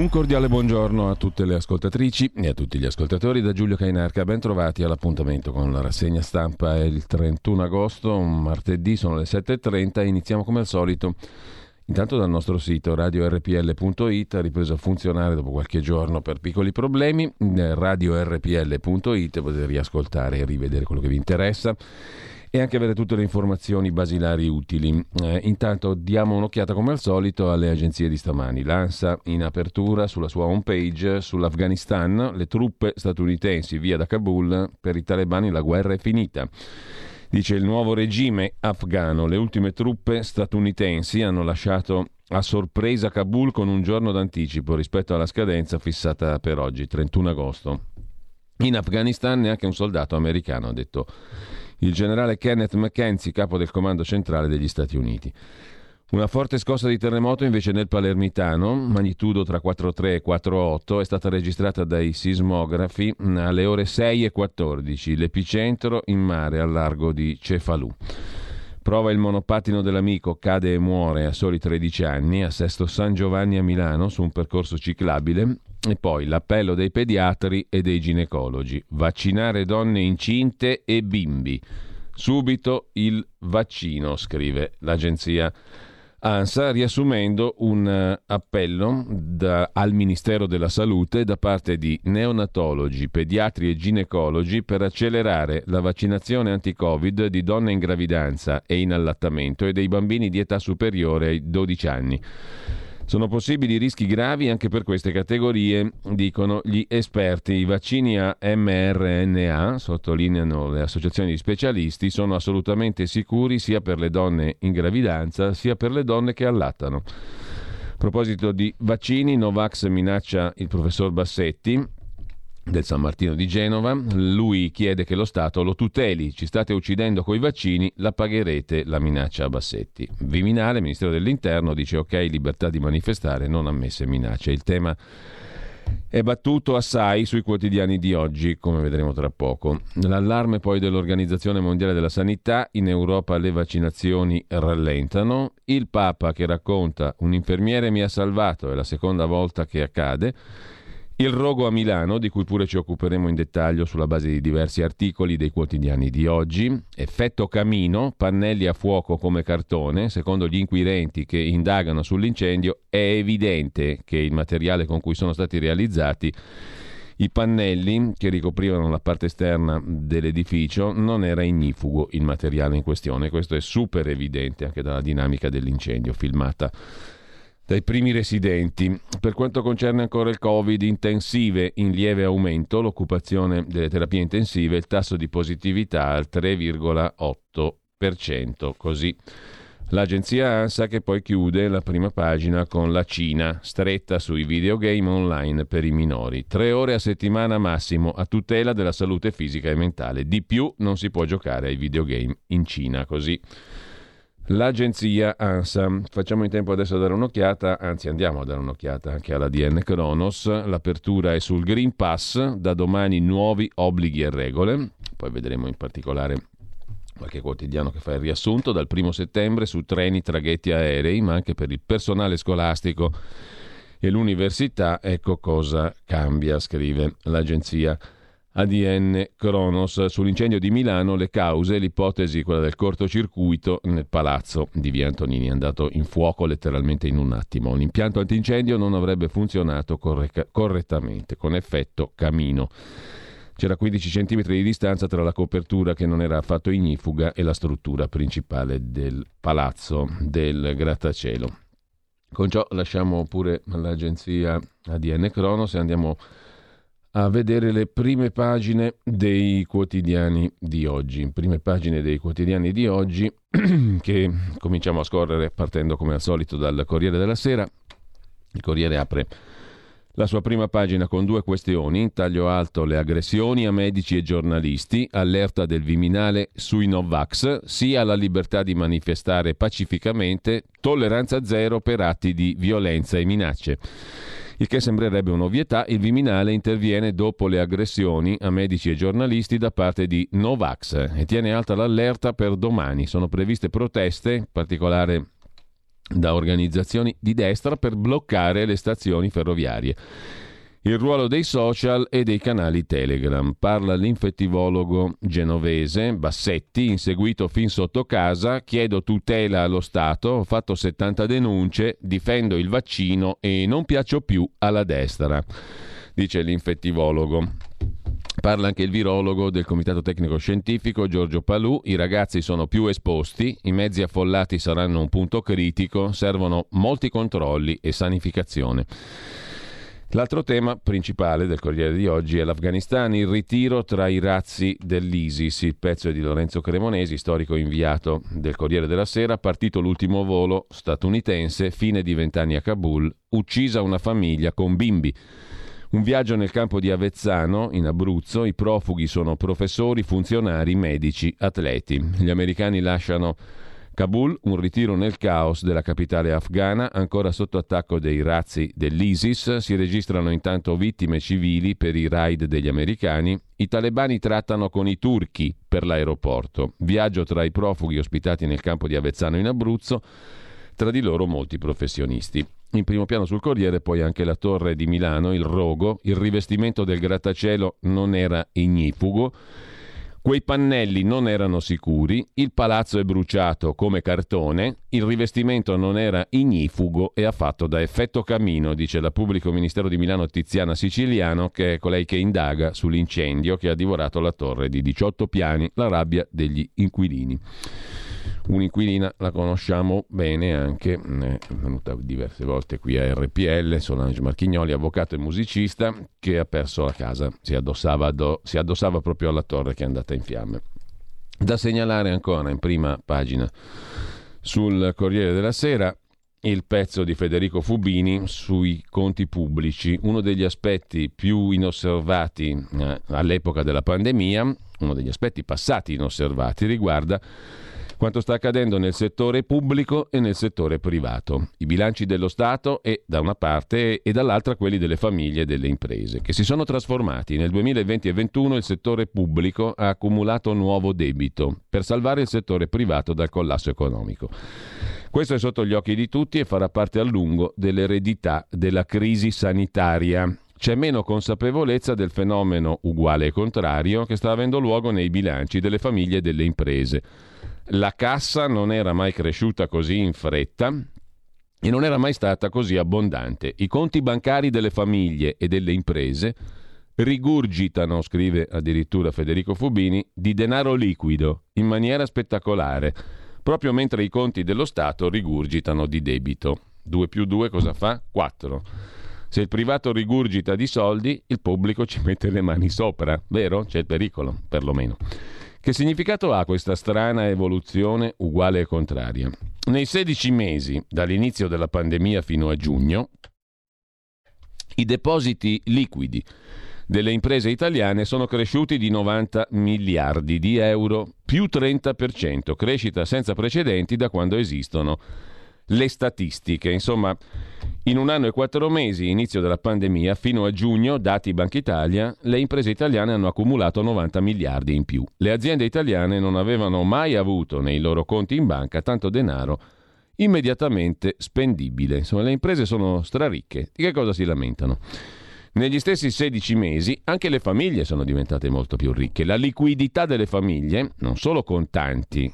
Un cordiale buongiorno a tutte le ascoltatrici e a tutti gli ascoltatori da Giulio Cainarca. Ben trovati all'appuntamento con la rassegna stampa. È il 31 agosto, un martedì, sono le 7.30 e iniziamo come al solito. Intanto dal nostro sito radiorpl.it, ha ripreso a funzionare dopo qualche giorno per piccoli problemi. Radiorpl.it potete riascoltare e rivedere quello che vi interessa e anche avere tutte le informazioni basilari utili. Intanto diamo un'occhiata come al solito alle agenzie di stamani. L'ANSA in apertura sulla sua homepage sull'Afghanistan: le truppe statunitensi via da Kabul, per i talebani la guerra è finita. Dice il nuovo regime afghano: le ultime truppe statunitensi hanno lasciato a sorpresa Kabul con un giorno d'anticipo rispetto alla scadenza fissata per oggi, 31 agosto. In Afghanistan neanche un soldato americano, ha detto il generale Kenneth McKenzie, capo del comando centrale degli Stati Uniti. Una forte scossa di terremoto invece nel Palermitano, magnitudo tra 4,3 e 4,8, è stata registrata dai sismografi alle ore 6:14, l'epicentro in mare al largo di Cefalù. Prova il monopattino dell'amico, cade e muore a soli 13 anni a Sesto San Giovanni a Milano su un percorso ciclabile. E poi l'appello dei pediatri e dei ginecologi: vaccinare donne incinte e bimbi. Subito il vaccino, scrive l'agenzia ANSA, riassumendo un appello al Ministero della Salute da parte di neonatologi, pediatri e ginecologi per accelerare la vaccinazione anti-Covid di donne in gravidanza e in allattamento e dei bambini di età superiore ai 12 anni. Sono possibili rischi gravi anche per queste categorie, dicono gli esperti. I vaccini a mRNA, sottolineano le associazioni di specialisti, sono assolutamente sicuri sia per le donne in gravidanza sia per le donne che allattano. A proposito di vaccini, Novax minaccia il professor Bassetti del San Martino di Genova. Lui chiede che lo Stato lo tuteli. Ci state uccidendo coi vaccini, la pagherete, la minaccia a Bassetti. Viminale, Ministero dell'Interno, dice ok, libertà di manifestare, non ammesse minacce. Il tema è battuto assai sui quotidiani di oggi, come vedremo tra poco. L'allarme poi dell'Organizzazione Mondiale della Sanità: in Europa le vaccinazioni rallentano. Il Papa che racconta un infermiere mi ha salvato, è la seconda volta che accade. Il rogo a Milano, di cui pure ci occuperemo in dettaglio sulla base di diversi articoli dei quotidiani di oggi. Effetto camino, pannelli a fuoco come cartone. Secondo gli inquirenti che indagano sull'incendio, è evidente che il materiale con cui sono stati realizzati i pannelli che ricoprivano la parte esterna dell'edificio non era ignifugo il materiale in questione. Questo è super evidente anche dalla dinamica dell'incendio filmata dai primi residenti. Per quanto concerne ancora il Covid, intensive in lieve aumento, l'occupazione delle terapie intensive, il tasso di positività al 3,8%. Così l'agenzia ANSA, che poi chiude la prima pagina con la Cina, stretta sui videogame online per i minori. 3 ore a settimana massimo a tutela della salute fisica e mentale. Di più non si può giocare ai videogame in Cina, così l'agenzia ANSA. Facciamo in tempo adesso a dare un'occhiata, anzi andiamo a dare un'occhiata anche alla DN Kronos. L'apertura è sul Green Pass, da domani nuovi obblighi e regole, poi vedremo in particolare qualche quotidiano che fa il riassunto. Dal 1 settembre su treni, traghetti, aerei, ma anche per il personale scolastico e l'università, ecco cosa cambia, scrive l'agenzia ADN Kronos. Sull'incendio di Milano le cause, l'ipotesi quella del cortocircuito nel palazzo di Via Antonini, è andato in fuoco letteralmente in un attimo. Un impianto antincendio non avrebbe funzionato correttamente, con effetto camino. C'era 15 cm di distanza tra la copertura che non era affatto ignifuga e la struttura principale del palazzo del grattacielo. Con ciò lasciamo pure l'agenzia ADN Kronos e andiamo a vedere le prime pagine dei quotidiani di oggi. Prime pagine dei quotidiani di oggi che cominciamo a scorrere partendo come al solito dal Corriere della Sera. Il Corriere apre la sua prima pagina con 2 questioni. In taglio alto le aggressioni a medici e giornalisti, allerta del Viminale sui Novax, sì alla libertà di manifestare pacificamente, tolleranza zero per atti di violenza e minacce. Il che sembrerebbe un'ovvietà, il Viminale interviene dopo le aggressioni a medici e giornalisti da parte di Novax e tiene alta l'allerta per domani. Sono previste proteste, in particolare da organizzazioni di destra per bloccare le stazioni ferroviarie. Il ruolo dei social e dei canali Telegram. Parla l'infettivologo genovese Bassetti, inseguito fin sotto casa, chiedo tutela allo Stato, ho fatto 70 denunce, difendo il vaccino e non piaccio più alla destra, dice l'infettivologo. Parla anche il virologo del Comitato Tecnico Scientifico Giorgio Palù, i ragazzi sono più esposti, i mezzi affollati saranno un punto critico, servono molti controlli e sanificazione. L'altro tema principale del Corriere di oggi è l'Afghanistan, il ritiro tra i razzi dell'ISIS. Il pezzo è di Lorenzo Cremonesi, storico inviato del Corriere della Sera. Partito l'ultimo volo statunitense, fine di 20 anni a Kabul, uccisa una famiglia con bimbi. Un viaggio nel campo di Avezzano, in Abruzzo. I profughi sono professori, funzionari, medici, atleti. Gli americani lasciano Kabul, un ritiro nel caos della capitale afghana, ancora sotto attacco dei razzi dell'ISIS. Si registrano intanto vittime civili per i raid degli americani. I talebani trattano con i turchi per l'aeroporto. Viaggio tra i profughi ospitati nel campo di Avezzano in Abruzzo, tra di loro molti professionisti. In primo piano sul Corriere poi anche la torre di Milano, il rogo, il rivestimento del grattacielo non era ignifugo. Quei pannelli non erano sicuri, il palazzo è bruciato come cartone, il rivestimento non era ignifugo e ha fatto da effetto camino, dice la pubblico ministero di Milano Tiziana Siciliano, che è colei che indaga sull'incendio che ha divorato la torre di 18 piani, la rabbia degli inquilini. Un'inquilina la conosciamo bene anche, è venuta diverse volte qui a RPL, Solange Marchignoli, avvocato e musicista, che ha perso la casa, si addossava proprio alla torre che è andata in fiamme. Da segnalare ancora in prima pagina sul Corriere della Sera il pezzo di Federico Fubini sui conti pubblici, uno degli aspetti più inosservati all'epoca della pandemia, uno degli aspetti passati inosservati, riguarda quanto sta accadendo nel settore pubblico e nel settore privato. I bilanci dello Stato e da una parte e dall'altra quelli delle famiglie e delle imprese, che si sono trasformati. Nel 2020 e 2021 il settore pubblico ha accumulato nuovo debito per salvare il settore privato dal collasso economico. Questo è sotto gli occhi di tutti e farà parte a lungo dell'eredità della crisi sanitaria. C'è meno consapevolezza del fenomeno uguale e contrario che sta avendo luogo nei bilanci delle famiglie e delle imprese. La cassa non era mai cresciuta così in fretta e non era mai stata così abbondante. I conti bancari delle famiglie e delle imprese rigurgitano, scrive addirittura Federico Fubini, di denaro liquido in maniera spettacolare, proprio mentre i conti dello Stato rigurgitano di debito. 2 più 2 cosa fa? 4. Se il privato rigurgita di soldi, il pubblico ci mette le mani sopra, vero? C'è il pericolo, perlomeno. Che significato ha questa strana evoluzione uguale e contraria? Nei 16 mesi dall'inizio della pandemia fino a giugno, i depositi liquidi delle imprese italiane sono cresciuti di 90 miliardi di euro, più 30%, crescita senza precedenti da quando esistono le statistiche. Insomma, in 1 anno e 4 mesi, inizio della pandemia, fino a giugno, dati Banca Italia, le imprese italiane hanno accumulato 90 miliardi in più. Le aziende italiane non avevano mai avuto nei loro conti in banca tanto denaro immediatamente spendibile. Insomma, le imprese sono straricche. Di che cosa si lamentano? Negli stessi 16 mesi anche le famiglie sono diventate molto più ricche. La liquidità delle famiglie, non solo contanti,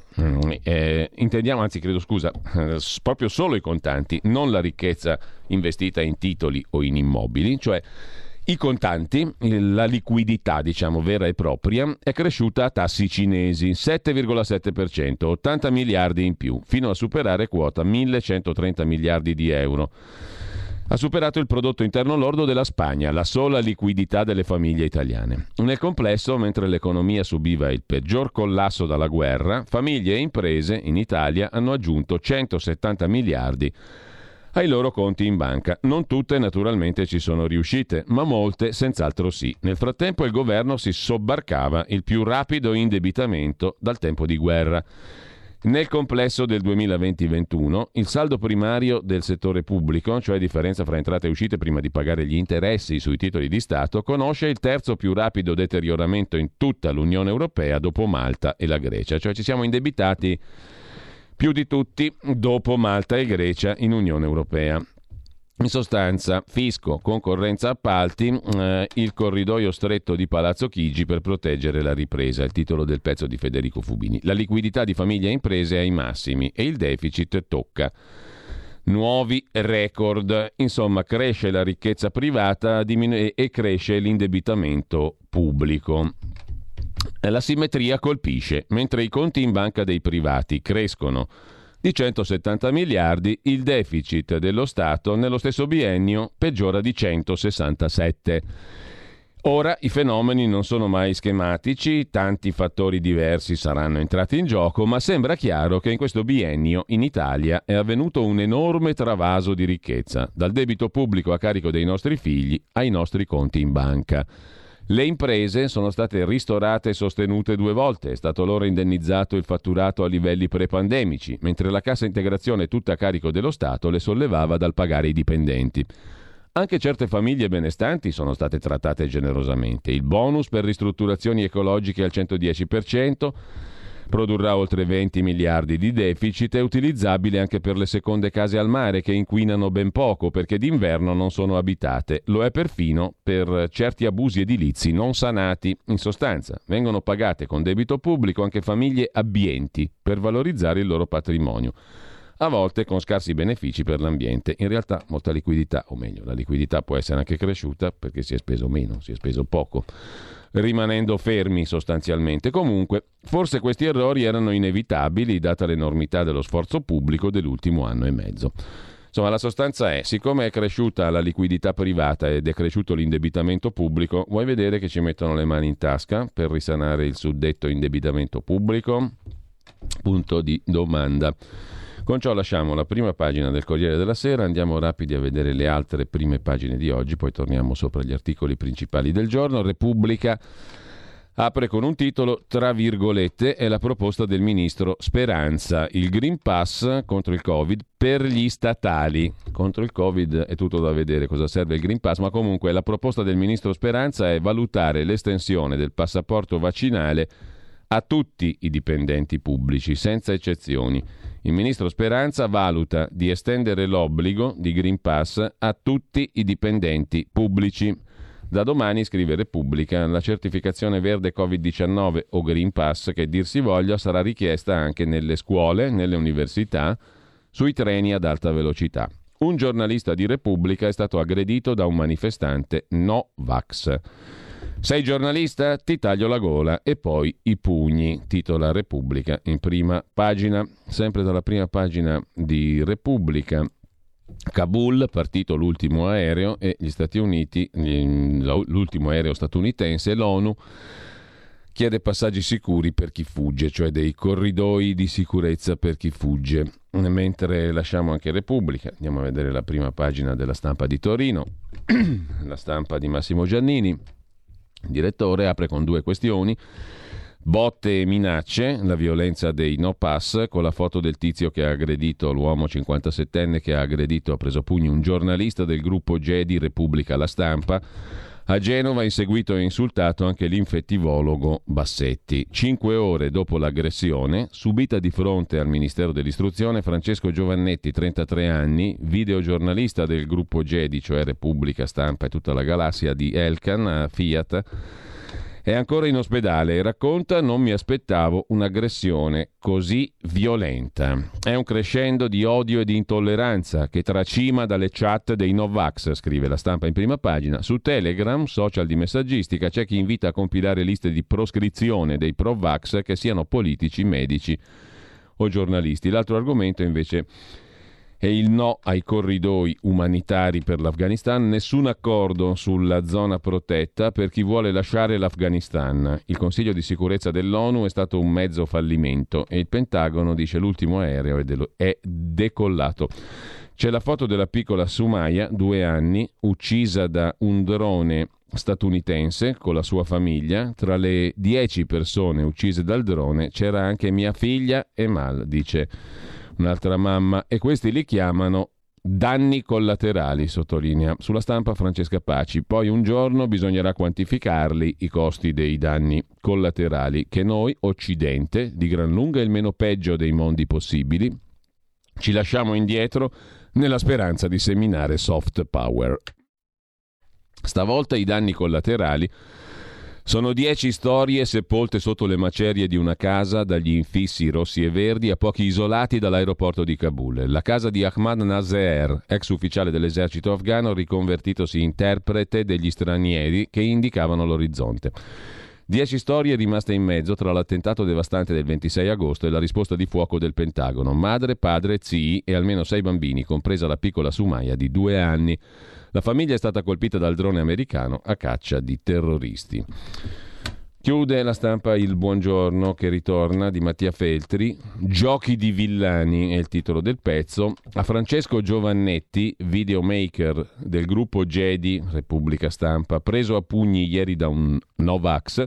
proprio solo i contanti, non la ricchezza investita in titoli o in immobili, cioè i contanti, la liquidità vera e propria, è cresciuta a tassi cinesi, 7,7%, 80 miliardi in più, fino a superare quota 1.130 miliardi di euro. Ha superato il prodotto interno lordo della Spagna, la sola liquidità delle famiglie italiane. Nel complesso, mentre l'economia subiva il peggior collasso dalla guerra, famiglie e imprese in Italia hanno aggiunto 170 miliardi ai loro conti in banca. Non tutte naturalmente ci sono riuscite, ma molte senz'altro sì. Nel frattempo il governo si sobbarcava il più rapido indebitamento dal tempo di guerra. Nel complesso del 2020-21 il saldo primario del settore pubblico, cioè differenza fra entrate e uscite prima di pagare gli interessi sui titoli di Stato, conosce il terzo più rapido deterioramento in tutta l'Unione Europea dopo Malta e la Grecia. Cioè ci siamo indebitati più di tutti dopo Malta e Grecia in Unione Europea. In sostanza, fisco, concorrenza, appalti, il corridoio stretto di Palazzo Chigi per proteggere la ripresa, il titolo del pezzo di Federico Fubini. La liquidità di famiglie e imprese è ai massimi e il deficit tocca nuovi record. Insomma, cresce la ricchezza privata e cresce l'indebitamento pubblico. La simmetria colpisce, mentre i conti in banca dei privati crescono di 170 miliardi, il deficit dello Stato nello stesso biennio peggiora di 167. Ora i fenomeni non sono mai schematici, tanti fattori diversi saranno entrati in gioco, ma sembra chiaro che in questo biennio in Italia è avvenuto un enorme travaso di ricchezza, dal debito pubblico a carico dei nostri figli ai nostri conti in banca. Le imprese sono state ristorate e sostenute 2 volte, è stato loro indennizzato il fatturato a livelli prepandemici, mentre la cassa integrazione tutta a carico dello Stato le sollevava dal pagare i dipendenti. Anche certe famiglie benestanti sono state trattate generosamente. Il bonus per ristrutturazioni ecologiche al 110% produrrà oltre 20 miliardi di deficit, è utilizzabile anche per le seconde case al mare che inquinano ben poco perché d'inverno non sono abitate. Lo è perfino per certi abusi edilizi non sanati. In sostanza, vengono pagate con debito pubblico anche famiglie abbienti per valorizzare il loro patrimonio, a volte con scarsi benefici per l'ambiente. In realtà molta liquidità, o meglio, la liquidità può essere anche cresciuta perché si è speso meno, si è speso poco, rimanendo fermi sostanzialmente. Comunque, forse questi errori erano inevitabili data l'enormità dello sforzo pubblico dell'ultimo anno e mezzo. Insomma, la sostanza è, siccome è cresciuta la liquidità privata ed è cresciuto l'indebitamento pubblico, vuoi vedere che ci mettono le mani in tasca per risanare il suddetto indebitamento pubblico? Punto di domanda. Con ciò lasciamo la prima pagina del Corriere della Sera, andiamo rapidi a vedere le altre prime pagine di oggi, poi torniamo sopra gli articoli principali del giorno. Repubblica apre con un titolo, tra virgolette, è la proposta del ministro Speranza, il Green Pass contro il Covid per gli statali. Contro il Covid è tutto da vedere cosa serve il Green Pass, ma comunque la proposta del ministro Speranza è valutare l'estensione del passaporto vaccinale a tutti i dipendenti pubblici, senza eccezioni. Il ministro Speranza valuta di estendere l'obbligo di Green Pass a tutti i dipendenti pubblici. Da domani, scrive Repubblica, la certificazione verde Covid-19 o Green Pass, che dir si voglia, sarà richiesta anche nelle scuole, nelle università, sui treni ad alta velocità. Un giornalista di Repubblica è stato aggredito da un manifestante no vax. Sei giornalista? Ti taglio la gola e poi i pugni, titola Repubblica in prima pagina. Sempre dalla prima pagina di Repubblica, Kabul, partito l'ultimo aereo e gli Stati Uniti, l'ultimo aereo statunitense, l'ONU chiede passaggi sicuri per chi fugge, cioè dei corridoi di sicurezza per chi fugge. Mentre lasciamo anche Repubblica, andiamo a vedere la prima pagina della Stampa di Torino, la Stampa di Massimo Giannini. Il direttore apre con 2 questioni: botte e minacce, la violenza dei no pass, con la foto del tizio che ha aggredito, l'uomo 57enne che ha aggredito, ha preso a pugni un giornalista del gruppo Gedi Repubblica La Stampa. A Genova ha inseguito e insultato anche l'infettivologo Bassetti. 5 ore dopo l'aggressione, subita di fronte al Ministero dell'Istruzione, Francesco Giovannetti, 33 anni, videogiornalista del gruppo Gedi, cioè Repubblica, Stampa e tutta la galassia di Elkan, Fiat, è ancora in ospedale e racconta: non mi aspettavo un'aggressione così violenta. È un crescendo di odio e di intolleranza che tracima dalle chat dei Novax, scrive La Stampa in prima pagina. Su Telegram, social di messaggistica, c'è chi invita a compilare liste di proscrizione dei Pro-Vax, che siano politici, medici o giornalisti. L'altro argomento invece è il no ai corridoi umanitari per l'Afghanistan, nessun accordo sulla zona protetta per chi vuole lasciare l'Afghanistan. Il Consiglio di sicurezza dell'ONU è stato un mezzo fallimento e il Pentagono dice l'ultimo aereo è decollato. C'è la foto della piccola Sumaya, 2 anni, uccisa da un drone statunitense con la sua famiglia. Tra le 10 persone uccise dal drone c'era anche mia figlia Emal, dice un'altra mamma, e questi li chiamano Danni collaterali, sottolinea sulla Stampa Francesca Paci. Poi un giorno bisognerà quantificarli i costi dei danni collaterali che noi, Occidente, di gran lunga il meno peggio dei mondi possibili, ci lasciamo indietro nella speranza di seminare soft power. Stavolta i danni collaterali sono 10 storie sepolte sotto le macerie di una casa, dagli infissi rossi e verdi a pochi isolati dall'aeroporto di Kabul. La casa di Ahmad Naseer, ex ufficiale dell'esercito afghano riconvertitosi interprete degli stranieri che indicavano l'orizzonte. 10 storie rimaste in mezzo tra l'attentato devastante del 26 agosto e la risposta di fuoco del Pentagono. Madre, padre, zii e almeno 6 bambini, compresa la piccola Sumaya di 2 anni. La famiglia è stata colpita dal drone americano a caccia di terroristi. Chiude la Stampa il buongiorno che ritorna di Mattia Feltri. Giochi di villani è il titolo del pezzo. A Francesco Giovannetti, videomaker del gruppo Jedi, Repubblica Stampa, preso a pugni ieri da un Novax.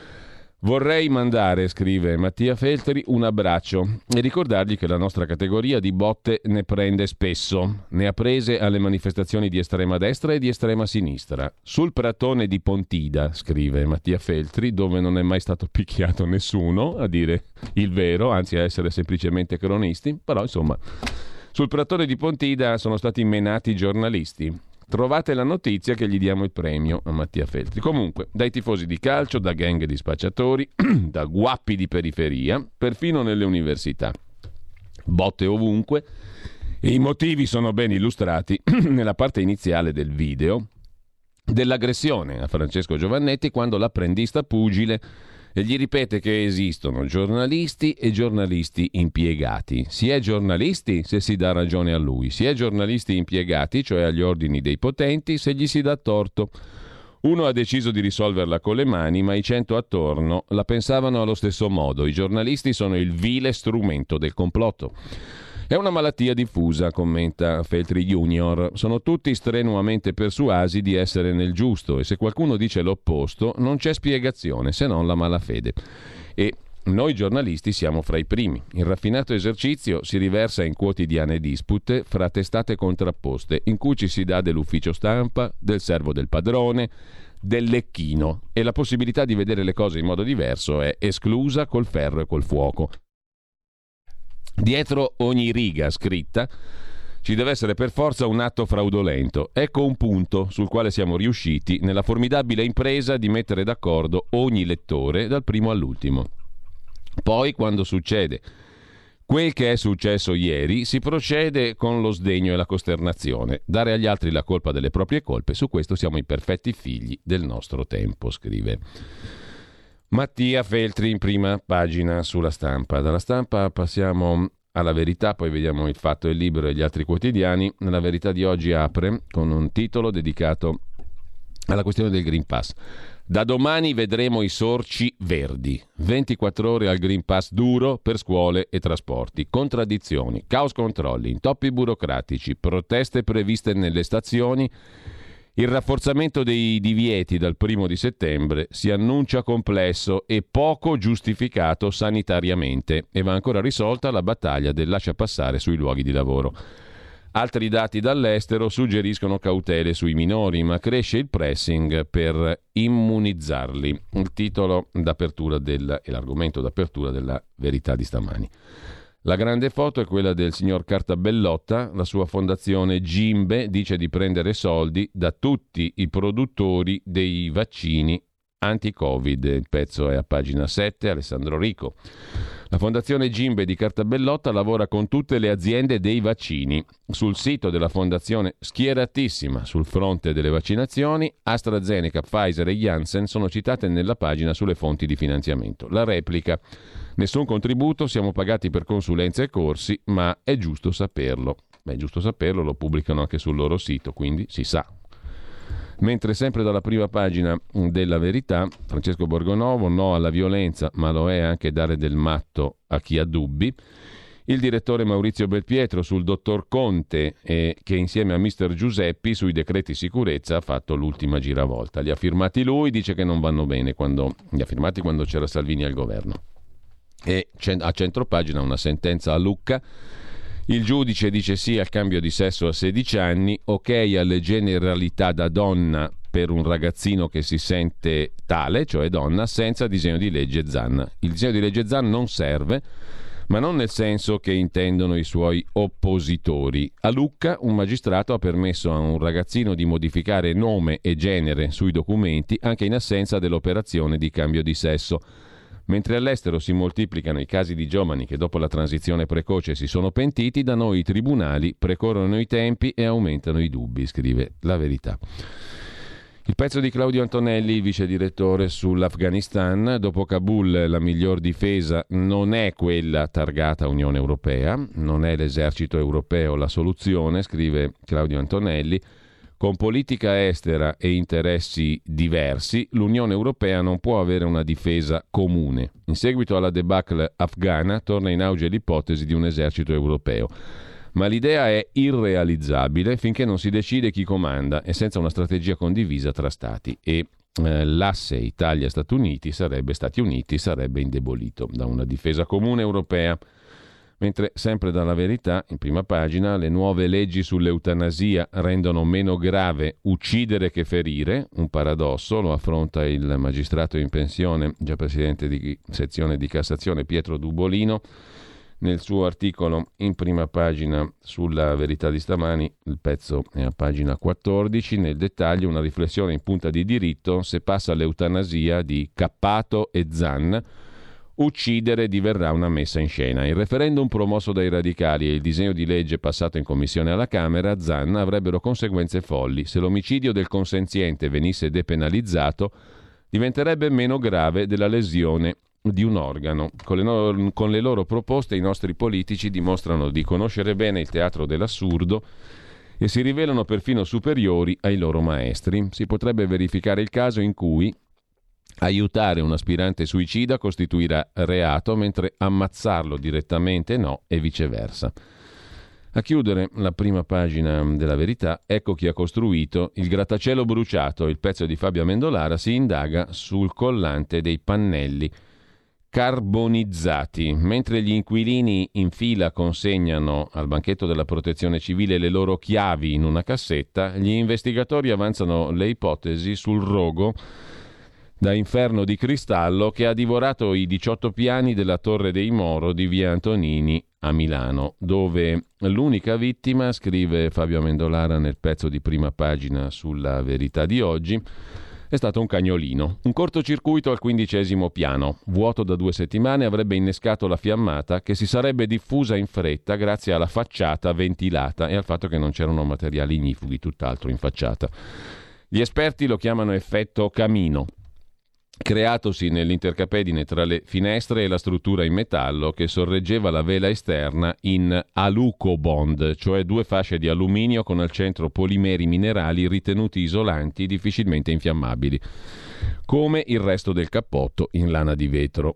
Vorrei mandare, scrive Mattia Feltri, un abbraccio e ricordargli che la nostra categoria di botte ne prende spesso. Ne ha prese alle manifestazioni di estrema destra e di estrema sinistra. Sul pratone di Pontida, scrive Mattia Feltri, dove non è mai stato picchiato nessuno, a dire il vero, anzi a essere semplicemente cronisti, però insomma, sul pratone di Pontida sono stati menati giornalisti. Trovate la notizia che gli diamo il premio a Mattia Feltri. Comunque, dai tifosi di calcio, da gang di spacciatori, da guappi di periferia, perfino nelle università. Botte ovunque, e i motivi sono ben illustrati nella parte iniziale del video dell'aggressione a Francesco Giovannetti quando l'apprendista pugile e gli ripete che esistono giornalisti e giornalisti impiegati. Si è giornalisti se si dà ragione a lui, si è giornalisti impiegati, cioè agli ordini dei potenti, se gli si dà torto. Uno ha deciso di risolverla con le mani, ma i 100 attorno la pensavano allo stesso modo. I giornalisti sono il vile strumento del complotto. È una malattia diffusa, commenta Feltri Junior. Sono tutti strenuamente persuasi di essere nel giusto e se qualcuno dice l'opposto non c'è spiegazione se non la malafede. E noi giornalisti siamo fra i primi. Il raffinato esercizio si riversa in quotidiane dispute fra testate contrapposte in cui ci si dà dell'ufficio stampa, del servo del padrone, del lecchino e la possibilità di vedere le cose in modo diverso è esclusa col ferro e col fuoco. Dietro ogni riga scritta ci deve essere per forza un atto fraudolento. Ecco un punto sul quale siamo riusciti nella formidabile impresa di mettere d'accordo ogni lettore dal primo all'ultimo. Poi, quando succede quel che è successo ieri, si procede con lo sdegno e la costernazione. Dare agli altri la colpa delle proprie colpe, su questo siamo i perfetti figli del nostro tempo, scrive Mattia Feltri in prima pagina sulla Stampa. Dalla Stampa passiamo alla Verità, poi vediamo Il Fatto e il Libero e gli altri quotidiani. La Verità di oggi apre con un titolo dedicato alla questione del Green Pass. Da domani vedremo i sorci verdi. 24 ore al Green Pass duro per scuole e trasporti. Contraddizioni, caos controlli, intoppi burocratici, proteste previste nelle stazioni. Il rafforzamento dei divieti dal 1 di settembre si annuncia complesso e poco giustificato sanitariamente e va ancora risolta la battaglia del lasciapassare sui luoghi di lavoro. Altri dati dall'estero suggeriscono cautele sui minori, ma cresce il pressing per immunizzarli. Il titolo d'apertura e l'argomento d'apertura della Verità di stamani. La grande foto è quella del signor Cartabellotta. La sua fondazione Gimbe dice di prendere soldi da tutti i produttori dei vaccini anti-Covid. Il pezzo è a pagina 7, Alessandro Rico. La fondazione Gimbe di Cartabellotta lavora con tutte le aziende dei vaccini. Sul sito della fondazione, schieratissima sul fronte delle vaccinazioni, AstraZeneca, Pfizer e Janssen sono citate nella pagina sulle fonti di finanziamento. La replica: nessun contributo, siamo pagati per consulenze e corsi, ma è giusto saperlo. Beh, è giusto saperlo, lo pubblicano anche sul loro sito, quindi si sa. Mentre sempre dalla prima pagina della Verità, Francesco Borgonovo, no alla violenza, ma lo è anche dare del matto a chi ha dubbi. Il direttore Maurizio Belpietro sul dottor Conte, che insieme a mister Giuseppi sui decreti sicurezza ha fatto l'ultima giravolta. Li ha firmati lui, dice che non vanno bene li ha firmati quando c'era Salvini al governo. E a centropagina una sentenza a Lucca Il giudice dice sì al cambio di sesso a 16 anni, ok alle generalità da donna per un ragazzino che si sente tale, cioè donna, senza disegno di legge Zan. Il disegno di legge Zan non serve, ma non nel senso che intendono i suoi oppositori. A Lucca un magistrato ha permesso a un ragazzino di modificare nome e genere sui documenti anche in assenza dell'operazione di cambio di sesso. Mentre all'estero si moltiplicano i casi di giovani che dopo la transizione precoce si sono pentiti, da noi i tribunali precorrono i tempi e aumentano i dubbi, scrive La Verità. Il pezzo di Claudio Antonelli, vice direttore sull'Afghanistan: dopo Kabul la miglior difesa non è quella targata Unione Europea, non è l'esercito europeo la soluzione, scrive Claudio Antonelli. Con politica estera e interessi diversi, l'Unione Europea non può avere una difesa comune. In seguito alla debacle afghana torna in auge l'ipotesi di un esercito europeo. Ma l'idea è irrealizzabile finché non si decide chi comanda e senza una strategia condivisa tra Stati. E l'asse Italia-Stati Uniti sarebbe indebolito da una difesa comune europea. Mentre sempre dalla Verità, in prima pagina, le nuove leggi sull'eutanasia rendono meno grave uccidere che ferire, un paradosso, lo affronta il magistrato in pensione, già presidente di sezione di Cassazione, Pietro Dubolino, nel suo articolo in prima pagina sulla Verità di stamani. Il pezzo è a pagina 14, nel dettaglio una riflessione in punta di diritto: se passa l'eutanasia di Cappato e Zan, uccidere diverrà una messa in scena. Il referendum promosso dai radicali e il disegno di legge passato in commissione alla Camera, Zan, avrebbero conseguenze folli. Se l'omicidio del consenziente venisse depenalizzato, diventerebbe meno grave della lesione di un organo. Con le loro proposte i nostri politici dimostrano di conoscere bene il teatro dell'assurdo e si rivelano perfino superiori ai loro maestri. Si potrebbe verificare il caso in cui aiutare un aspirante suicida costituirà reato, mentre ammazzarlo direttamente no, e viceversa. A chiudere la prima pagina della Verità, ecco chi ha costruito il grattacielo bruciato. Il pezzo di Fabio Amendolara si indaga sul collante dei pannelli carbonizzati. Mentre gli inquilini in fila consegnano al banchetto della Protezione Civile le loro chiavi in una cassetta, gli investigatori avanzano le ipotesi sul rogo da inferno di cristallo che ha divorato i 18 piani della Torre dei Moro di via Antonini a Milano, dove l'unica vittima, scrive Fabio Amendolara nel pezzo di prima pagina sulla Verità di oggi, è stato un cagnolino. Un cortocircuito al 15° piano, vuoto da 2 settimane, avrebbe innescato la fiammata che si sarebbe diffusa in fretta grazie alla facciata ventilata e al fatto che non c'erano materiali ignifughi, tutt'altro in facciata. Gli esperti lo chiamano effetto camino, creatosi nell'intercapedine tra le finestre e la struttura in metallo che sorreggeva la vela esterna in alucobond, cioè 2 fasce di alluminio con al centro polimeri minerali ritenuti isolanti, difficilmente infiammabili, come il resto del cappotto in lana di vetro.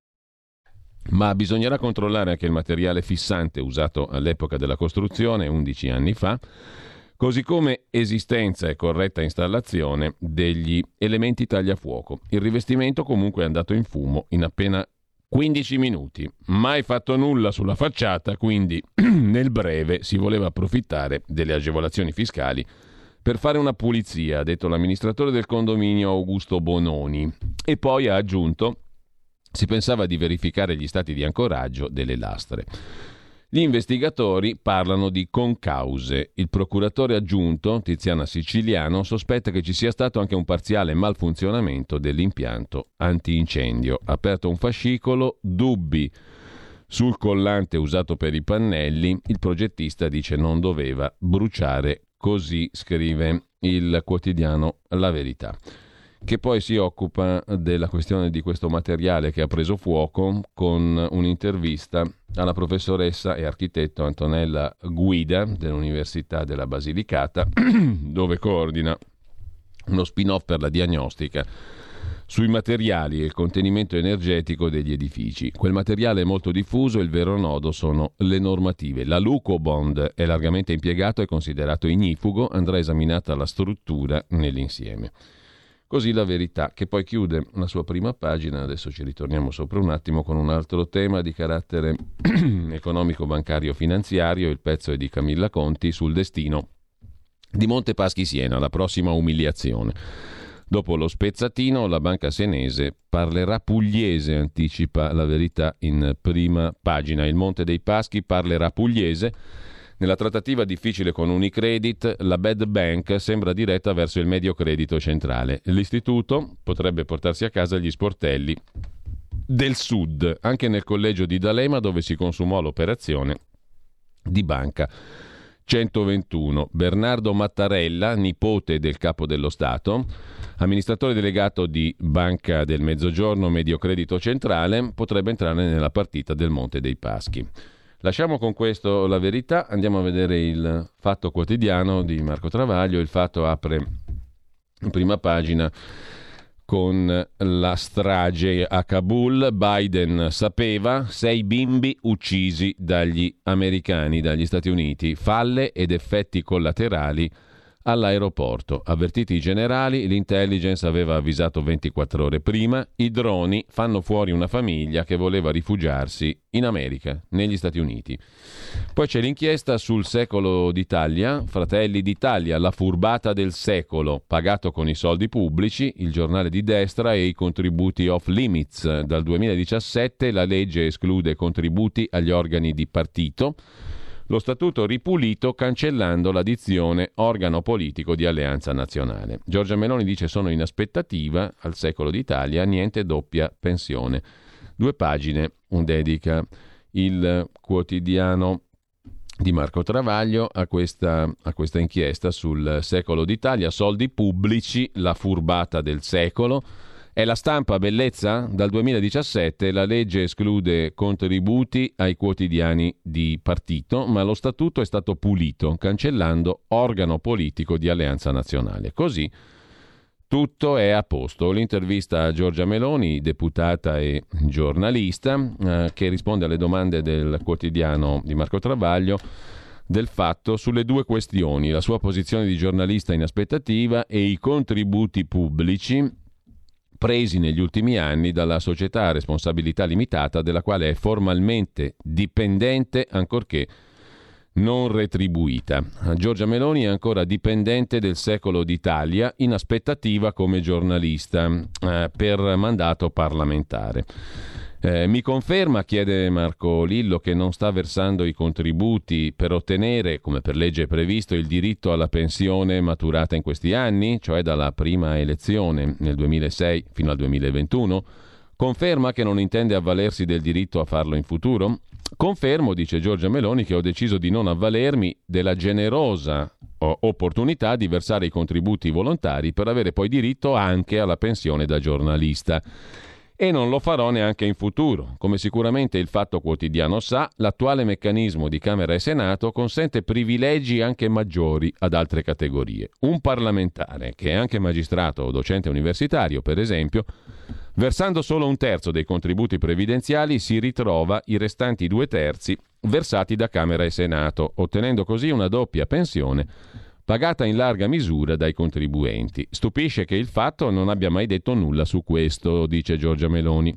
Ma bisognerà controllare anche il materiale fissante usato all'epoca della costruzione, 11 anni fa, così come esistenza e corretta installazione degli elementi tagliafuoco. Il rivestimento comunque è andato in fumo in appena 15 minuti. Mai fatto nulla sulla facciata, quindi nel breve si voleva approfittare delle agevolazioni fiscali per fare una pulizia, ha detto l'amministratore del condominio Augusto Bononi. E poi ha aggiunto: si pensava di verificare gli stati di ancoraggio delle lastre. Gli investigatori parlano di concause. Il procuratore aggiunto, Tiziana Siciliano, sospetta che ci sia stato anche un parziale malfunzionamento dell'impianto antincendio. Aperto un fascicolo, dubbi sul collante usato per i pannelli. Il progettista dice non doveva bruciare così, scrive il quotidiano La Verità, che poi si occupa della questione di questo materiale che ha preso fuoco con un'intervista alla professoressa e architetto Antonella Guida dell'Università della Basilicata, dove coordina uno spin-off per la diagnostica sui materiali e il contenimento energetico degli edifici. Quel materiale è molto diffuso, il vero nodo sono le normative. L'alucobond è largamente impiegato e considerato ignifugo, andrà esaminata la struttura nell'insieme. Così La Verità, che poi chiude la sua prima pagina, adesso ci ritorniamo sopra un attimo, con un altro tema di carattere economico, bancario, finanziario. Il pezzo è di Camilla Conti sul destino di Monte Paschi Siena, la prossima umiliazione. Dopo lo spezzatino, la banca senese parlerà pugliese, anticipa La Verità in prima pagina. Il Monte dei Paschi parlerà pugliese. Nella trattativa difficile con Unicredit, la bad bank sembra diretta verso il medio credito centrale. L'istituto potrebbe portarsi a casa gli sportelli del Sud, anche nel collegio di D'Alema, dove si consumò l'operazione di Banca 121. Bernardo Mattarella, nipote del capo dello Stato, amministratore delegato di Banca del Mezzogiorno Medio Credito Centrale, potrebbe entrare nella partita del Monte dei Paschi. Lasciamo con questo La Verità, andiamo a vedere il Fatto Quotidiano di Marco Travaglio. Il Fatto apre in prima pagina con la strage a Kabul. Biden sapeva, 6 bimbi uccisi dagli americani, dagli Stati Uniti, falle ed effetti collaterali all'aeroporto. Avvertiti i generali, l'intelligence aveva avvisato 24 ore prima, i droni fanno fuori una famiglia che voleva rifugiarsi in America, negli Stati Uniti. Poi c'è l'inchiesta sul Secolo d'Italia, Fratelli d'Italia, la furbata del secolo, pagato con i soldi pubblici, il giornale di destra e i contributi off limits. Dal 2017 la legge esclude contributi agli organi di partito. Lo statuto ripulito cancellando la dizione organo politico di Alleanza Nazionale. Giorgia Meloni dice: sono in aspettativa al Secolo d'Italia, niente doppia pensione. 2 pagine dedica il quotidiano di Marco Travaglio a questa inchiesta sul Secolo d'Italia, soldi pubblici, la furbata del secolo. È la Stampa, bellezza? Dal 2017 la legge esclude contributi ai quotidiani di partito, ma lo statuto è stato pulito, cancellando organo politico di Alleanza Nazionale. Così tutto è a posto. L'intervista a Giorgia Meloni, deputata e giornalista, che risponde alle domande del quotidiano di Marco Travaglio del Fatto sulle 2 questioni: la sua posizione di giornalista in aspettativa e i contributi pubblici presi negli ultimi anni dalla società a responsabilità limitata, della quale è formalmente dipendente ancorché non retribuita. Giorgia Meloni è ancora dipendente del Secolo d'Italia, in aspettativa come giornalista per mandato parlamentare. Mi conferma, chiede Marco Lillo, che non sta versando i contributi per ottenere, come per legge è previsto, il diritto alla pensione maturata in questi anni, cioè dalla prima elezione nel 2006 fino al 2021? Conferma che non intende avvalersi del diritto a farlo in futuro? Confermo, dice Giorgia Meloni, che ho deciso di non avvalermi della generosa opportunità di versare i contributi volontari per avere poi diritto anche alla pensione da giornalista. E non lo farò neanche in futuro. Come sicuramente il Fatto Quotidiano sa, l'attuale meccanismo di Camera e Senato consente privilegi anche maggiori ad altre categorie. Un parlamentare, che è anche magistrato o docente universitario, per esempio, versando solo 1/3 dei contributi previdenziali, si ritrova i restanti 2/3 versati da Camera e Senato, ottenendo così una doppia pensione pagata in larga misura dai contribuenti. Stupisce che il Fatto non abbia mai detto nulla su questo, dice Giorgia Meloni.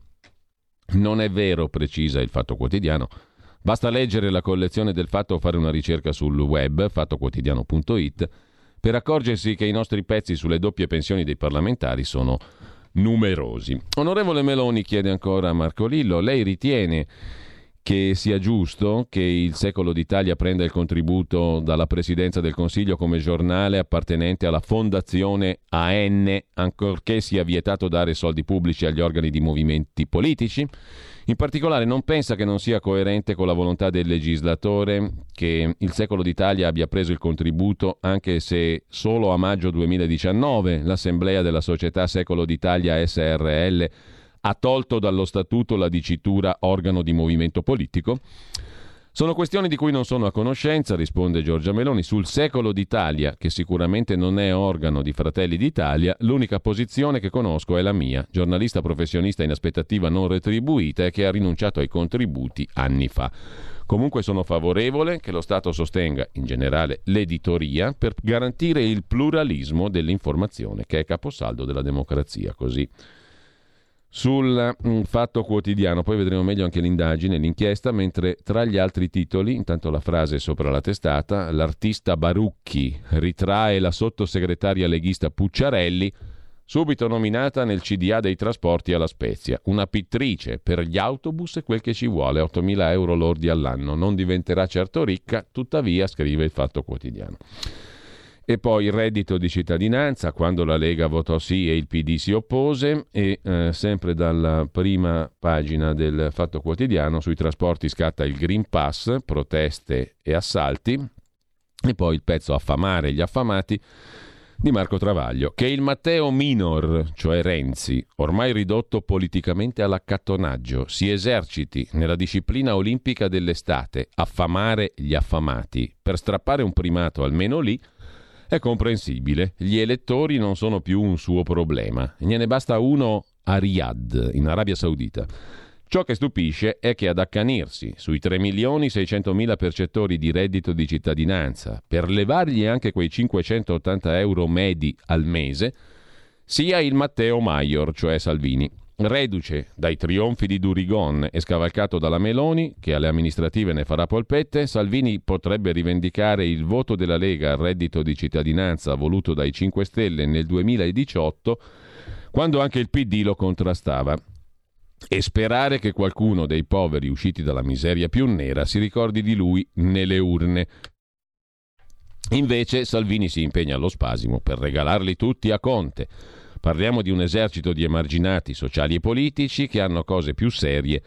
Non è vero, precisa il Fatto Quotidiano. Basta leggere la collezione del Fatto o fare una ricerca sul web, fattoquotidiano.it, per accorgersi che i nostri pezzi sulle doppie pensioni dei parlamentari sono numerosi. Onorevole Meloni, chiede ancora Marco Lillo, lei ritiene che sia giusto che il Secolo d'Italia prenda il contributo dalla Presidenza del Consiglio come giornale appartenente alla Fondazione AN, ancorché sia vietato dare soldi pubblici agli organi di movimenti politici? In particolare, non pensa che non sia coerente con la volontà del legislatore che il Secolo d'Italia abbia preso il contributo, anche se solo a maggio 2019 l'Assemblea della Società Secolo d'Italia SRL ha tolto dallo statuto la dicitura organo di movimento politico? Sono questioni di cui non sono a conoscenza, risponde Giorgia Meloni. Sul Secolo d'Italia, che sicuramente non è organo di Fratelli d'Italia, l'unica posizione che conosco è la mia, giornalista professionista in aspettativa non retribuita e che ha rinunciato ai contributi anni fa. Comunque sono favorevole che lo Stato sostenga in generale l'editoria per garantire il pluralismo dell'informazione, che è caposaldo della democrazia. Così sul Fatto Quotidiano, poi vedremo meglio anche l'indagine, l'inchiesta, mentre tra gli altri titoli, intanto la frase sopra la testata, l'artista Barucchi ritrae la sottosegretaria leghista Pucciarelli, subito nominata nel CDA dei trasporti alla Spezia, una pittrice per gli autobus e quel che ci vuole, 8.000 euro lordi all'anno, non diventerà certo ricca, tuttavia, scrive il Fatto Quotidiano. E poi il reddito di cittadinanza, quando la Lega votò sì e il PD si oppose, e sempre dalla prima pagina del Fatto Quotidiano, sui trasporti scatta il Green Pass, proteste e assalti, e poi il pezzo Affamare gli affamati di Marco Travaglio, che il Matteo Minor, cioè Renzi, ormai ridotto politicamente all'accattonaggio, si eserciti nella disciplina olimpica dell'estate, affamare gli affamati, per strappare un primato almeno lì, è comprensibile. Gli elettori non sono più un suo problema. Gliene basta uno a Riyadh, in Arabia Saudita. Ciò che stupisce è che ad accanirsi sui 3.600.000 percettori di reddito di cittadinanza per levargli anche quei 580 euro medi al mese sia il Matteo Maior, cioè Salvini. Reduce dai trionfi di Durigon e scavalcato dalla Meloni, che alle amministrative ne farà polpette, Salvini potrebbe rivendicare il voto della Lega al reddito di cittadinanza voluto dai 5 Stelle nel 2018, quando anche il PD lo contrastava, e sperare che qualcuno dei poveri usciti dalla miseria più nera si ricordi di lui nelle urne. Invece Salvini si impegna allo spasimo per regalarli tutti a Conte. Parliamo di un esercito di emarginati sociali e politici che hanno cose più serie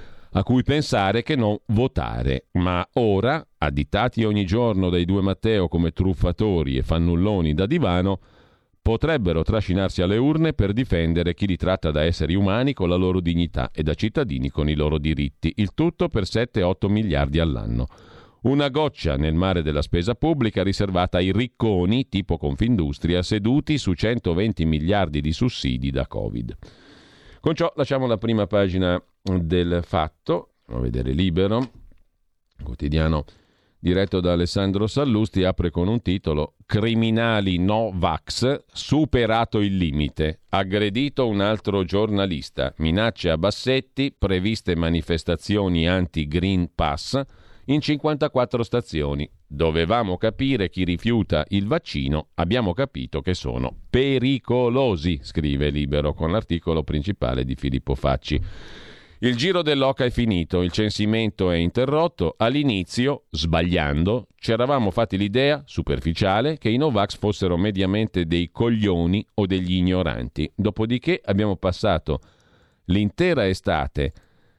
a cui pensare che non votare. Ma ora, additati ogni giorno dai due Matteo come truffatori e fannulloni da divano, potrebbero trascinarsi alle urne per difendere chi li tratta da esseri umani con la loro dignità e da cittadini con i loro diritti. Il tutto per 7-8 miliardi all'anno. Una goccia nel mare della spesa pubblica riservata ai ricconi, tipo Confindustria, seduti su 120 miliardi di sussidi da Covid. Con ciò lasciamo la prima pagina del Fatto, andiamo a vedere Libero, quotidiano diretto da Alessandro Sallusti, apre con un titolo: Criminali no vax, superato il limite, aggredito un altro giornalista, minacce a Bassetti, previste manifestazioni anti-Green Pass in 54 stazioni. Dovevamo capire chi rifiuta il vaccino, abbiamo capito che sono pericolosi, scrive Libero con l'articolo principale di Filippo Facci. Il giro dell'oca è finito, il censimento è interrotto. All'inizio, sbagliando, ci eravamo fatti l'idea, superficiale, che i Novax fossero mediamente dei coglioni o degli ignoranti. Dopodiché abbiamo passato l'intera estate,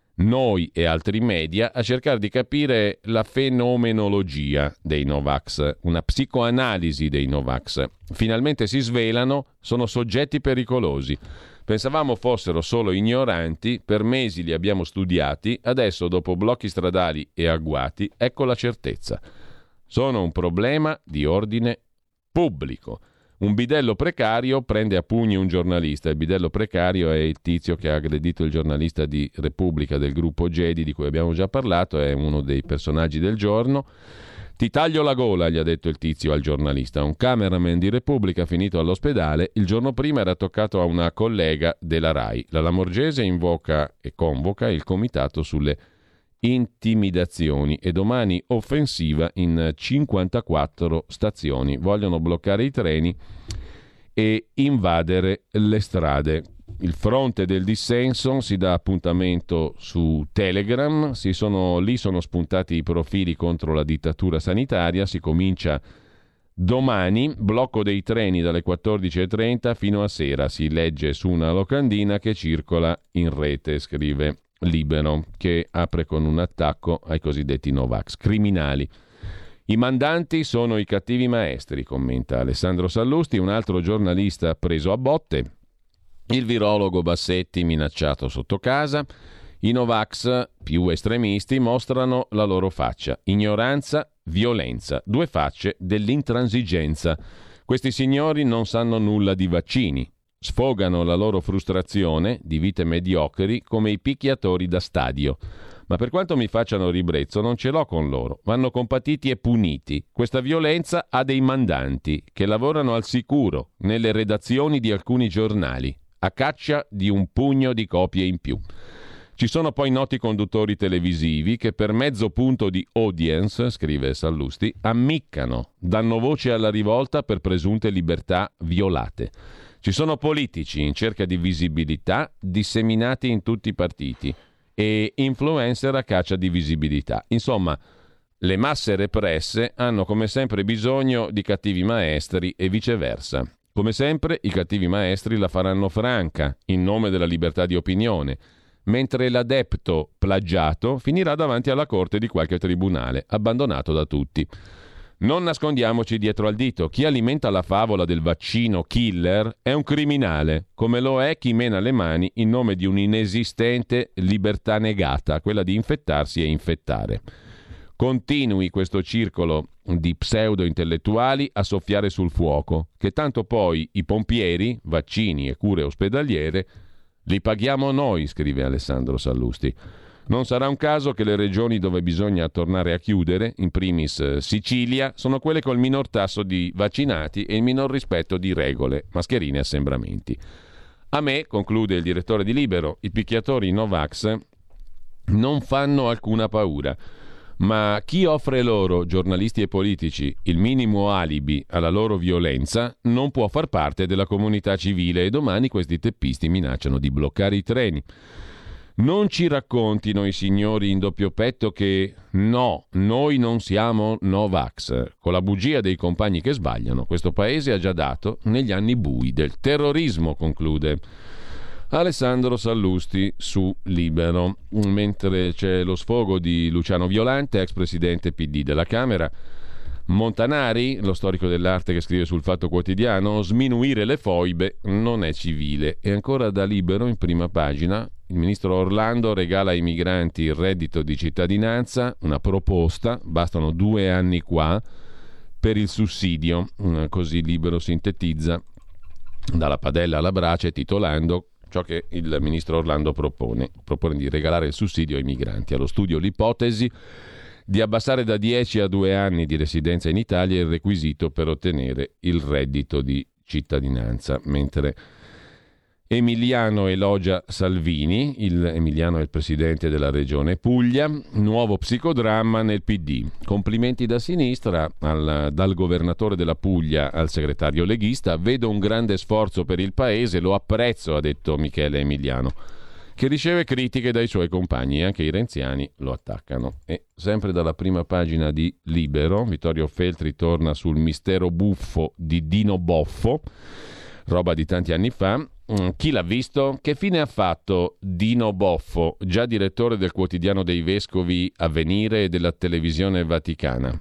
noi e altri media, a cercare di capire la fenomenologia dei Novax, una psicoanalisi dei Novax. Finalmente si svelano, sono soggetti pericolosi. Pensavamo fossero solo ignoranti, per mesi li abbiamo studiati, adesso dopo blocchi stradali e agguati, ecco la certezza. Sono un problema di ordine pubblico. Un bidello precario prende a pugni un giornalista. Il bidello precario è il tizio che ha aggredito il giornalista di Repubblica del gruppo Gedi, di cui abbiamo già parlato, è uno dei personaggi del giorno. Ti taglio la gola, gli ha detto il tizio al giornalista. Un cameraman di Repubblica finito all'ospedale il giorno prima era toccato a una collega della RAI. La Lamorgese invoca e convoca il comitato sulle intimidazioni e domani offensiva in 54 stazioni. Vogliono bloccare i treni e invadere le strade. Il fronte del dissenso si dà appuntamento su Telegram, lì sono spuntati i profili contro la dittatura sanitaria, si comincia domani, blocco dei treni dalle 14.30 fino a sera, si legge su una locandina che circola in rete, scrive Libero, che apre con un attacco ai cosiddetti Novax, criminali. I mandanti sono i cattivi maestri, commenta Alessandro Sallusti, un altro giornalista preso a botte. Il virologo Bassetti minacciato sotto casa. I Novax più estremisti mostrano la loro faccia. Ignoranza, violenza, due facce dell'intransigenza. Questi signori non sanno nulla di vaccini. Sfogano la loro frustrazione di vite mediocri come i picchiatori da stadio. Ma per quanto mi facciano ribrezzo, non ce l'ho con loro. Vanno compatiti e puniti. Questa violenza ha dei mandanti che lavorano al sicuro nelle redazioni di alcuni giornali, a caccia di un pugno di copie in più. Ci sono poi noti conduttori televisivi che per mezzo punto di audience, scrive Sallusti, ammiccano, danno voce alla rivolta per presunte libertà violate. Ci sono politici in cerca di visibilità disseminati in tutti i partiti e influencer a caccia di visibilità. Insomma, le masse represse hanno come sempre bisogno di cattivi maestri e viceversa. Come sempre i cattivi maestri la faranno franca in nome della libertà di opinione, mentre l'adepto plagiato finirà davanti alla corte di qualche tribunale, abbandonato da tutti. Non nascondiamoci dietro al dito. Chi alimenta la favola del vaccino killer è un criminale, come lo è chi mena le mani in nome di un'inesistente libertà negata, quella di infettarsi e infettare. Continui questo circolo di pseudo-intellettuali a soffiare sul fuoco, che tanto poi i pompieri, vaccini e cure ospedaliere li paghiamo noi, scrive Alessandro Sallusti. Non sarà un caso che le regioni dove bisogna tornare a chiudere, in primis Sicilia, sono quelle col minor tasso di vaccinati e il minor rispetto di regole, mascherine e assembramenti. A me, conclude il direttore di Libero, i picchiatori Novax non fanno alcuna paura, ma chi offre loro, giornalisti e politici, il minimo alibi alla loro violenza non può far parte della comunità civile e domani questi teppisti minacciano di bloccare i treni. Non ci raccontino i signori in doppio petto che no, noi non siamo Novax. Con la bugia dei compagni che sbagliano, questo paese ha già dato negli anni bui del terrorismo, conclude Alessandro Sallusti su Libero. Mentre c'è lo sfogo di Luciano Violante, ex presidente PD della Camera. Montanari, lo storico dell'arte che scrive sul Fatto Quotidiano, sminuire le foibe non è civile. E ancora da Libero, in prima pagina, il ministro Orlando regala ai migranti il reddito di cittadinanza, una proposta, bastano 2 anni qua per il sussidio, così Libero sintetizza dalla padella alla brace titolando ciò che il ministro Orlando propone di regalare il sussidio ai migranti. Allo studio l'ipotesi di abbassare da 10 a 2 anni di residenza in Italia il requisito per ottenere il reddito di cittadinanza, mentre Emiliano elogia Salvini, Emiliano è il presidente della regione Puglia, nuovo psicodramma nel PD. Complimenti da sinistra dal governatore della Puglia al segretario leghista, vedo un grande sforzo per il paese, lo apprezzo, ha detto Michele Emiliano, che riceve critiche dai suoi compagni, anche i renziani lo attaccano. E sempre dalla prima pagina di Libero, Vittorio Feltri torna sul mistero buffo di Dino Boffo, roba di tanti anni fa. Chi l'ha visto? Che fine ha fatto Dino Boffo, già direttore del quotidiano dei vescovi Avvenire e della televisione vaticana?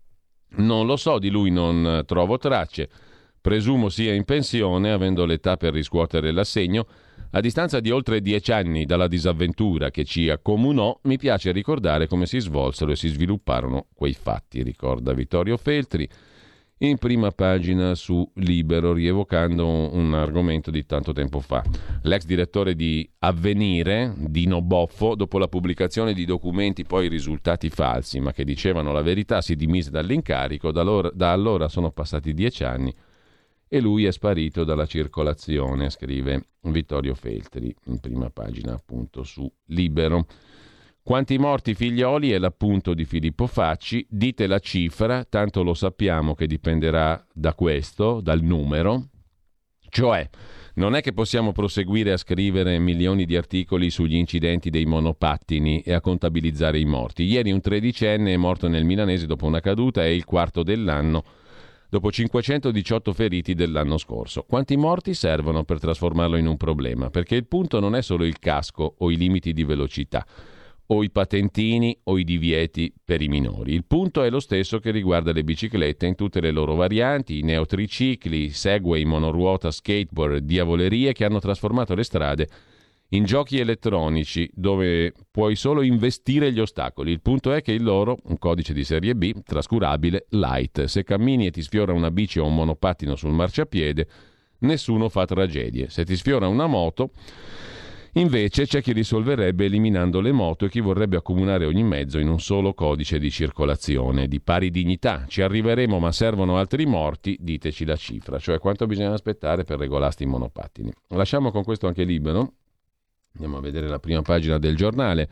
Non lo so, di lui non trovo tracce. Presumo sia in pensione, avendo l'età per riscuotere l'assegno. A distanza di oltre 10 anni dalla disavventura che ci accomunò, mi piace ricordare come si svolsero e si svilupparono quei fatti, ricorda Vittorio Feltri in prima pagina su Libero, rievocando un argomento di tanto tempo fa. L'ex direttore di Avvenire, Dino Boffo, dopo la pubblicazione di documenti poi risultati falsi, ma che dicevano la verità, si dimise dall'incarico. Da allora sono passati 10 anni e lui è sparito dalla circolazione, scrive Vittorio Feltri, in prima pagina appunto su Libero. Quanti morti figlioli è l'appunto di Filippo Facci, dite la cifra, tanto lo sappiamo che dipenderà da questo, dal numero. Cioè, non è che possiamo proseguire a scrivere milioni di articoli sugli incidenti dei monopattini e a contabilizzare i morti. Ieri un 13enne è morto nel Milanese dopo una caduta, è il quarto dell'anno, dopo 518 feriti dell'anno scorso. Quanti morti servono per trasformarlo in un problema? Perché il punto non è solo il casco o i limiti di velocità, o i patentini o i divieti per i minori. Il punto è lo stesso che riguarda le biciclette in tutte le loro varianti, i neotricicli, Segway, monoruota, skateboard, diavolerie che hanno trasformato le strade in giochi elettronici dove puoi solo investire gli ostacoli. Il punto è che il loro, un codice di serie B, trascurabile, light. Se cammini e ti sfiora una bici o un monopattino sul marciapiede, nessuno fa tragedie. Se ti sfiora una moto, Invece c'è chi risolverebbe eliminando le moto e chi vorrebbe accomunare ogni mezzo in un solo codice di circolazione di pari dignità. Ci arriveremo, ma servono altri morti, diteci la cifra, cioè quanto bisogna aspettare per regolarsi i monopattini. Lasciamo con questo anche Libero. Andiamo a vedere la prima pagina del giornale.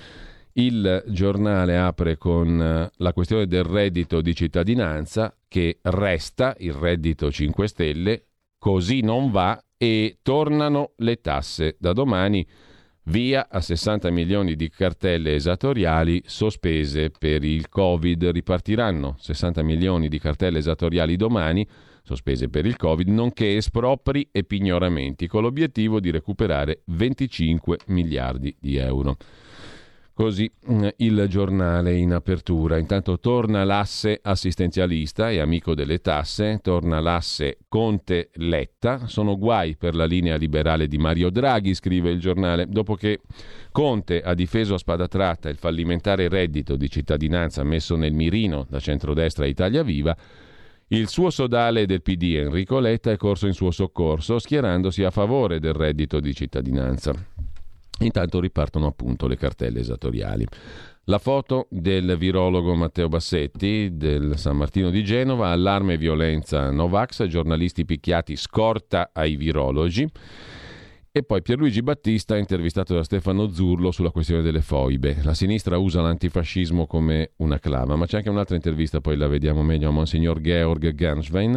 Il giornale apre con la questione del reddito di cittadinanza, che resta il reddito 5 Stelle, così non va e tornano le tasse. Da domani via a 60 milioni di cartelle esattoriali sospese per il Covid. Ripartiranno 60 milioni di cartelle esattoriali domani, sospese per il Covid, nonché espropri e pignoramenti, con l'obiettivo di recuperare 25 miliardi di euro. Così il giornale in apertura. Intanto torna l'asse assistenzialista e amico delle tasse, torna l'asse Conte-Letta. Sono guai per la linea liberale di Mario Draghi, scrive il giornale, dopo che Conte ha difeso a spada tratta il fallimentare reddito di cittadinanza messo nel mirino da centrodestra e Italia Viva. Il suo sodale del PD, Enrico Letta, è corso in suo soccorso, schierandosi a favore del reddito di cittadinanza. Intanto ripartono appunto le cartelle esattoriali. La foto del virologo Matteo Bassetti del San Martino di Genova, allarme violenza Novax, giornalisti picchiati, scorta ai virologi. E poi Pierluigi Battista, intervistato da Stefano Zurlo sulla questione delle foibe. La sinistra usa l'antifascismo come una clava, ma c'è anche un'altra intervista, poi la vediamo meglio, a Monsignor Georg Ganswein,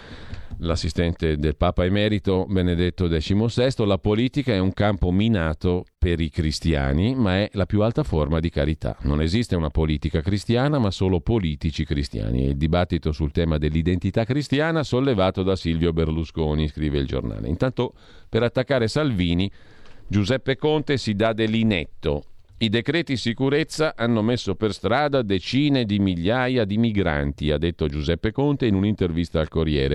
l'assistente del Papa Emerito Benedetto XVI. La politica è un campo minato per i cristiani, ma è la più alta forma di carità. Non esiste una politica cristiana, ma solo politici cristiani. È il dibattito sul tema dell'identità cristiana sollevato da Silvio Berlusconi, scrive il giornale. Intanto, per attaccare Salvini, Giuseppe Conte si dà dell'inetto. I decreti sicurezza hanno messo per strada decine di migliaia di migranti, ha detto Giuseppe Conte in un'intervista al Corriere,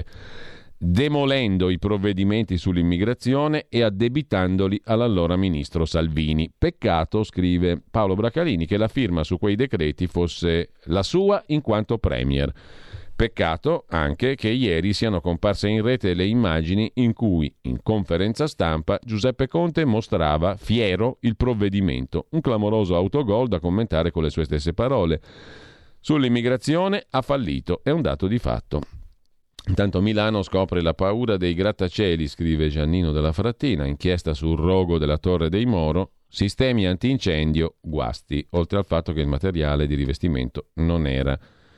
demolendo i provvedimenti sull'immigrazione e addebitandoli all'allora ministro Salvini. Peccato, scrive Paolo Bracalini, che la firma su quei decreti fosse la sua in quanto premier. Peccato anche che ieri siano comparse in rete le immagini in cui, in conferenza stampa, Giuseppe Conte mostrava fiero il provvedimento, un clamoroso autogol da commentare con le sue stesse parole. Sull'immigrazione ha fallito, è un dato di fatto. Intanto Milano scopre la paura dei grattacieli, scrive Giannino della Frattina, inchiesta sul rogo della Torre dei Moro, sistemi antincendio, guasti, oltre al fatto che il materiale di rivestimento non era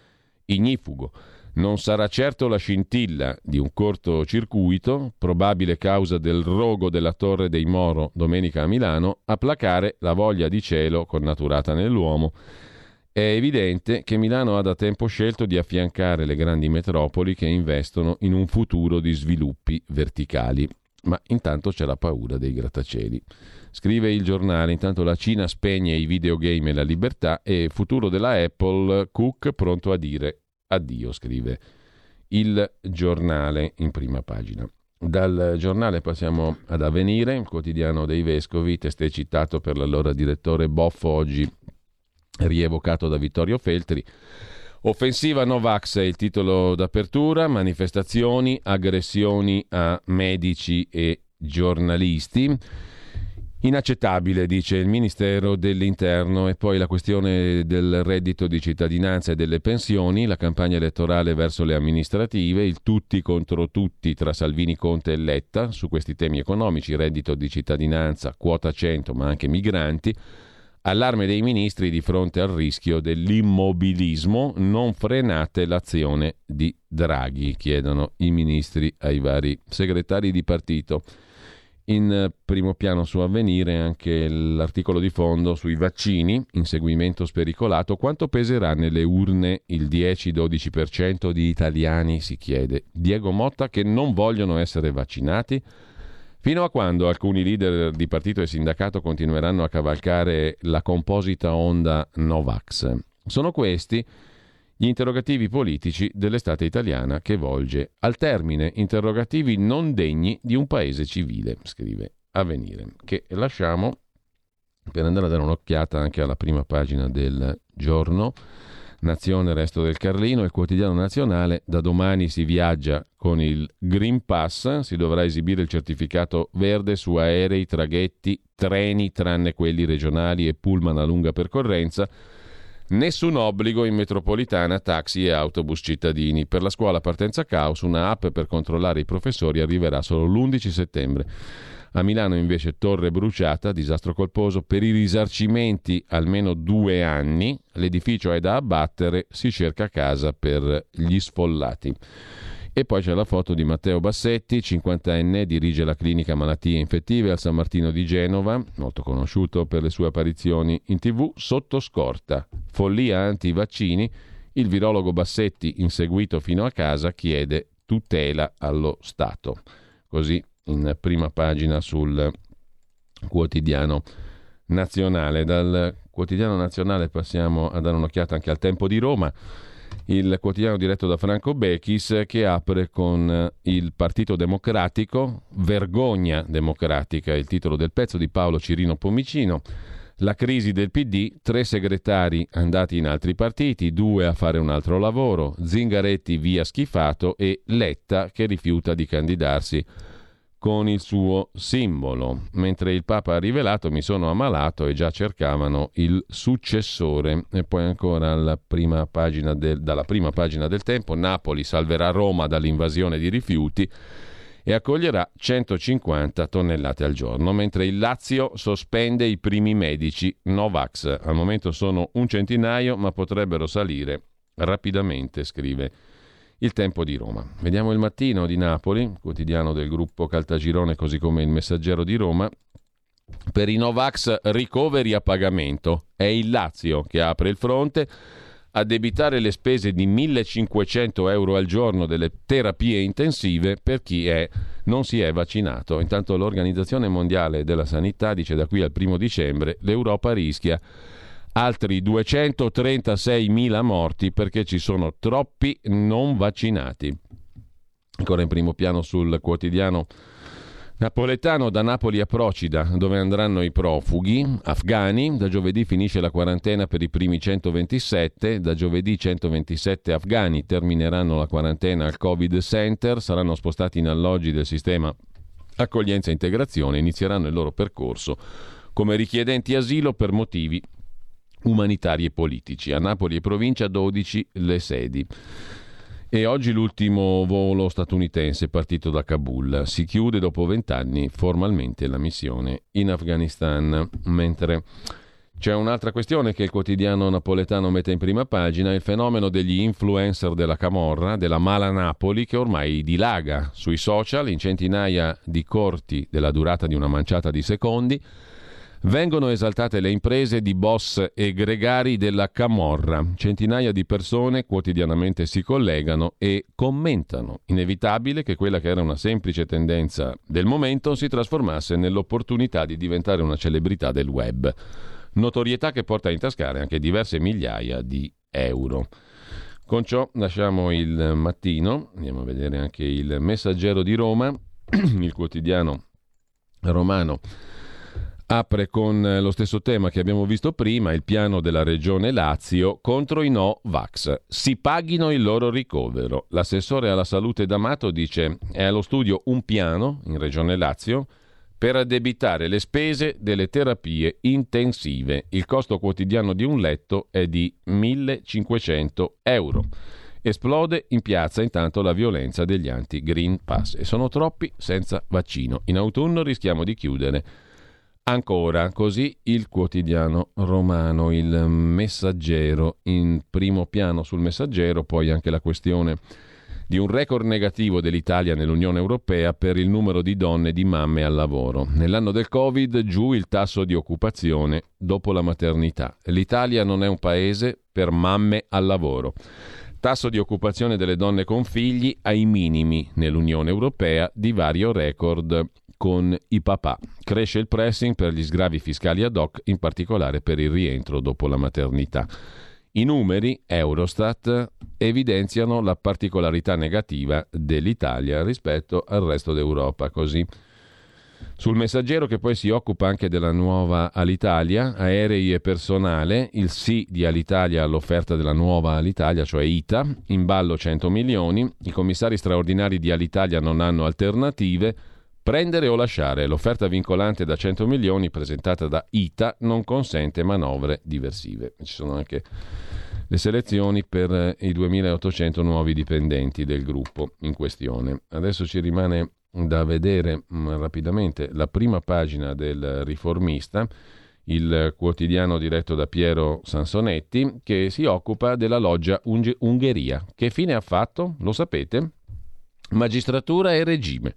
ignifugo. Non sarà certo la scintilla di un cortocircuito, probabile causa del rogo della Torre dei Moro domenica a Milano, a placare la voglia di cielo connaturata nell'uomo. È evidente che Milano ha da tempo scelto di affiancare le grandi metropoli che investono in un futuro di sviluppi verticali. Ma intanto c'è la paura dei grattacieli. Scrive il giornale, intanto la Cina spegne i videogame e la libertà e futuro della Apple, Cook pronto a dire addio, scrive il giornale in prima pagina. Dal giornale passiamo ad Avvenire, il quotidiano dei vescovi, testé citato per l'allora direttore Boffo, oggi rievocato da Vittorio Feltri. Offensiva Novax è il titolo d'apertura, manifestazioni, aggressioni a medici e giornalisti. Inaccettabile, dice il Ministero dell'Interno. E poi la questione del reddito di cittadinanza e delle pensioni, la campagna elettorale verso le amministrative, il tutti contro tutti tra Salvini, Conte e Letta su questi temi economici, reddito di cittadinanza, quota 100 ma anche migranti. Allarme dei ministri di fronte al rischio dell'immobilismo, non frenate l'azione di Draghi, chiedono i ministri ai vari segretari di partito. In primo piano su Avvenire anche l'articolo di fondo sui vaccini, inseguimento spericolato, quanto peserà nelle urne il 10-12% di italiani, si chiede. Diego Motta che non vogliono essere vaccinati? Fino a quando alcuni leader di partito e sindacato continueranno a cavalcare la composita onda Novax? Sono questi gli interrogativi politici dell'estate italiana che volge al termine, interrogativi non degni di un paese civile, scrive Avvenire, che lasciamo per andare a dare un'occhiata anche alla prima pagina del Giorno, Nazione, Resto del Carlino, il Quotidiano Nazionale: da domani si viaggia con il Green Pass, si dovrà esibire il certificato verde su aerei, traghetti, treni, tranne quelli regionali e pullman a lunga percorrenza. Nessun obbligo in metropolitana, taxi e autobus cittadini. Per la scuola partenza caos, una app per controllare i professori arriverà solo l'11 settembre. A Milano invece torre bruciata, disastro colposo, per i risarcimenti almeno 2 anni, l'edificio è da abbattere, si cerca casa per gli sfollati. E poi c'è la foto di Matteo Bassetti, 50enne, dirige la clinica malattie infettive al San Martino di Genova, molto conosciuto per le sue apparizioni in TV, sotto scorta. Follia anti-vaccini, il virologo Bassetti, inseguito fino a casa, chiede tutela allo Stato. Così in prima pagina sul Quotidiano Nazionale. Dal Quotidiano Nazionale passiamo a dare un'occhiata anche al Tempo di Roma, il quotidiano diretto da Franco Bechis, che apre con il Partito Democratico, vergogna democratica, il titolo del pezzo di Paolo Cirino Pomicino. La crisi del PD, 3 segretari andati in altri partiti, 2 a fare un altro lavoro, Zingaretti via schifato e Letta che rifiuta di candidarsi con il suo simbolo. Mentre il Papa ha rivelato: mi sono ammalato, e già cercavano il successore. E poi ancora dalla prima pagina del Tempo: Napoli salverà Roma dall'invasione di rifiuti e accoglierà 150 tonnellate al giorno, mentre il Lazio sospende i primi medici Novax. Al momento sono un centinaio, ma potrebbero salire rapidamente, scrive il Tempo di Roma. Vediamo il Mattino di Napoli, quotidiano del gruppo Caltagirone, così come il Messaggero di Roma. Per i Novax ricoveri a pagamento. È il Lazio che apre il fronte. A debitare le spese di 1.500 euro al giorno delle terapie intensive per chi non si è vaccinato. Intanto l'Organizzazione Mondiale della Sanità dice: da qui al 1 dicembre l'Europa rischia altri 236.000 morti perché ci sono troppi non vaccinati. Ancora in primo piano sul quotidiano napoletano: da Napoli a Procida, dove andranno i profughi afghani. Da giovedì finisce la quarantena per i primi 127. Da giovedì 127 afghani termineranno la quarantena al Covid Center, saranno spostati in alloggi del sistema accoglienza e integrazione e inizieranno il loro percorso come richiedenti asilo per motivi umanitari e politici. A Napoli e provincia 12 le sedi. E oggi l'ultimo volo statunitense partito da Kabul. Si chiude dopo 20 anni formalmente la missione in Afghanistan. Mentre c'è un'altra questione che il quotidiano napoletano mette in prima pagina: il fenomeno degli influencer della camorra, della mala Napoli, che ormai dilaga sui social in centinaia di corti della durata di una manciata di secondi. Vengono esaltate le imprese di boss e gregari della camorra. Centinaia di persone quotidianamente si collegano e commentano. Inevitabile che quella che era una semplice tendenza del momento si trasformasse nell'opportunità di diventare una celebrità del web. Notorietà che porta a intascare anche diverse migliaia di euro. Con ciò lasciamo il Mattino, andiamo a vedere anche il Messaggero di Roma, il quotidiano romano. Apre con lo stesso tema che abbiamo visto prima: il piano della Regione Lazio contro i no-vax. Si paghino il loro ricovero. L'assessore alla salute D'Amato dice: è allo studio un piano in Regione Lazio per addebitare le spese delle terapie intensive. Il costo quotidiano di un letto è di 1.500 euro. Esplode in piazza intanto la violenza degli anti-Green Pass e sono troppi senza vaccino. In autunno rischiamo di chiudere ancora. Così il quotidiano romano. Il Messaggero in primo piano. Sul Messaggero poi anche la questione di un record negativo dell'Italia nell'Unione Europea per il numero di donne di mamme al lavoro. Nell'anno del Covid giù il tasso di occupazione dopo la maternità. L'Italia non è un paese per mamme al lavoro. Tasso di occupazione delle donne con figli ai minimi nell'Unione Europea, divario record con i papà. Cresce il pressing per gli sgravi fiscali ad hoc, in particolare per il rientro dopo la maternità. I numeri Eurostat evidenziano la particolarità negativa dell'Italia rispetto al resto d'Europa. Così Sul Messaggero, che poi si occupa anche della nuova Alitalia, aerei e personale, il sì di Alitalia all'offerta della nuova Alitalia, cioè ITA, in ballo 100 milioni, i commissari straordinari di Alitalia non hanno alternative, prendere o lasciare, l'offerta vincolante da 100 milioni presentata da ITA non consente manovre diversive. Ci sono anche le selezioni per i 2.800 nuovi dipendenti del gruppo in questione. Adesso ci rimane da vedere rapidamente la prima pagina del Riformista, il quotidiano diretto da Piero Sansonetti, che si occupa della loggia Ungheria. Che fine ha fatto? Lo sapete? Magistratura e regime.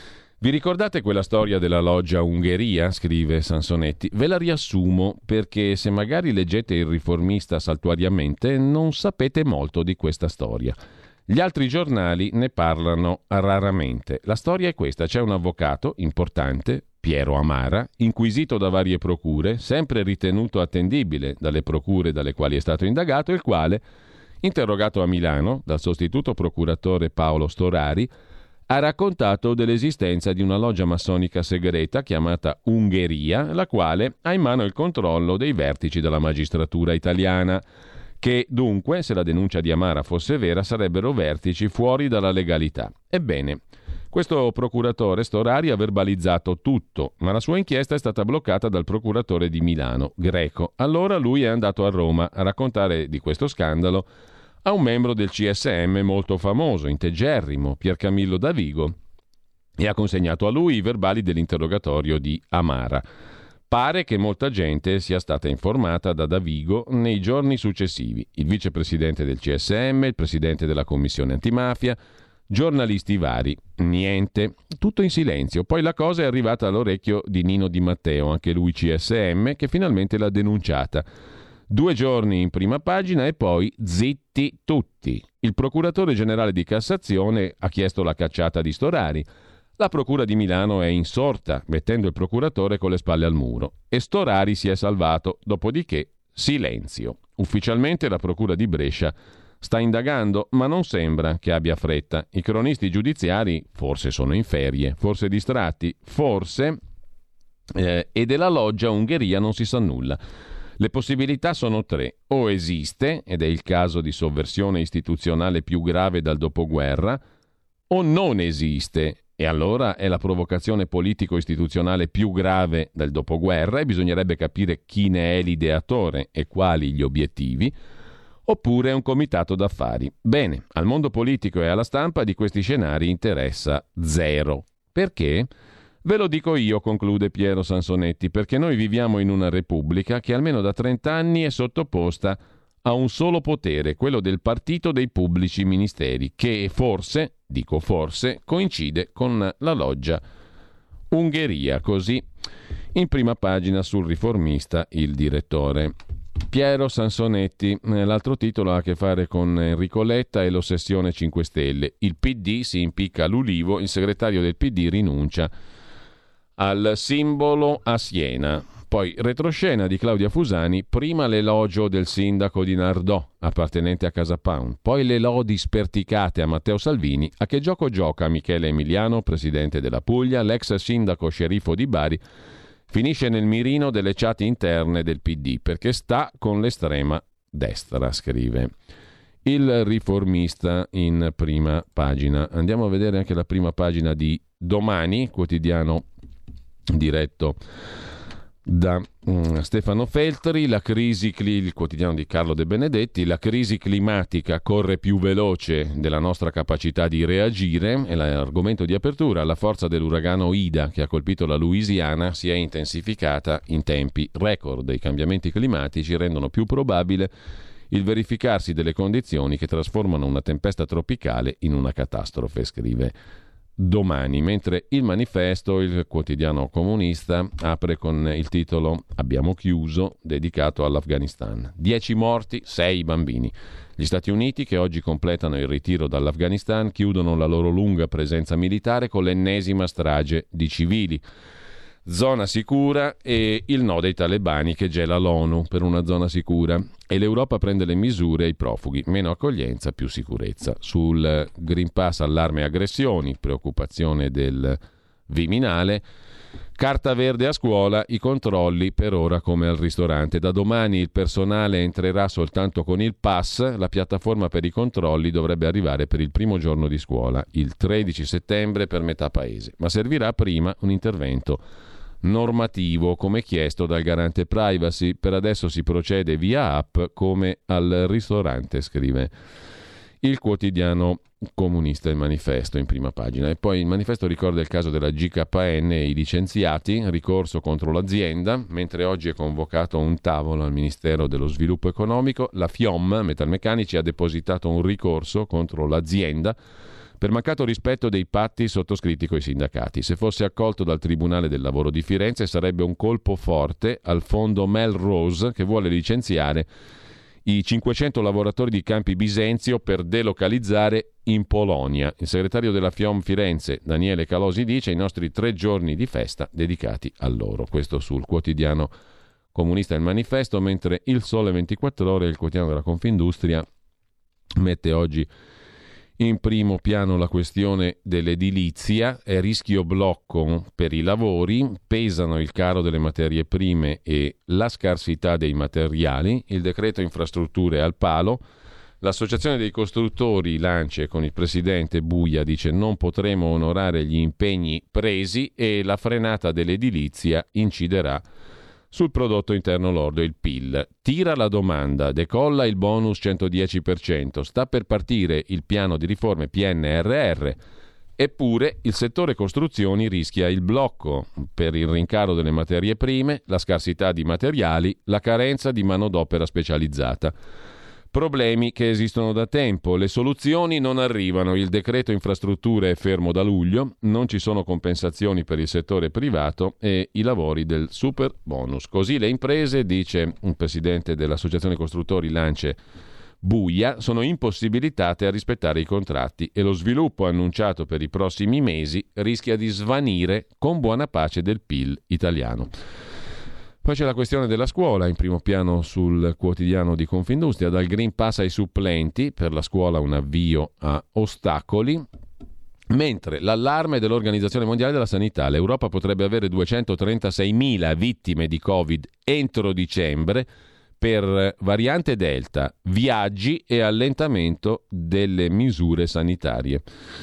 Vi ricordate quella storia della loggia Ungheria? Scrive Sansonetti. Ve la riassumo perché se magari leggete il Riformista saltuariamente non sapete molto di questa storia. Gli altri giornali ne parlano raramente. La storia è questa: c'è un avvocato importante, Piero Amara, inquisito da varie procure, sempre ritenuto attendibile dalle procure dalle quali è stato indagato, il quale, interrogato a Milano dal sostituto procuratore Paolo Storari, ha raccontato dell'esistenza di una loggia massonica segreta chiamata Ungheria, la quale ha in mano il controllo dei vertici della magistratura italiana, che dunque, se la denuncia di Amara fosse vera, sarebbero vertici fuori dalla legalità. Ebbene, questo procuratore Storari ha verbalizzato tutto, ma la sua inchiesta è stata bloccata dal procuratore di Milano, Greco. Allora lui è andato a Roma a raccontare di questo scandalo a un membro del CSM molto famoso, integerrimo, Piercamillo Davigo, e ha consegnato a lui i verbali dell'interrogatorio di Amara. Pare che molta gente sia stata informata da Davigo nei giorni successivi. Il vicepresidente del CSM, il presidente della commissione antimafia, giornalisti vari. Niente, tutto in silenzio. Poi la cosa è arrivata all'orecchio di Nino Di Matteo, anche lui CSM, che finalmente l'ha denunciata. 2 giorni in prima pagina e poi zitti tutti. Il procuratore generale di Cassazione ha chiesto la cacciata di Storari. La procura di Milano è insorta, mettendo il procuratore con le spalle al muro, e Storari si è salvato, dopodiché silenzio. Ufficialmente la procura di Brescia sta indagando, ma non sembra che abbia fretta. I cronisti giudiziari forse sono in ferie, forse distratti, forse, e della loggia Ungheria non si sa nulla. Le possibilità sono 3. O esiste, ed è il caso di sovversione istituzionale più grave dal dopoguerra, o non esiste, e allora è la provocazione politico-istituzionale più grave del dopoguerra e bisognerebbe capire chi ne è l'ideatore e quali gli obiettivi, oppure è un comitato d'affari. Bene, al mondo politico e alla stampa di questi scenari interessa 0. Perché? Ve lo dico io, conclude Piero Sansonetti, perché noi viviamo in una repubblica che almeno da 30 anni è sottoposta a un solo potere, quello del partito dei pubblici ministeri, che forse, dico forse, coincide con la loggia Ungheria. Così, in prima pagina sul Riformista, il direttore Piero Sansonetti. L'altro titolo ha a che fare con Enrico Letta e l'ossessione 5 Stelle. Il PD si impicca l'ulivo, il segretario del PD rinuncia al simbolo a Siena. Poi retroscena di Claudia Fusani, prima l'elogio del sindaco di Nardò, appartenente a Casa Pound, poi le lodi sperticate a Matteo Salvini. A che gioco gioca Michele Emiliano, presidente della Puglia? L'ex sindaco sceriffo di Bari finisce nel mirino delle chat interne del PD perché sta con l'estrema destra, scrive il Riformista in prima pagina. Andiamo a vedere anche la prima pagina di Domani, quotidiano diretto da Stefano Feltri. La crisi, il quotidiano di Carlo De Benedetti, la crisi climatica corre più veloce della nostra capacità di reagire, è l'argomento di apertura. La forza dell'uragano Ida che ha colpito la Louisiana si è intensificata in tempi record. I cambiamenti climatici rendono più probabile il verificarsi delle condizioni che trasformano una tempesta tropicale in una catastrofe, scrive Domani, mentre il Manifesto, il quotidiano comunista, apre con il titolo "Abbiamo chiuso", dedicato all'Afghanistan. 10 morti, 6 bambini. Gli Stati Uniti, che oggi completano il ritiro dall'Afghanistan, chiudono la loro lunga presenza militare con l'ennesima strage di civili. Zona sicura e il no dei talebani che gela l'ONU per una zona sicura. E l'Europa prende le misure ai profughi, meno accoglienza, più sicurezza. Sul Green Pass allarme e aggressioni, preoccupazione del Viminale. Carta verde a scuola, i controlli per ora come al ristorante. Da domani il personale entrerà soltanto con il pass, la piattaforma per i controlli dovrebbe arrivare per il primo giorno di scuola, il 13 settembre per metà paese, ma servirà prima un intervento normativo come chiesto dal garante privacy. Per adesso si procede via app come al ristorante, scrive il quotidiano comunista Il Manifesto in prima pagina. E poi il Manifesto ricorda il caso della GKN e i licenziati, ricorso contro l'azienda, mentre oggi è convocato un tavolo al Ministero dello Sviluppo Economico. La FIOM Metalmeccanici ha depositato un ricorso contro l'azienda per mancato rispetto dei patti sottoscritti coi sindacati. Se fosse accolto dal Tribunale del Lavoro di Firenze sarebbe un colpo forte al fondo Melrose, che vuole licenziare i 500 lavoratori di Campi Bisenzio per delocalizzare in Polonia. Il segretario della FIOM Firenze, Daniele Calosi, dice: i nostri 3 giorni di festa dedicati a loro. Questo sul quotidiano comunista Il Manifesto, mentre Il Sole 24 Ore, il quotidiano della Confindustria, mette oggi in primo piano la questione dell'edilizia. È rischio blocco per i lavori, pesano il caro delle materie prime e la scarsità dei materiali, il decreto infrastrutture al palo, l'associazione dei costruttori Lance con il presidente Buia dice non potremo onorare gli impegni presi e la frenata dell'edilizia inciderà sul prodotto interno lordo, il PIL. Tira la domanda, decolla il bonus 110%, sta per partire il piano di riforme PNRR, eppure il settore costruzioni rischia il blocco per il rincaro delle materie prime, la scarsità di materiali, la carenza di manodopera specializzata. Problemi che esistono da tempo, le soluzioni non arrivano, il decreto infrastrutture è fermo da luglio, non ci sono compensazioni per il settore privato e i lavori del super bonus. Così le imprese, dice un presidente dell'associazione costruttori Lance Buia, sono impossibilitate a rispettare i contratti e lo sviluppo annunciato per i prossimi mesi rischia di svanire con buona pace del PIL italiano. Poi c'è la questione della scuola, in primo piano sul quotidiano di Confindustria, dal Green Pass ai supplenti, per la scuola un avvio a ostacoli, mentre l'allarme dell'Organizzazione Mondiale della Sanità, l'Europa potrebbe avere 236.000 vittime di Covid entro dicembre per variante Delta, viaggi e allentamento delle misure sanitarie.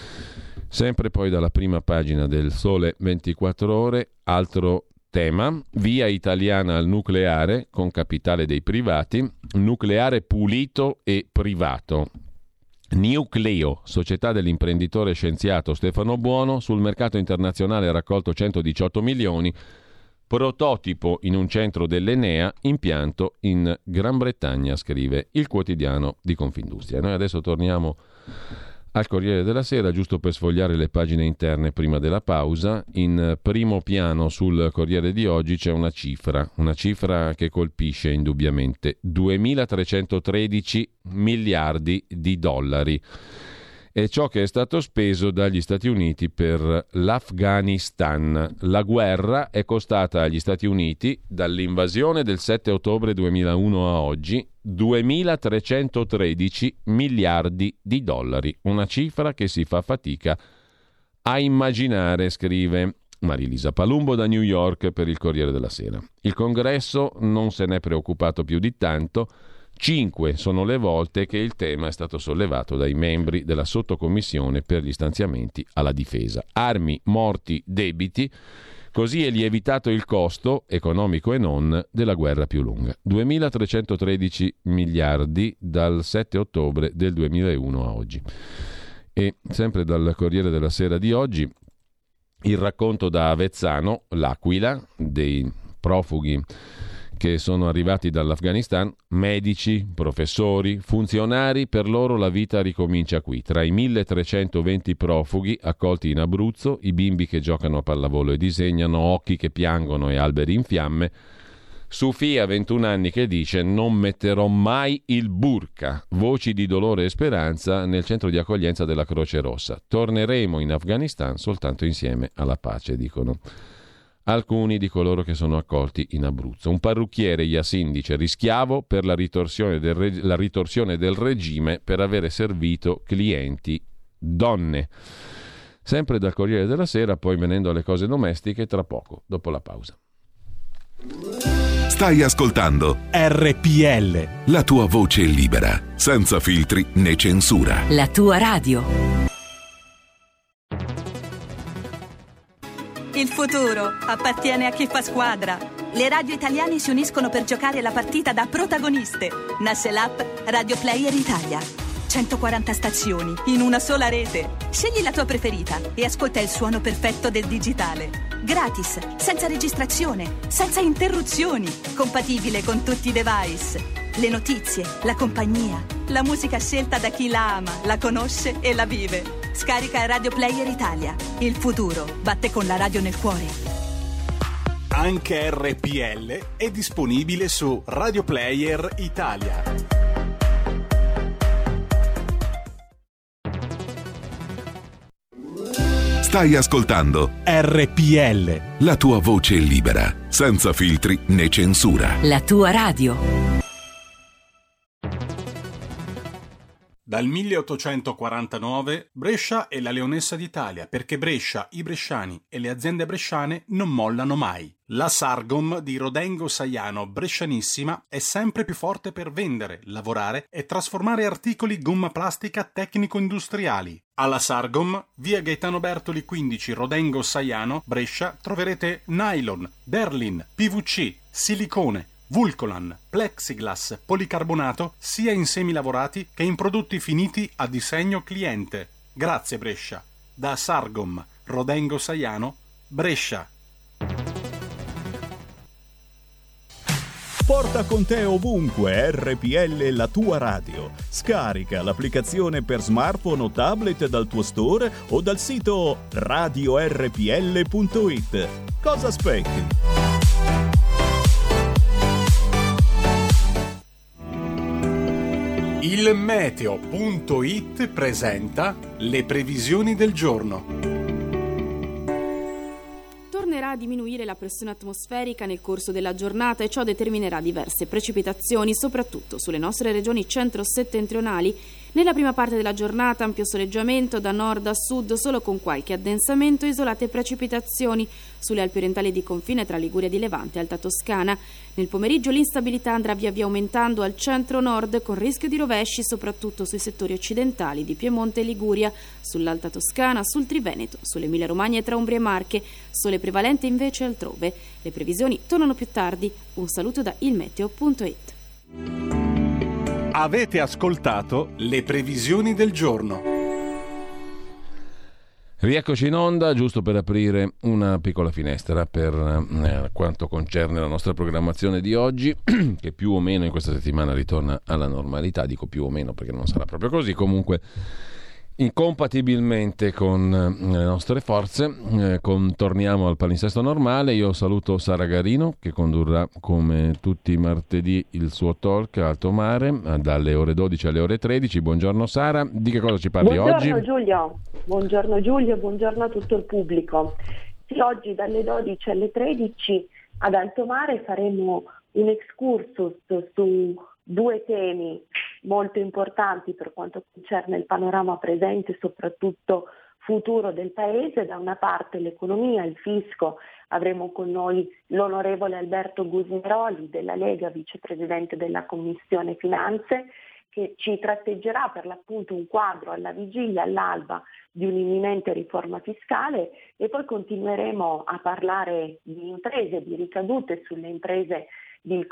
Sempre poi dalla prima pagina del Sole 24 Ore, altro tema, via italiana al nucleare con capitale dei privati, nucleare pulito e privato. Nucleo, società dell'imprenditore scienziato Stefano Buono, sul mercato internazionale ha raccolto 118 milioni, prototipo in un centro dell'Enea, impianto in Gran Bretagna, scrive il quotidiano di Confindustria. Noi adesso torniamo al Corriere della Sera, giusto per sfogliare le pagine interne prima della pausa. In primo piano sul Corriere di oggi c'è una cifra che colpisce indubbiamente: 2.313 miliardi di dollari. È ciò che è stato speso dagli Stati Uniti per l'Afghanistan. La guerra è costata agli Stati Uniti, dall'invasione del 7 ottobre 2001 a oggi, 2.313 miliardi di dollari. Una cifra che si fa fatica a immaginare, scrive Marilisa Palumbo da New York per il Corriere della Sera. Il Congresso non se n'è preoccupato più di tanto. 5 sono le volte che il tema è stato sollevato dai membri della sottocommissione per gli stanziamenti alla difesa. Armi, morti, debiti, così è lievitato il costo, economico e non, della guerra più lunga. 2.313 miliardi dal 7 ottobre del 2001 a oggi. E sempre dal Corriere della Sera di oggi, il racconto da Avezzano, l'Aquila, dei profughi che sono arrivati dall'Afghanistan, medici, professori, funzionari, per loro la vita ricomincia qui. Tra i 1.320 profughi accolti in Abruzzo, i bimbi che giocano a pallavolo e disegnano, occhi che piangono e alberi in fiamme, Sufia, 21 anni, che dice: non metterò mai il burqa. Voci di dolore e speranza nel centro di accoglienza della Croce Rossa. Torneremo in Afghanistan soltanto insieme alla pace, dicono alcuni di coloro che sono accolti in Abruzzo. Un parrucchiere, Yasin, dice: rischiavo per la ritorsione del regime per avere servito clienti donne. sempre dal Corriere della Sera, poi venendo alle cose domestiche tra poco, dopo la pausa. Stai ascoltando RPL, la tua voce libera, senza filtri né censura. La tua radio. Il futuro appartiene a chi fa squadra. Le radio italiane si uniscono per giocare la partita da protagoniste. Nasce l'app Radio Player Italia. 140 stazioni in una sola rete. Scegli la tua preferita e ascolta il suono perfetto del digitale. Gratis, senza registrazione, senza interruzioni. Compatibile con tutti i device. Le notizie, la compagnia, la musica scelta da chi la ama, la conosce e la vive. Scarica Radio Player Italia. Il futuro batte con la radio nel cuore. Anche RPL è disponibile su Radio Player Italia. Stai ascoltando RPL, la tua voce libera, senza filtri né censura. La tua radio. Dal 1849 Brescia è la leonessa d'Italia, perché Brescia, i bresciani e le aziende bresciane non mollano mai. La Sargom di Rodengo Saiano Brescianissima è sempre più forte per vendere, lavorare e trasformare articoli gomma plastica tecnico-industriali. Alla Sargom, via Gaetano Bertoli 15, Rodengo Saiano, Brescia, troverete nylon, Berlin, PVC, silicone, Vulcolan, plexiglass, policarbonato, sia in semi lavorati che in prodotti finiti a disegno cliente. Grazie Brescia. Da Sargom, Rodengo Saiano, Brescia. Porta con te ovunque RPL, la tua radio. Scarica l'applicazione per smartphone o tablet dal tuo store o dal sito radiorpl.it. Cosa aspetti? Il meteo.it presenta le previsioni del giorno. Tornerà a diminuire la pressione atmosferica nel corso della giornata e ciò determinerà diverse precipitazioni, soprattutto sulle nostre regioni centro-settentrionali. Nella prima parte della giornata ampio soleggiamento da nord a sud, solo con qualche addensamento e isolate precipitazioni sulle Alpi orientali di confine tra Liguria di Levante e Alta Toscana. Nel pomeriggio l'instabilità andrà via via aumentando al centro-nord, con rischio di rovesci soprattutto sui settori occidentali di Piemonte e Liguria, sull'Alta Toscana, sul Triveneto, sull'Emilia Romagna e tra Umbria e Marche, sole prevalente invece altrove. Le previsioni tornano più tardi. Un saluto da ilmeteo.it. Avete ascoltato le previsioni del giorno. Rieccoci in onda, giusto per aprire una piccola finestra per quanto concerne la nostra programmazione di oggi, che più o meno in questa settimana ritorna alla normalità. Dico più o meno perché non sarà proprio così, comunque incompatibilmente con le nostre forze. Torniamo al palinsesto normale. Io saluto Sara Garino, che condurrà come tutti i martedì il suo talk Alto Mare dalle ore 12 alle ore 13. Buongiorno Sara, di che cosa ci parli oggi? Buongiorno Giulio, buongiorno a tutto il pubblico. Sì, oggi dalle 12 alle 13 ad Alto Mare faremo un excursus su due temi molto importanti per quanto concerne il panorama presente e soprattutto futuro del Paese. Da una parte l'economia, il fisco, avremo con noi l'onorevole Alberto Gusmeroli della Lega, vicepresidente della Commissione Finanze, che ci tratteggerà per l'appunto un quadro alla vigilia, all'alba di un'imminente riforma fiscale, e poi continueremo a parlare di imprese, di ricadute sulle imprese del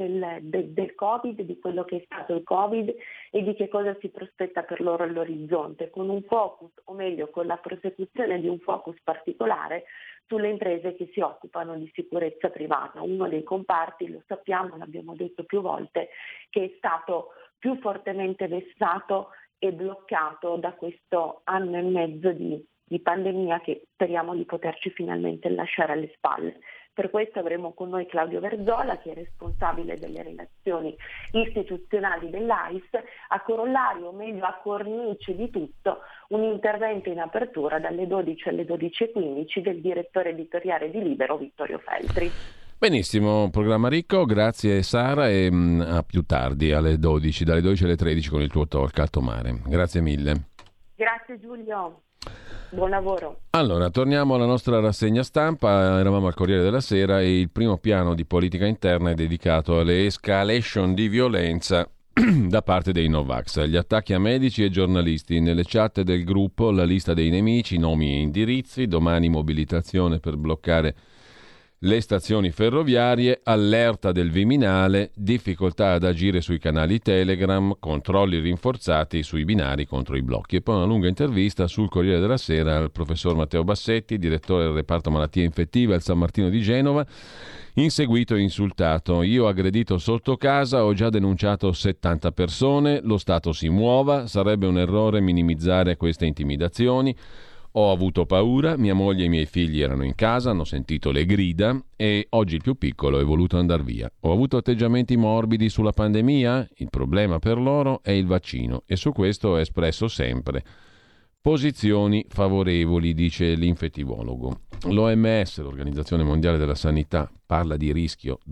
Covid, di quello che è stato il Covid e di che cosa si prospetta per loro all'orizzonte, con un focus, o meglio con la prosecuzione di un focus particolare sulle imprese che si occupano di sicurezza privata, uno dei comparti, lo sappiamo, l'abbiamo detto più volte, che è stato più fortemente vessato e bloccato da questo anno e mezzo di pandemia che speriamo di poterci finalmente lasciare alle spalle. Per questo avremo con noi Claudio Verzola, che è responsabile delle relazioni istituzionali dell'AIS, a corollario, o meglio a cornice di tutto, un intervento in apertura dalle 12 alle 12:15 del direttore editoriale di Libero, Vittorio Feltri. Benissimo, programma ricco, grazie Sara, e a più tardi alle 12, dalle 12 alle 13 con il tuo talk Alto Mare. Grazie mille. Grazie Giulio. buon lavoro. Allora, torniamo alla nostra rassegna stampa. Eravamo al Corriere della Sera e il primo piano di politica interna è dedicato alle escalation di violenza da parte dei Novax, gli attacchi a medici e giornalisti. Nelle chat del gruppo la lista dei nemici, nomi e indirizzi, domani mobilitazione per bloccare le stazioni ferroviarie, allerta del Viminale, difficoltà ad agire sui canali Telegram, controlli rinforzati sui binari contro i blocchi. E poi una lunga intervista sul Corriere della Sera al professor Matteo Bassetti, direttore del reparto malattie infettive al San Martino di Genova, inseguito e insultato. Io aggredito sotto casa, ho già denunciato 70 persone, lo Stato si muova, sarebbe un errore minimizzare queste intimidazioni. Ho avuto paura, mia moglie e i miei figli erano in casa, hanno sentito le grida e oggi il più piccolo è voluto andare via. Ho avuto atteggiamenti morbidi sulla pandemia? Il problema per loro è il vaccino e su questo ho espresso sempre posizioni favorevoli, dice l'infettivologo. L'OMS, l'Organizzazione Mondiale della Sanità, parla di rischio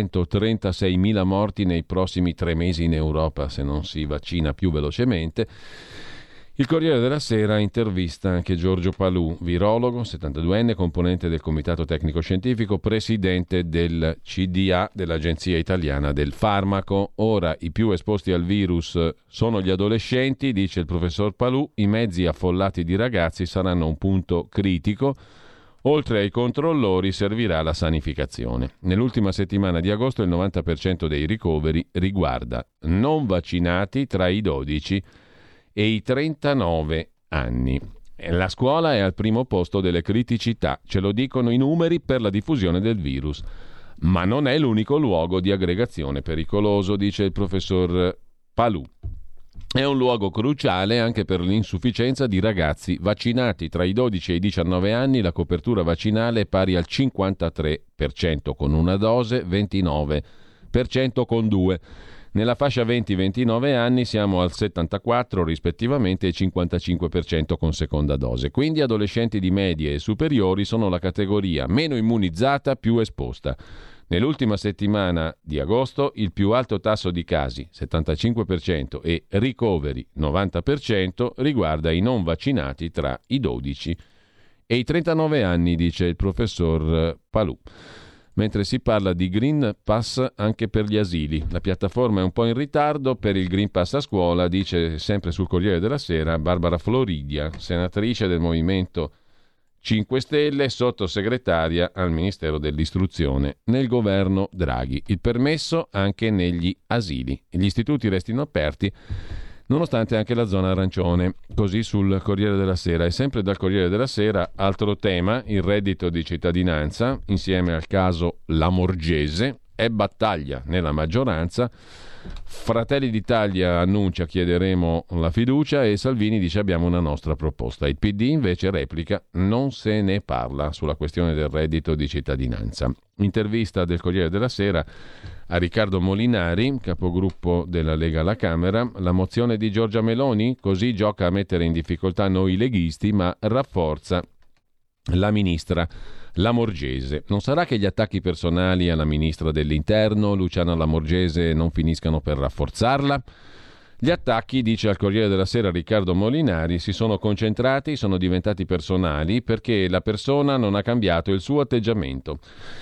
236.000 morti nei prossimi 3 mesi in Europa se non si vaccina più velocemente. Il Corriere della Sera intervista anche Giorgio Palù, virologo, 72enne, componente del Comitato Tecnico Scientifico, presidente del CDA, dell'Agenzia Italiana del Farmaco. Ora i più esposti al virus sono gli adolescenti, dice il professor Palù, i mezzi affollati di ragazzi saranno un punto critico. Oltre ai controllori servirà la sanificazione. Nell'ultima settimana di agosto il 90% dei ricoveri riguarda non vaccinati tra i 12 e i 39 anni. La scuola è al primo posto delle criticità, ce lo dicono i numeri per la diffusione del virus, ma non è l'unico luogo di aggregazione pericoloso, dice il professor Palù. È un luogo cruciale anche per l'insufficienza di ragazzi vaccinati. Tra i 12 e i 19 anni la copertura vaccinale è pari al 53% con una dose, 29% con 2. Nella fascia 20-29 anni siamo al 74% rispettivamente e 55% con seconda dose. Quindi adolescenti di medie e superiori sono la categoria meno immunizzata, più esposta. Nell'ultima settimana di agosto il più alto tasso di casi, 75%, e ricoveri, 90%, riguarda i non vaccinati tra i 12 e i 39 anni, dice il professor Palù. Mentre si parla di Green Pass anche per gli asili. La piattaforma è un po' in ritardo per il Green Pass a scuola, dice sempre sul Corriere della Sera Barbara Floridia, senatrice del Movimento 5 Stelle, sottosegretaria al Ministero dell'Istruzione nel governo Draghi. Il permesso anche negli asili. Gli istituti restino aperti nonostante anche la zona arancione, così sul Corriere della Sera. E sempre dal Corriere della Sera, altro tema, il reddito di cittadinanza, insieme al caso Lamorgese, è battaglia nella maggioranza. Fratelli d'Italia annuncia chiederemo la fiducia e Salvini dice abbiamo una nostra proposta. Il PD invece replica non se ne parla sulla questione del reddito di cittadinanza. Intervista del Corriere della Sera a Riccardo Molinari, capogruppo della Lega alla Camera. La mozione di Giorgia Meloni così gioca a mettere in difficoltà noi leghisti ma rafforza la ministra Lamorgese. Non sarà che gli attacchi personali alla ministra dell'Interno, Luciana Lamorgese, non finiscano per rafforzarla? Gli attacchi, dice al Corriere della Sera Riccardo Molinari, si sono concentrati, sono diventati personali perché la persona non ha cambiato il suo atteggiamento.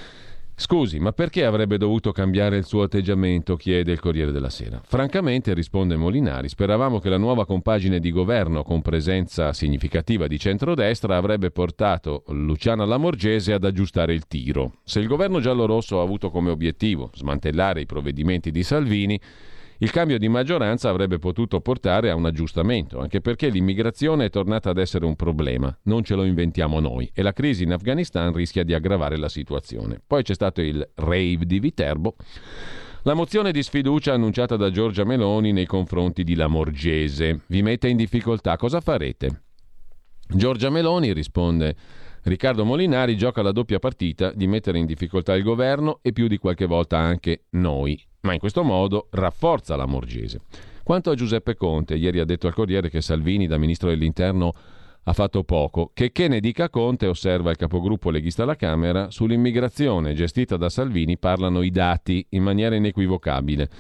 Scusi, ma perché avrebbe dovuto cambiare il suo atteggiamento? Chiede il Corriere della Sera. Francamente, risponde Molinari, speravamo che la nuova compagine di governo con presenza significativa di centrodestra avrebbe portato Luciana Lamorgese ad aggiustare il tiro. Se il governo giallorosso ha avuto come obiettivo smantellare i provvedimenti di Salvini, il cambio di maggioranza avrebbe potuto portare a un aggiustamento, anche perché l'immigrazione è tornata ad essere un problema, non ce lo inventiamo noi, e la crisi in Afghanistan rischia di aggravare la situazione. Poi c'è stato il rave di Viterbo, la mozione di sfiducia annunciata da Giorgia Meloni nei confronti di Lamorgese. Vi mette in difficoltà, cosa farete? Giorgia Meloni, risponde Riccardo Molinari, gioca la doppia partita di mettere in difficoltà il governo e più di qualche volta anche noi, ma in questo modo rafforza Lamorgese. Quanto a Giuseppe Conte, ieri ha detto al Corriere che Salvini da ministro dell'Interno ha fatto poco. Che ne dica Conte, osserva il capogruppo leghista alla Camera, sull'immigrazione gestita da Salvini parlano i dati in maniera inequivocabile.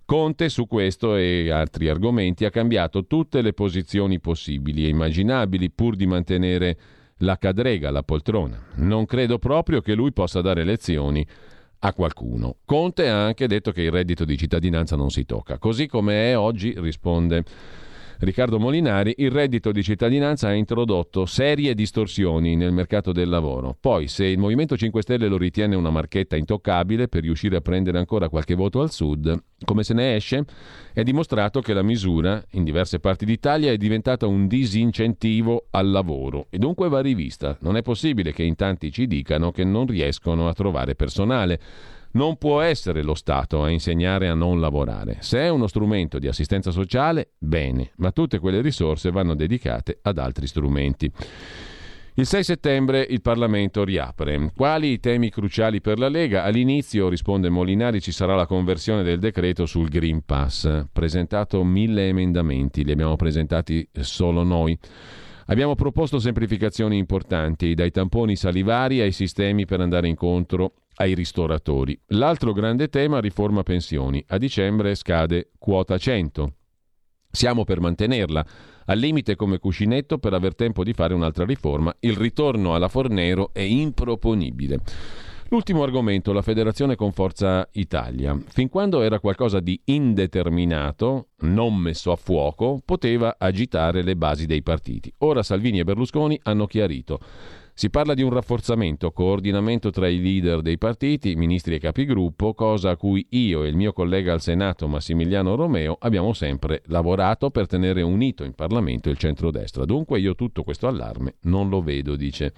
Conte su questo e altri argomenti ha cambiato tutte le posizioni possibili e immaginabili pur di mantenere la cadrega, la poltrona. Non credo proprio che lui possa dare lezioni a qualcuno. Conte ha anche detto che il reddito di cittadinanza non si tocca. Così come è oggi, risponde Riccardo Molinari, il reddito di cittadinanza ha introdotto serie distorsioni nel mercato del lavoro. Poi, se il Movimento 5 Stelle lo ritiene una marchetta intoccabile per riuscire a prendere ancora qualche voto al sud, come se ne esce? È dimostrato che la misura in diverse parti d'Italia è diventata un disincentivo al lavoro e dunque va rivista. Non è possibile che in tanti ci dicano che non riescono a trovare personale. Non può essere lo Stato a insegnare a non lavorare. Se è uno strumento di assistenza sociale, bene, ma tutte quelle risorse vanno dedicate ad altri strumenti. Il 6 settembre il Parlamento riapre. Quali i temi cruciali per la Lega? All'inizio, risponde Molinari, ci sarà la conversione del decreto sul Green Pass. Presentato 1000 emendamenti, li abbiamo presentati solo noi. Abbiamo proposto semplificazioni importanti, dai tamponi salivari ai sistemi per andare incontro ai ristoratori. L'altro grande tema, riforma pensioni. A dicembre scade quota 100. Siamo per mantenerla, al limite come cuscinetto per aver tempo di fare un'altra riforma. Il ritorno alla Fornero è improponibile. L'ultimo argomento, la federazione con Forza Italia. Fin quando era qualcosa di indeterminato, non messo a fuoco, poteva agitare le basi dei partiti. Ora Salvini e Berlusconi hanno chiarito. Si parla di un rafforzamento, coordinamento tra i leader dei partiti, ministri e capigruppo, cosa a cui io e il mio collega al Senato Massimiliano Romeo abbiamo sempre lavorato per tenere unito in Parlamento il centrodestra. Dunque io tutto questo allarme non lo vedo, dice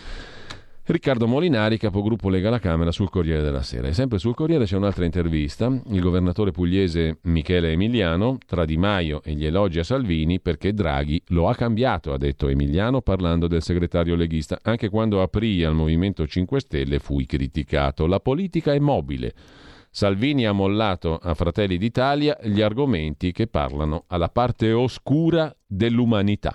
Riccardo Molinari, capogruppo Lega alla Camera, sul Corriere della Sera. E sempre sul Corriere c'è un'altra intervista. Il governatore pugliese Michele Emiliano, tra Di Maio e gli elogi a Salvini, perché Draghi lo ha cambiato, ha detto Emiliano parlando del segretario leghista. Anche quando aprì al Movimento 5 Stelle fui criticato. La politica è mobile. Salvini ha mollato a Fratelli d'Italia gli argomenti che parlano alla parte oscura dell'umanità.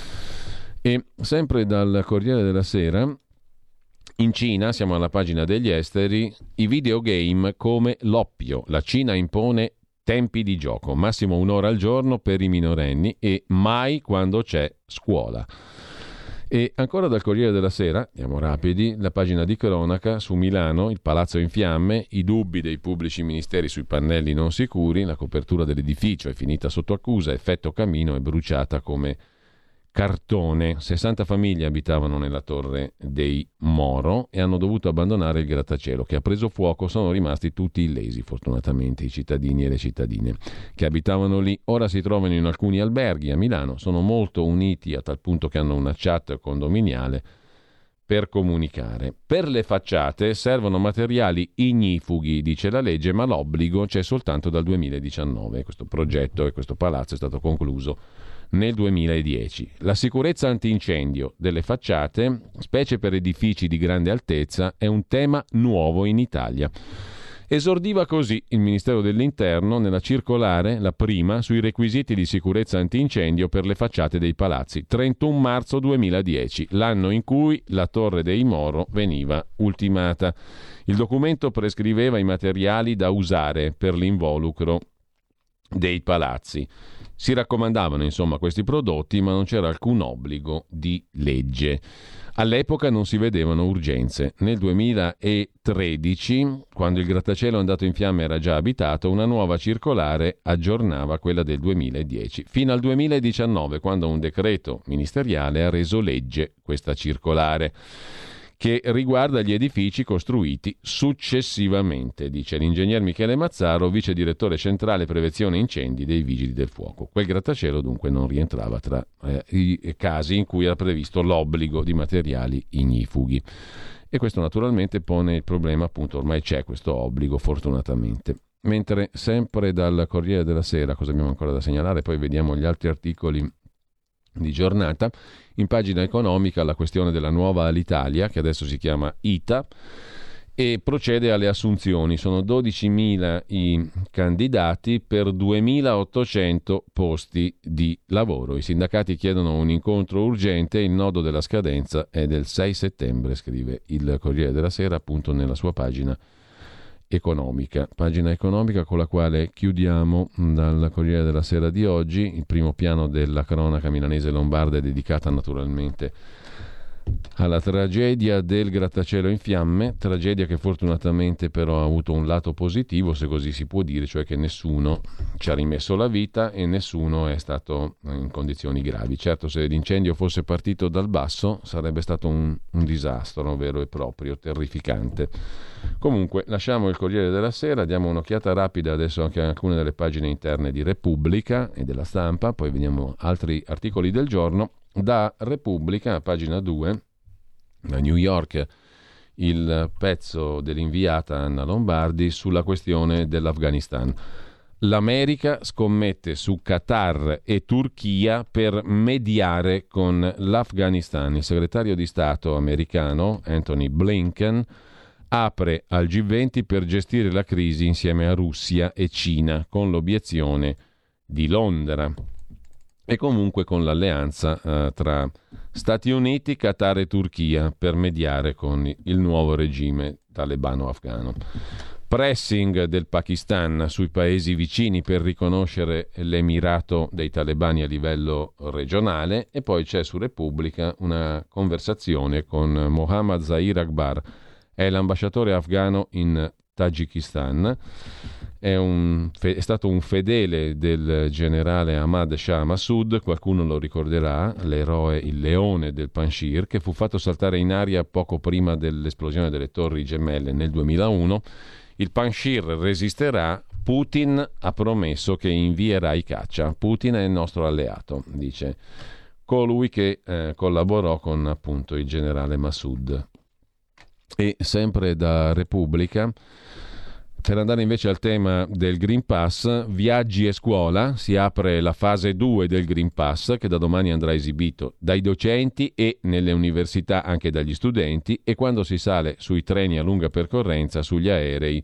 E sempre dal Corriere della Sera, in Cina, siamo alla pagina degli esteri, i videogame come l'oppio. La Cina impone tempi di gioco, massimo 1 ora al giorno per i minorenni e mai quando c'è scuola. E ancora dal Corriere della Sera, andiamo rapidi, la pagina di cronaca su Milano, il palazzo in fiamme, i dubbi dei pubblici ministeri sui pannelli non sicuri, la copertura dell'edificio è finita sotto accusa, effetto Camino è bruciata come cartone. 60 famiglie abitavano nella torre dei Moro e hanno dovuto abbandonare il grattacielo che ha preso fuoco. Sono rimasti tutti illesi, fortunatamente, i cittadini e le cittadine che abitavano lì. Ora si trovano in alcuni alberghi a Milano, sono molto uniti a tal punto che hanno una chat condominiale per comunicare. Per le facciate servono materiali ignifughi, dice la legge, ma l'obbligo c'è soltanto dal 2019. Questo progetto e questo palazzo è stato concluso nel 2010. La sicurezza antincendio delle facciate, specie per edifici di grande altezza, è un tema nuovo in Italia. Esordiva così il Ministero dell'Interno nella circolare, la prima, sui requisiti di sicurezza antincendio per le facciate dei palazzi, 31 marzo 2010, l'anno in cui la Torre dei Moro veniva ultimata. Il documento prescriveva i materiali da usare per l'involucro dei palazzi. Si raccomandavano insomma questi prodotti, ma non c'era alcun obbligo di legge. All'epoca non si vedevano urgenze. Nel 2013, quando il grattacielo andato in fiamme era già abitato, una nuova circolare aggiornava quella del 2010. Fino al 2019, quando un decreto ministeriale ha reso legge questa circolare, che riguarda gli edifici costruiti successivamente, dice l'ingegner Michele Mazzaro, vice direttore centrale prevenzione incendi dei Vigili del Fuoco. Quel grattacielo dunque non rientrava tra i casi in cui era previsto l'obbligo di materiali ignifughi. E questo naturalmente pone il problema, appunto, ormai c'è questo obbligo fortunatamente. Mentre sempre dal Corriere della Sera, cosa abbiamo ancora da segnalare, poi vediamo gli altri articoli di giornata. In pagina economica la questione della nuova Alitalia, che adesso si chiama ITA, e procede alle assunzioni. Sono 12.000 i candidati per 2.800 posti di lavoro. I sindacati chiedono un incontro urgente, il nodo della scadenza è del 6 settembre, scrive il Corriere della Sera appunto nella sua pagina economica con la quale chiudiamo dal Corriere della Sera di oggi. Il primo piano della cronaca milanese lombarda è dedicata naturalmente alla tragedia del grattacielo in fiamme, tragedia che fortunatamente però ha avuto un lato positivo, se così si può dire, cioè che nessuno ci ha rimesso la vita e nessuno è stato in condizioni gravi. Certo, se l'incendio fosse partito dal basso sarebbe stato un disastro vero e proprio, terrificante. Comunque lasciamo il Corriere della Sera, diamo un'occhiata rapida adesso anche a alcune delle pagine interne di Repubblica e della Stampa, poi vediamo altri articoli del giorno. Da Repubblica, a pagina 2, da New York, il pezzo dell'inviata Anna Lombardi sulla questione dell'Afghanistan. L'America scommette su Qatar e Turchia per mediare con l'Afghanistan. Il segretario di Stato americano Anthony Blinken apre al G20 per gestire la crisi insieme a Russia e Cina, con l'obiezione di Londra. E comunque con l'alleanza tra Stati Uniti, Qatar e Turchia per mediare con il nuovo regime talebano-afghano. Pressing del Pakistan sui paesi vicini per riconoscere l'emirato dei talebani a livello regionale, e poi c'è su Repubblica una conversazione con Mohammad Zahir Akbar, è l'ambasciatore afghano in Tagikistan. È stato un fedele del generale Ahmad Shah Massoud, qualcuno lo ricorderà, l'eroe, il leone del Panjshir, che fu fatto saltare in aria poco prima dell'esplosione delle Torri Gemelle nel 2001. Il Panjshir resisterà, Putin ha promesso che invierà i caccia. Putin è il nostro alleato, dice colui che collaborò con appunto il generale Massoud. E sempre da Repubblica, per andare invece al tema del Green Pass, viaggi e scuola, si apre la fase 2 del Green Pass che da domani andrà esibito dai docenti e nelle università anche dagli studenti, e quando si sale sui treni a lunga percorrenza, sugli aerei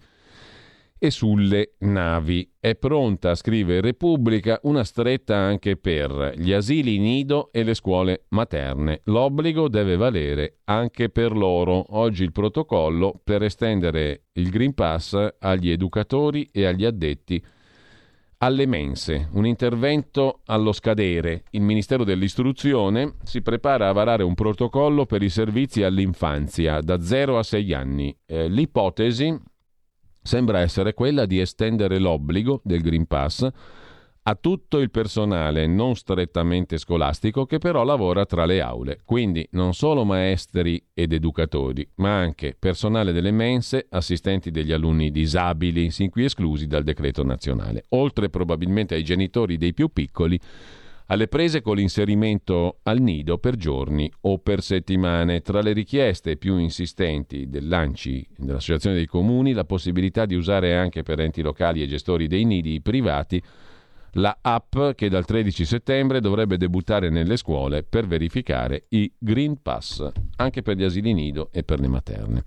e sulle navi. È pronta, scrive Repubblica, una stretta anche per gli asili nido e le scuole materne. L'obbligo deve valere anche per loro. Oggi il protocollo per estendere il Green Pass agli educatori e agli addetti alle mense. Un intervento allo scadere. Il Ministero dell'Istruzione si prepara a varare un protocollo per i servizi all'infanzia da 0 a 6 anni. L'ipotesi sembra essere quella di estendere l'obbligo del Green Pass a tutto il personale non strettamente scolastico che però lavora tra le aule, quindi non solo maestri ed educatori, ma anche personale delle mense, assistenti degli alunni disabili, sin qui esclusi dal decreto nazionale, oltre probabilmente ai genitori dei più piccoli, alle prese con l'inserimento al nido per giorni o per settimane. Tra le richieste più insistenti dell'ANCI, dell'Associazione dei Comuni, la possibilità di usare anche per enti locali e gestori dei nidi privati la app che dal 13 settembre dovrebbe debuttare nelle scuole per verificare i Green Pass, anche per gli asili nido e per le materne.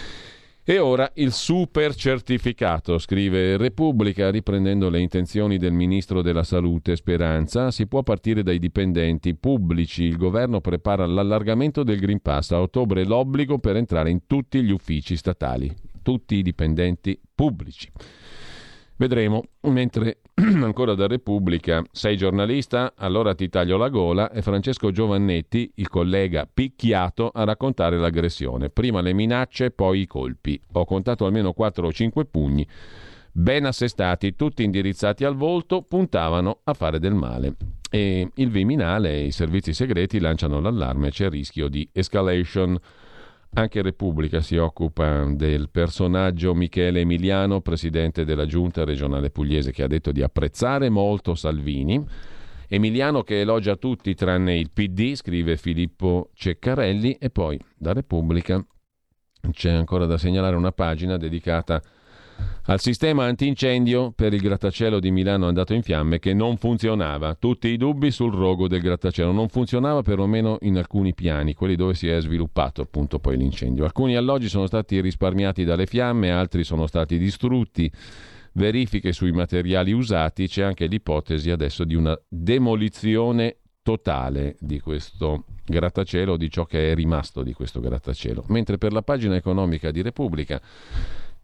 E ora il super certificato, scrive Repubblica, riprendendo le intenzioni del ministro della Salute Speranza. Si può partire dai dipendenti pubblici. Il governo prepara l'allargamento del Green Pass. A ottobre l'obbligo per entrare in tutti gli uffici statali, tutti i dipendenti pubblici. Vedremo. Mentre ancora da Repubblica, sei giornalista, allora ti taglio la gola, e Francesco Giovannetti, il collega picchiato, a raccontare l'aggressione. Prima le minacce, poi i colpi. Ho contato almeno 4 o 5 pugni, ben assestati, tutti indirizzati al volto, puntavano a fare del male. E il Viminale e i servizi segreti lanciano l'allarme, c'è il rischio di escalation. Anche Repubblica si occupa del personaggio Michele Emiliano, presidente della giunta regionale pugliese, che ha detto di apprezzare molto Salvini. Emiliano che elogia tutti tranne il PD, scrive Filippo Ceccarelli. E poi da Repubblica c'è ancora da segnalare una pagina dedicata al sistema antincendio per il grattacielo di Milano andato in fiamme, che non funzionava. Tutti i dubbi sul rogo del grattacielo. Non funzionava perlomeno in alcuni piani, quelli dove si è sviluppato appunto poi l'incendio. Alcuni alloggi sono stati risparmiati dalle fiamme, altri sono stati distrutti. Verifiche sui materiali usati, c'è anche l'ipotesi adesso di una demolizione totale di questo grattacielo, di ciò che è rimasto di questo grattacielo. Mentre per la pagina economica di Repubblica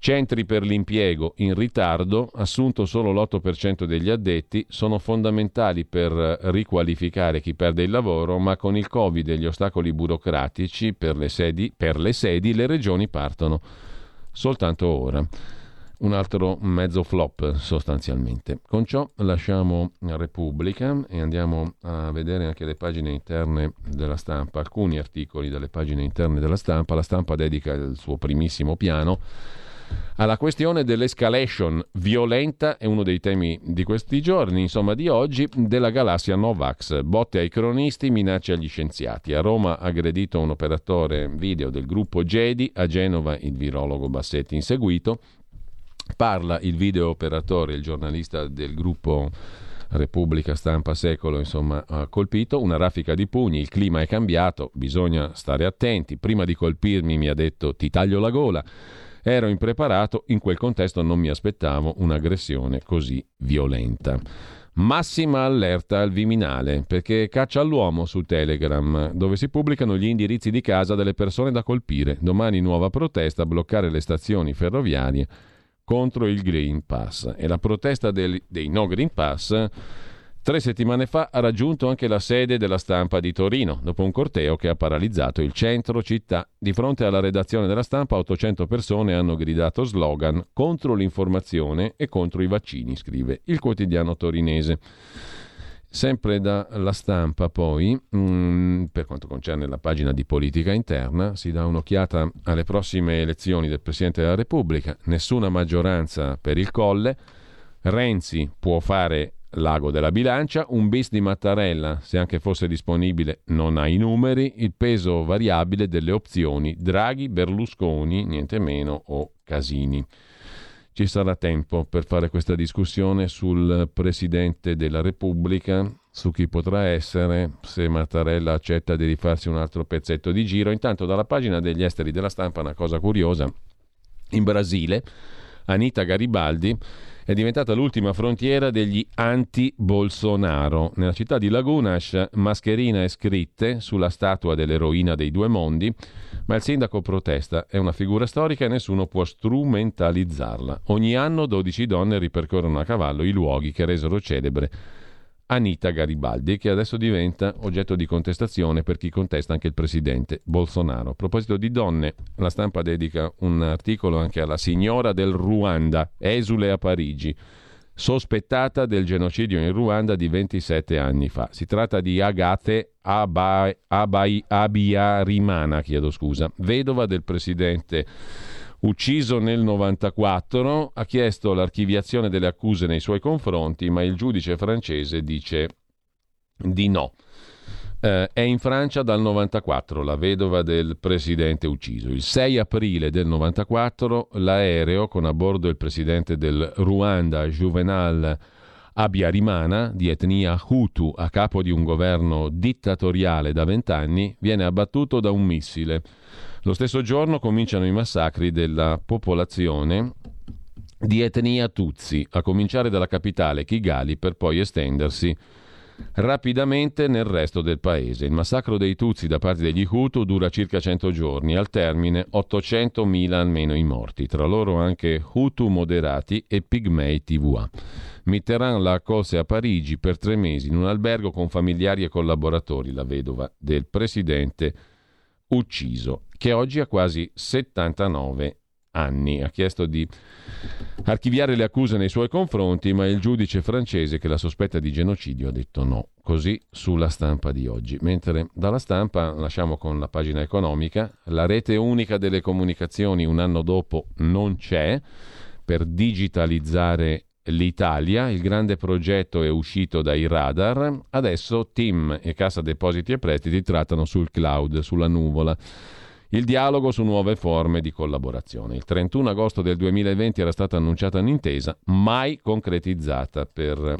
Centri per l'impiego in ritardo, assunto solo l'8% degli addetti, sono fondamentali per riqualificare chi perde il lavoro, ma con il Covid e gli ostacoli burocratici per le sedi le regioni partono soltanto ora. Un altro mezzo flop sostanzialmente. Con ciò lasciamo Repubblica e andiamo a vedere anche le pagine interne della Stampa, alcuni articoli dalle pagine interne della Stampa. La Stampa dedica il suo primissimo piano alla questione dell'escalation violenta, è uno dei temi di questi giorni, insomma di oggi, della galassia Novax. Botte ai cronisti, minacce agli scienziati. A Roma aggredito un operatore video del gruppo Jedi, a Genova il virologo Bassetti inseguito. Parla il video operatore, il giornalista del gruppo Repubblica, Stampa, Secolo, insomma, ha colpito. Una raffica di pugni, il clima è cambiato, bisogna stare attenti. Prima di colpirmi mi ha detto ti taglio la gola. Ero impreparato, in quel contesto non mi aspettavo un'aggressione così violenta. Massima allerta al Viminale, perché caccia all'uomo su Telegram, dove si pubblicano gli indirizzi di casa delle persone da colpire. Domani nuova protesta, bloccare le stazioni ferroviarie contro il Green Pass. E la protesta dei no Green Pass 3 settimane fa ha raggiunto anche la sede della Stampa di Torino, dopo un corteo che ha paralizzato il centro città. Di fronte alla redazione della Stampa 800 persone hanno gridato slogan contro l'informazione e contro i vaccini, scrive il quotidiano torinese. Sempre dalla Stampa poi, per quanto concerne la pagina di politica interna, si dà un'occhiata alle prossime elezioni del Presidente della Repubblica. Nessuna maggioranza per il Colle. Renzi può fare l'ago della bilancia, un bis di Mattarella, se anche fosse disponibile, non ha i numeri, il peso variabile delle opzioni Draghi, Berlusconi, niente meno, o Casini. Ci sarà tempo per fare questa discussione sul Presidente della Repubblica, su chi potrà essere, se Mattarella accetta di rifarsi un altro pezzetto di giro. Intanto dalla pagina degli esteri della Stampa una cosa curiosa. In Brasile Anita Garibaldi è diventata l'ultima frontiera degli anti-Bolsonaro. Nella città di Lagunas, mascherine scritte sulla statua dell'eroina dei due mondi, ma il sindaco protesta, è una figura storica e nessuno può strumentalizzarla. Ogni anno 12 donne ripercorrono a cavallo i luoghi che resero celebre Anita Garibaldi, che adesso diventa oggetto di contestazione per chi contesta anche il presidente Bolsonaro. A proposito di donne, la Stampa dedica un articolo anche alla signora del Ruanda, esule a Parigi, sospettata del genocidio in Ruanda di 27 anni fa. Si tratta di Agathe Abiyarimana, vedova del presidente ucciso nel 94, ha chiesto l'archiviazione delle accuse nei suoi confronti, ma il giudice francese dice di no. È in Francia dal 94, la vedova del presidente ucciso. Il 6 aprile del 94 l'aereo con a bordo il presidente del Ruanda, Juvenal Abiyarimana, di etnia Hutu, a capo di un governo dittatoriale da 20 anni, viene abbattuto da un missile. Lo stesso giorno cominciano i massacri della popolazione di etnia Tutsi, a cominciare dalla capitale Kigali per poi estendersi rapidamente nel resto del paese. Il massacro dei Tutsi da parte degli Hutu dura circa 100 giorni, al termine 800.000 almeno i morti, tra loro anche Hutu moderati e Pigmei TVA. Mitterrand la accolse a Parigi per 3 mesi in un albergo con familiari e collaboratori, la vedova del presidente ucciso, che oggi ha quasi 79 anni. Ha chiesto di archiviare le accuse nei suoi confronti, ma il giudice francese che la sospetta di genocidio ha detto no. Così sulla Stampa di oggi. Mentre dalla Stampa lasciamo con la pagina economica. La rete unica delle comunicazioni un anno dopo non c'è per digitalizzare l'Italia. Il grande progetto è uscito dai radar. Adesso TIM e Cassa Depositi e Prestiti trattano sul cloud, sulla nuvola. Il dialogo su nuove forme di collaborazione. Il 31 agosto del 2020 era stata annunciata un'intesa mai concretizzata per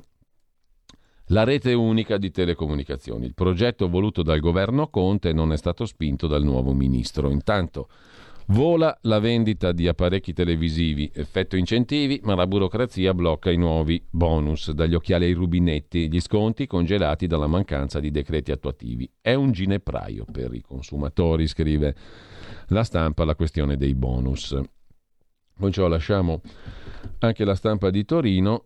la rete unica di telecomunicazioni. Il progetto voluto dal governo Conte non è stato spinto dal nuovo ministro. Intanto vola la vendita di apparecchi televisivi, effetto incentivi, ma la burocrazia blocca i nuovi bonus, dagli occhiali ai rubinetti, gli sconti congelati dalla mancanza di decreti attuativi. È un ginepraio per i consumatori, scrive la Stampa, la questione dei bonus. Con ciò lasciamo anche La Stampa di Torino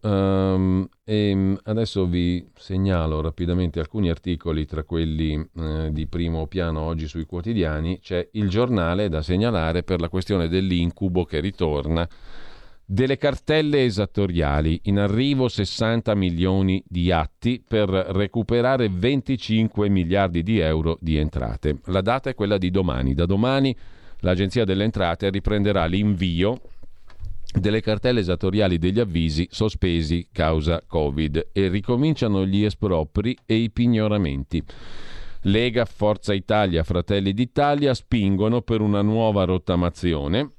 e adesso vi segnalo rapidamente alcuni articoli tra quelli di primo piano oggi sui quotidiani. C'è Il Giornale da segnalare per la questione dell'incubo che ritorna delle cartelle esattoriali. In arrivo 60 milioni di atti per recuperare 25 miliardi di euro di entrate. La data è quella di domani. Da domani l'Agenzia delle Entrate riprenderà l'invio delle cartelle esattoriali degli avvisi sospesi causa Covid e ricominciano gli espropri e i pignoramenti. Lega, Forza Italia, Fratelli d'Italia spingono per una nuova rottamazione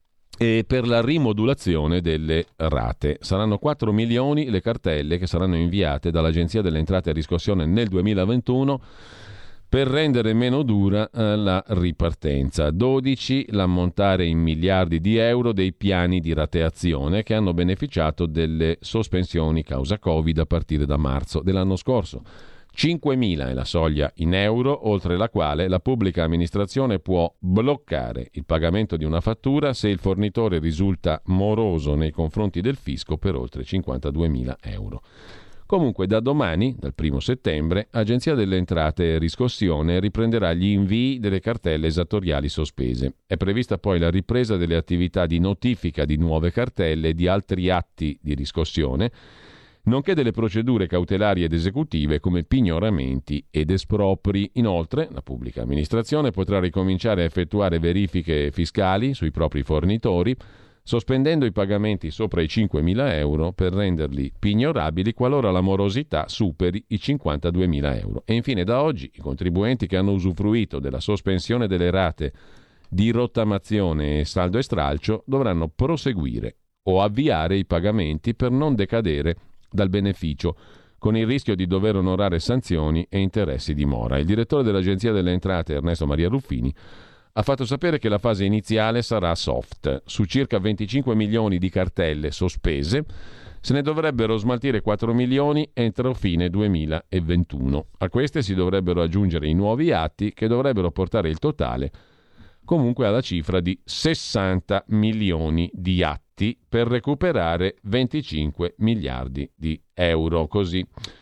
e per la rimodulazione delle rate. Saranno 4 milioni le cartelle che saranno inviate dall'Agenzia delle Entrate e Riscossione nel 2021 per rendere meno dura la ripartenza. 12 l'ammontare in miliardi di euro dei piani di rateazione che hanno beneficiato delle sospensioni causa Covid a partire da marzo dell'anno scorso. 5.000 è la soglia in euro, oltre la quale la pubblica amministrazione può bloccare il pagamento di una fattura se il fornitore risulta moroso nei confronti del fisco per oltre 52.000 euro. Comunque da domani, dal 1 settembre, Agenzia delle Entrate e Riscossione riprenderà gli invii delle cartelle esattoriali sospese. È prevista poi la ripresa delle attività di notifica di nuove cartelle e di altri atti di riscossione, nonché delle procedure cautelari ed esecutive come pignoramenti ed espropri. Inoltre, la pubblica amministrazione potrà ricominciare a effettuare verifiche fiscali sui propri fornitori, sospendendo i pagamenti sopra i 5.000 euro per renderli pignorabili qualora la morosità superi i 52.000 euro. E infine da oggi i contribuenti che hanno usufruito della sospensione delle rate di rottamazione e saldo e stralcio dovranno proseguire o avviare i pagamenti per non decadere dal beneficio, con il rischio di dover onorare sanzioni e interessi di mora. Il direttore dell'Agenzia delle Entrate, Ernesto Maria Ruffini, ha fatto sapere che la fase iniziale sarà soft. Su circa 25 milioni di cartelle sospese se ne dovrebbero smaltire 4 milioni entro fine 2021. A queste si dovrebbero aggiungere i nuovi atti che dovrebbero portare il totale comunque alla cifra di 60 milioni di atti per recuperare 25 miliardi di euro. Così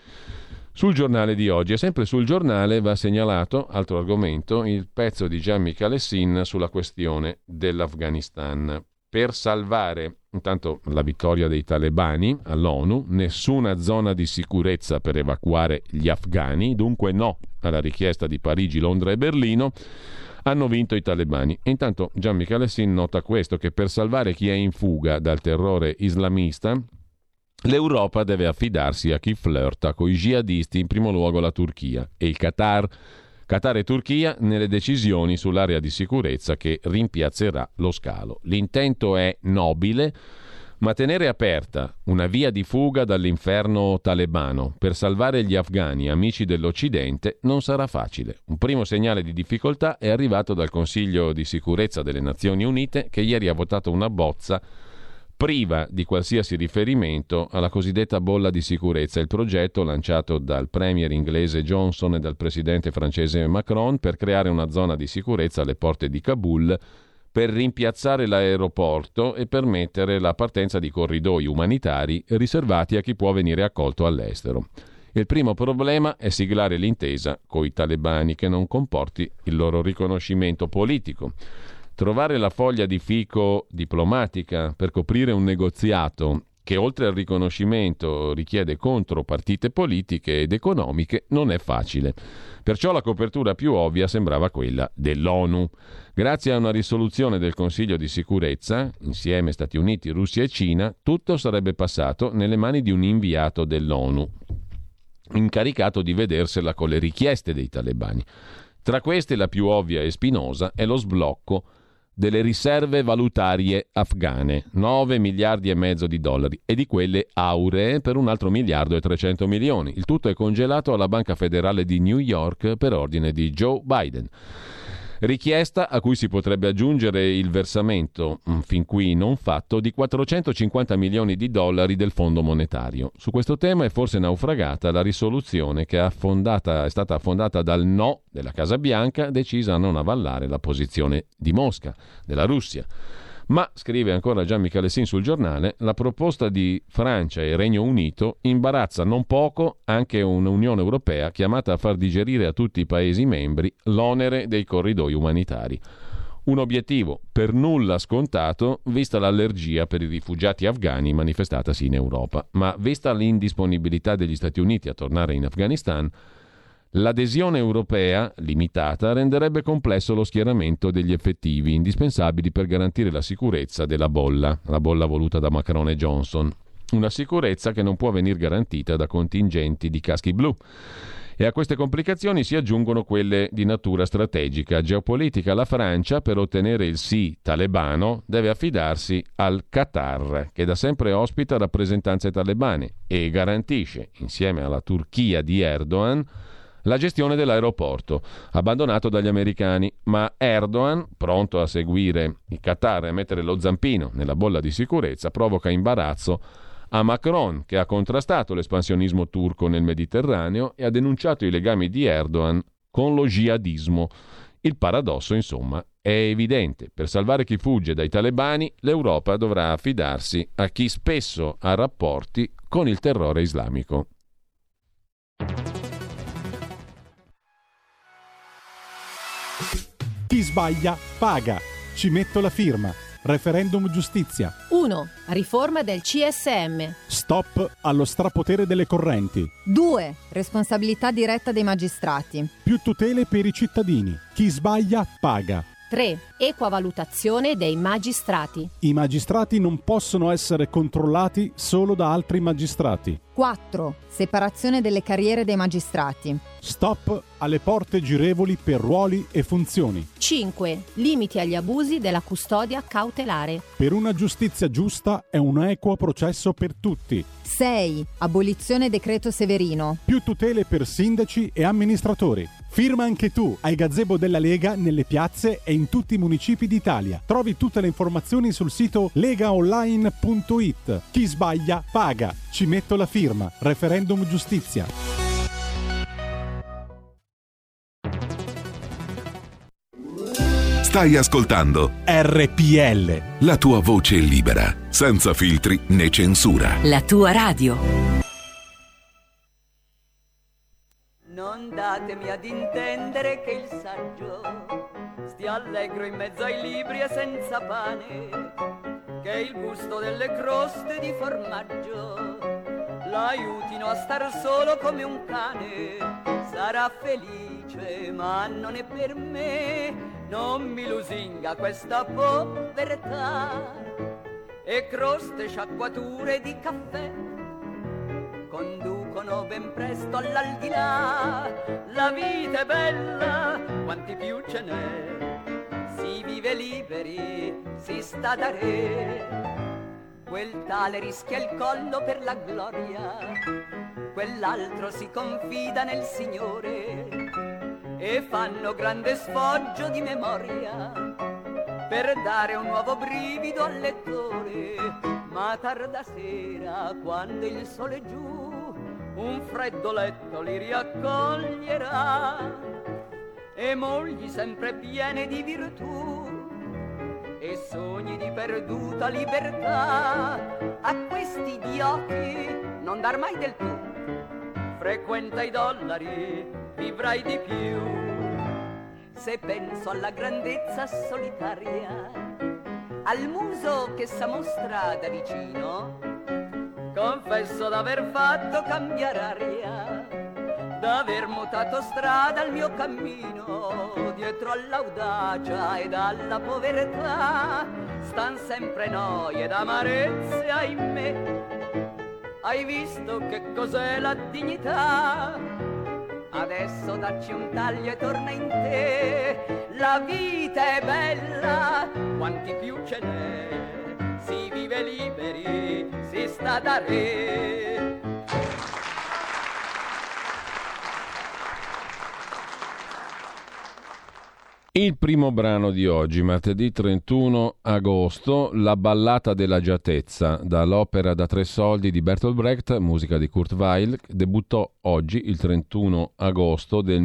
sul Giornale di oggi. E sempre sul Giornale va segnalato, altro argomento, il pezzo di Gian Michalessin sulla questione dell'Afghanistan. Per salvare intanto la vittoria dei talebani all'ONU, nessuna zona di sicurezza per evacuare gli afghani, dunque no alla richiesta di Parigi, Londra e Berlino, hanno vinto i talebani. E intanto Gian Michalessin nota questo, che per salvare chi è in fuga dal terrore islamista l'Europa deve affidarsi a chi flirta coi jihadisti, in primo luogo la Turchia e il Qatar e Turchia nelle decisioni sull'area di sicurezza che rimpiazzerà lo scalo. L'intento è nobile, ma tenere aperta una via di fuga dall'inferno talebano per salvare gli afghani amici dell'Occidente non sarà facile. Un primo segnale di difficoltà è arrivato dal Consiglio di sicurezza delle Nazioni Unite, che ieri ha votato una bozza priva di qualsiasi riferimento alla cosiddetta bolla di sicurezza, il progetto lanciato dal premier inglese Johnson e dal presidente francese Macron per creare una zona di sicurezza alle porte di Kabul per rimpiazzare l'aeroporto e permettere la partenza di corridoi umanitari riservati a chi può venire accolto all'estero. Il primo problema è siglare l'intesa coi talebani che non comporti il loro riconoscimento politico. Trovare la foglia di fico diplomatica per coprire un negoziato che oltre al riconoscimento richiede contropartite politiche ed economiche non è facile. Perciò la copertura più ovvia sembrava quella dell'ONU. Grazie a una risoluzione del Consiglio di sicurezza, insieme Stati Uniti, Russia e Cina, tutto sarebbe passato nelle mani di un inviato dell'ONU, incaricato di vedersela con le richieste dei talebani. Tra queste la più ovvia e spinosa è lo sblocco delle riserve valutarie afghane, 9 miliardi e mezzo di dollari, e di quelle auree per un altro 1 miliardo e 300 milioni. Il tutto è congelato alla Banca Federale di New York per ordine di Joe Biden. Richiesta a cui si potrebbe aggiungere il versamento, fin qui non fatto, di 450 milioni di dollari del Fondo Monetario. Su questo tema è forse naufragata la risoluzione che è stata affondata dal no della Casa Bianca, decisa a non avallare la posizione di Mosca, della Russia. Ma, scrive ancora Gian Michalessin sul giornale, la proposta di Francia e Regno Unito imbarazza non poco anche un'Unione Europea chiamata a far digerire a tutti i Paesi membri l'onere dei corridoi umanitari. Un obiettivo per nulla scontato, vista l'allergia per i rifugiati afghani manifestatasi in Europa. Ma vista l'indisponibilità degli Stati Uniti a tornare in Afghanistan, l'adesione europea, limitata, renderebbe complesso lo schieramento degli effettivi indispensabili per garantire la sicurezza della bolla, la bolla voluta da Macron e Johnson. Una sicurezza che non può venir garantita da contingenti di caschi blu. E a queste complicazioni si aggiungono quelle di natura strategica, geopolitica. La Francia, per ottenere il sì talebano, deve affidarsi al Qatar, che da sempre ospita rappresentanze talebane e garantisce, insieme alla Turchia di Erdogan, la gestione dell'aeroporto, abbandonato dagli americani. Ma Erdogan, pronto a seguire il Qatar e a mettere lo zampino nella bolla di sicurezza, provoca imbarazzo a Macron, che ha contrastato l'espansionismo turco nel Mediterraneo e ha denunciato i legami di Erdogan con lo jihadismo. Il paradosso, insomma, è evidente. Per salvare chi fugge dai talebani, l'Europa dovrà affidarsi a chi spesso ha rapporti con il terrore islamico. Chi sbaglia paga. Ci metto la firma. Referendum giustizia. 1. Riforma del CSM. Stop allo strapotere delle correnti. 2. Responsabilità diretta dei magistrati. Più tutele per i cittadini. Chi sbaglia paga. 3. Equa valutazione dei magistrati. I magistrati non possono essere controllati solo da altri magistrati. 4. Separazione delle carriere dei magistrati. Stop alle porte girevoli per ruoli e funzioni. 5. Limiti agli abusi della custodia cautelare. Per una giustizia giusta è un equo processo per tutti. 6. Abolizione decreto Severino. Più tutele per sindaci e amministratori. Firma anche tu ai gazebo della Lega nelle piazze e in tutti i municipi d'Italia. Trovi tutte le informazioni sul sito legaonline.it. Chi sbaglia paga. Ci metto la firma. Referendum giustizia. Stai ascoltando RPL. la tua voce libera, senza filtri né censura. La tua radio. Non datemi ad intendere che il saggio stia allegro in mezzo ai libri e senza pane, che il gusto delle croste di formaggio l'aiutino a star solo come un cane. Sarà felice, ma non è per me. Non mi lusinga questa povertà. E croste e sciacquature di caffè conducono ben presto all'aldilà. La vita è bella, quanti più ce n'è. Si vive liberi, si sta da re. Quel tale rischia il collo per la gloria, quell'altro si confida nel Signore e fanno grande sfoggio di memoria per dare un nuovo brivido al lettore. Ma tarda sera, quando il sole è giù, un freddo letto li riaccoglierà, e mogli sempre piene di virtù e sogni di perduta libertà. A questi idioti non dar mai del tu. Frequenta i dollari, vivrai di più. Se penso alla grandezza solitaria, al muso che sa mostra da vicino, confesso d'aver fatto cambiare aria, d'aver mutato strada al mio cammino. Dietro all'audacia ed alla povertà stan sempre noie ed amarezze, ahimè. Hai visto che cos'è la dignità? Adesso dacci un taglio e torna in te. La vita è bella, quanti più ce n'è. Si vive liberi, si sta da re. Il primo brano di oggi, martedì 31 agosto, La ballata dell'agiatezza, dall'opera Da tre soldi di Bertolt Brecht, musica di Kurt Weill, debuttò oggi, il 31 agosto del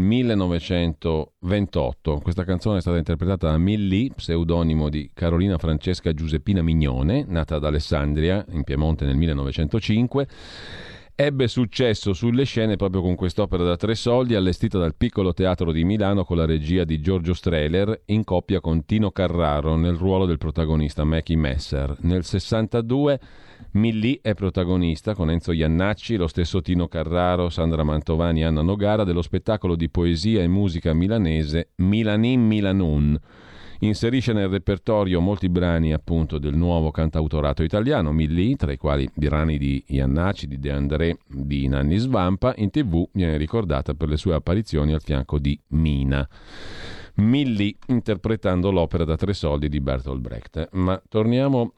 1928. Questa canzone è stata interpretata da Milly, pseudonimo di Carolina Francesca Giuseppina Mignone, nata ad Alessandria, in Piemonte, nel 1905. Ebbe successo sulle scene proprio con quest'opera da tre soldi, allestita dal Piccolo Teatro di Milano con la regia di Giorgio Strehler, in coppia con Tino Carraro nel ruolo del protagonista Mackie Messer. Nel 62 Milly è protagonista con Enzo Iannacci, lo stesso Tino Carraro, Sandra Mantovani e Anna Nogara dello spettacolo di poesia e musica milanese Milanin Milanun. Inserisce nel repertorio molti brani appunto del nuovo cantautorato italiano Milly, tra i quali brani di Iannacci, di De André, di Nanni Svampa. In TV viene ricordata per le sue apparizioni al fianco di Mina. Milly interpretando l'opera Da tre soldi di Bertolt Brecht. Ma torniamo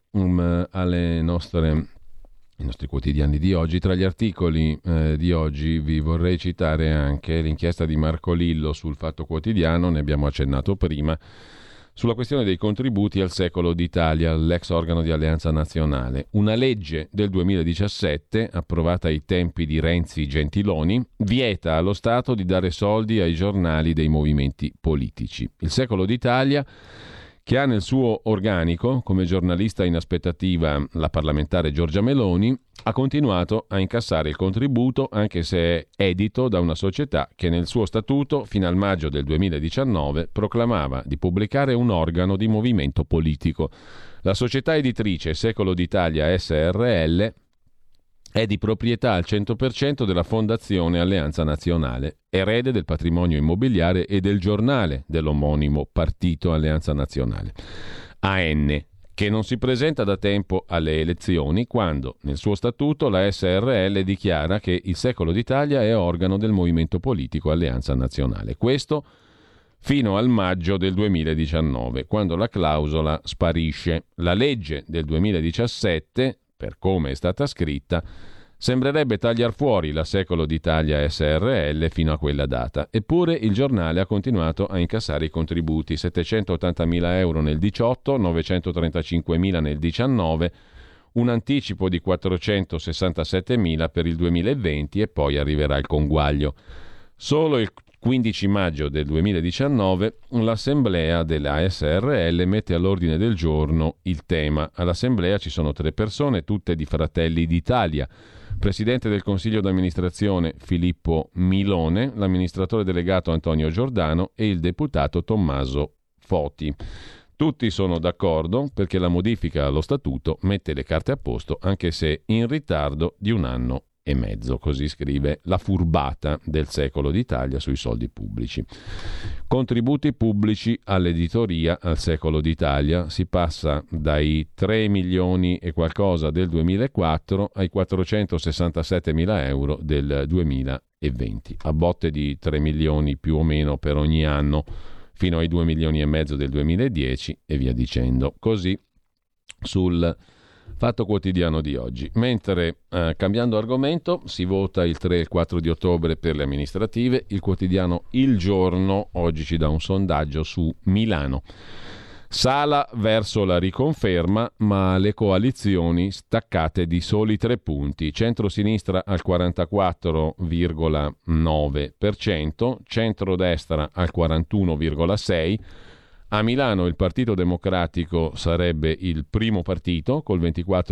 ai nostri quotidiani di oggi. Tra gli articoli di oggi vi vorrei citare anche l'inchiesta di Marco Lillo sul Fatto Quotidiano, ne abbiamo accennato prima, sulla questione dei contributi al Secolo d'Italia, l'ex organo di Alleanza Nazionale. Una legge del 2017, approvata ai tempi di Renzi Gentiloni, vieta allo Stato di dare soldi ai giornali dei movimenti politici. Il Secolo d'Italia, che ha nel suo organico, come giornalista in aspettativa, la parlamentare Giorgia Meloni, ha continuato a incassare il contributo anche se è edito da una società che nel suo statuto, fino al maggio del 2019, proclamava di pubblicare un organo di movimento politico. La società editrice Secolo d'Italia SRL è di proprietà al 100% della Fondazione Alleanza Nazionale, erede del patrimonio immobiliare e del giornale dell'omonimo partito Alleanza Nazionale, AN, che non si presenta da tempo alle elezioni quando, nel suo statuto, la SRL dichiara che il Secolo d'Italia è organo del movimento politico Alleanza Nazionale. Questo fino al maggio del 2019, quando la clausola sparisce. La legge del 2017, per come è stata scritta, sembrerebbe tagliar fuori la Secolo d'Italia SRL fino a quella data. Eppure il giornale ha continuato a incassare i contributi, 780.000 euro nel 18, 935.000 nel 19, un anticipo di 467.000 per il 2020 e poi arriverà il conguaglio. Solo il 15 maggio del 2019 l'assemblea della SRL mette all'ordine del giorno il tema. All'assemblea ci sono 3 persone, tutte di Fratelli d'Italia: presidente del consiglio d'amministrazione Filippo Milone, l'amministratore delegato Antonio Giordano e il deputato Tommaso Foti. Tutti sono d'accordo perché la modifica allo statuto mette le carte a posto, anche se in ritardo di 1 anno e mezzo, così scrive La furbata del Secolo d'Italia sui soldi pubblici. Contributi pubblici all'editoria al Secolo d'Italia, si passa dai 3 milioni e qualcosa del 2004 ai 467.000 euro del 2020, a botte di 3 milioni più o meno per ogni anno, fino ai 2 milioni e mezzo del 2010 e via dicendo. Così sul Fatto Quotidiano di oggi. Mentre, cambiando argomento, si vota il 3 e il 4 di ottobre per le amministrative. Il quotidiano Il Giorno oggi ci dà un sondaggio su Milano. Sala verso la riconferma, ma le coalizioni staccate di soli 3 punti. Centrosinistra al 44,9%, centrodestra al 41,6%. A Milano il Partito Democratico sarebbe il primo partito col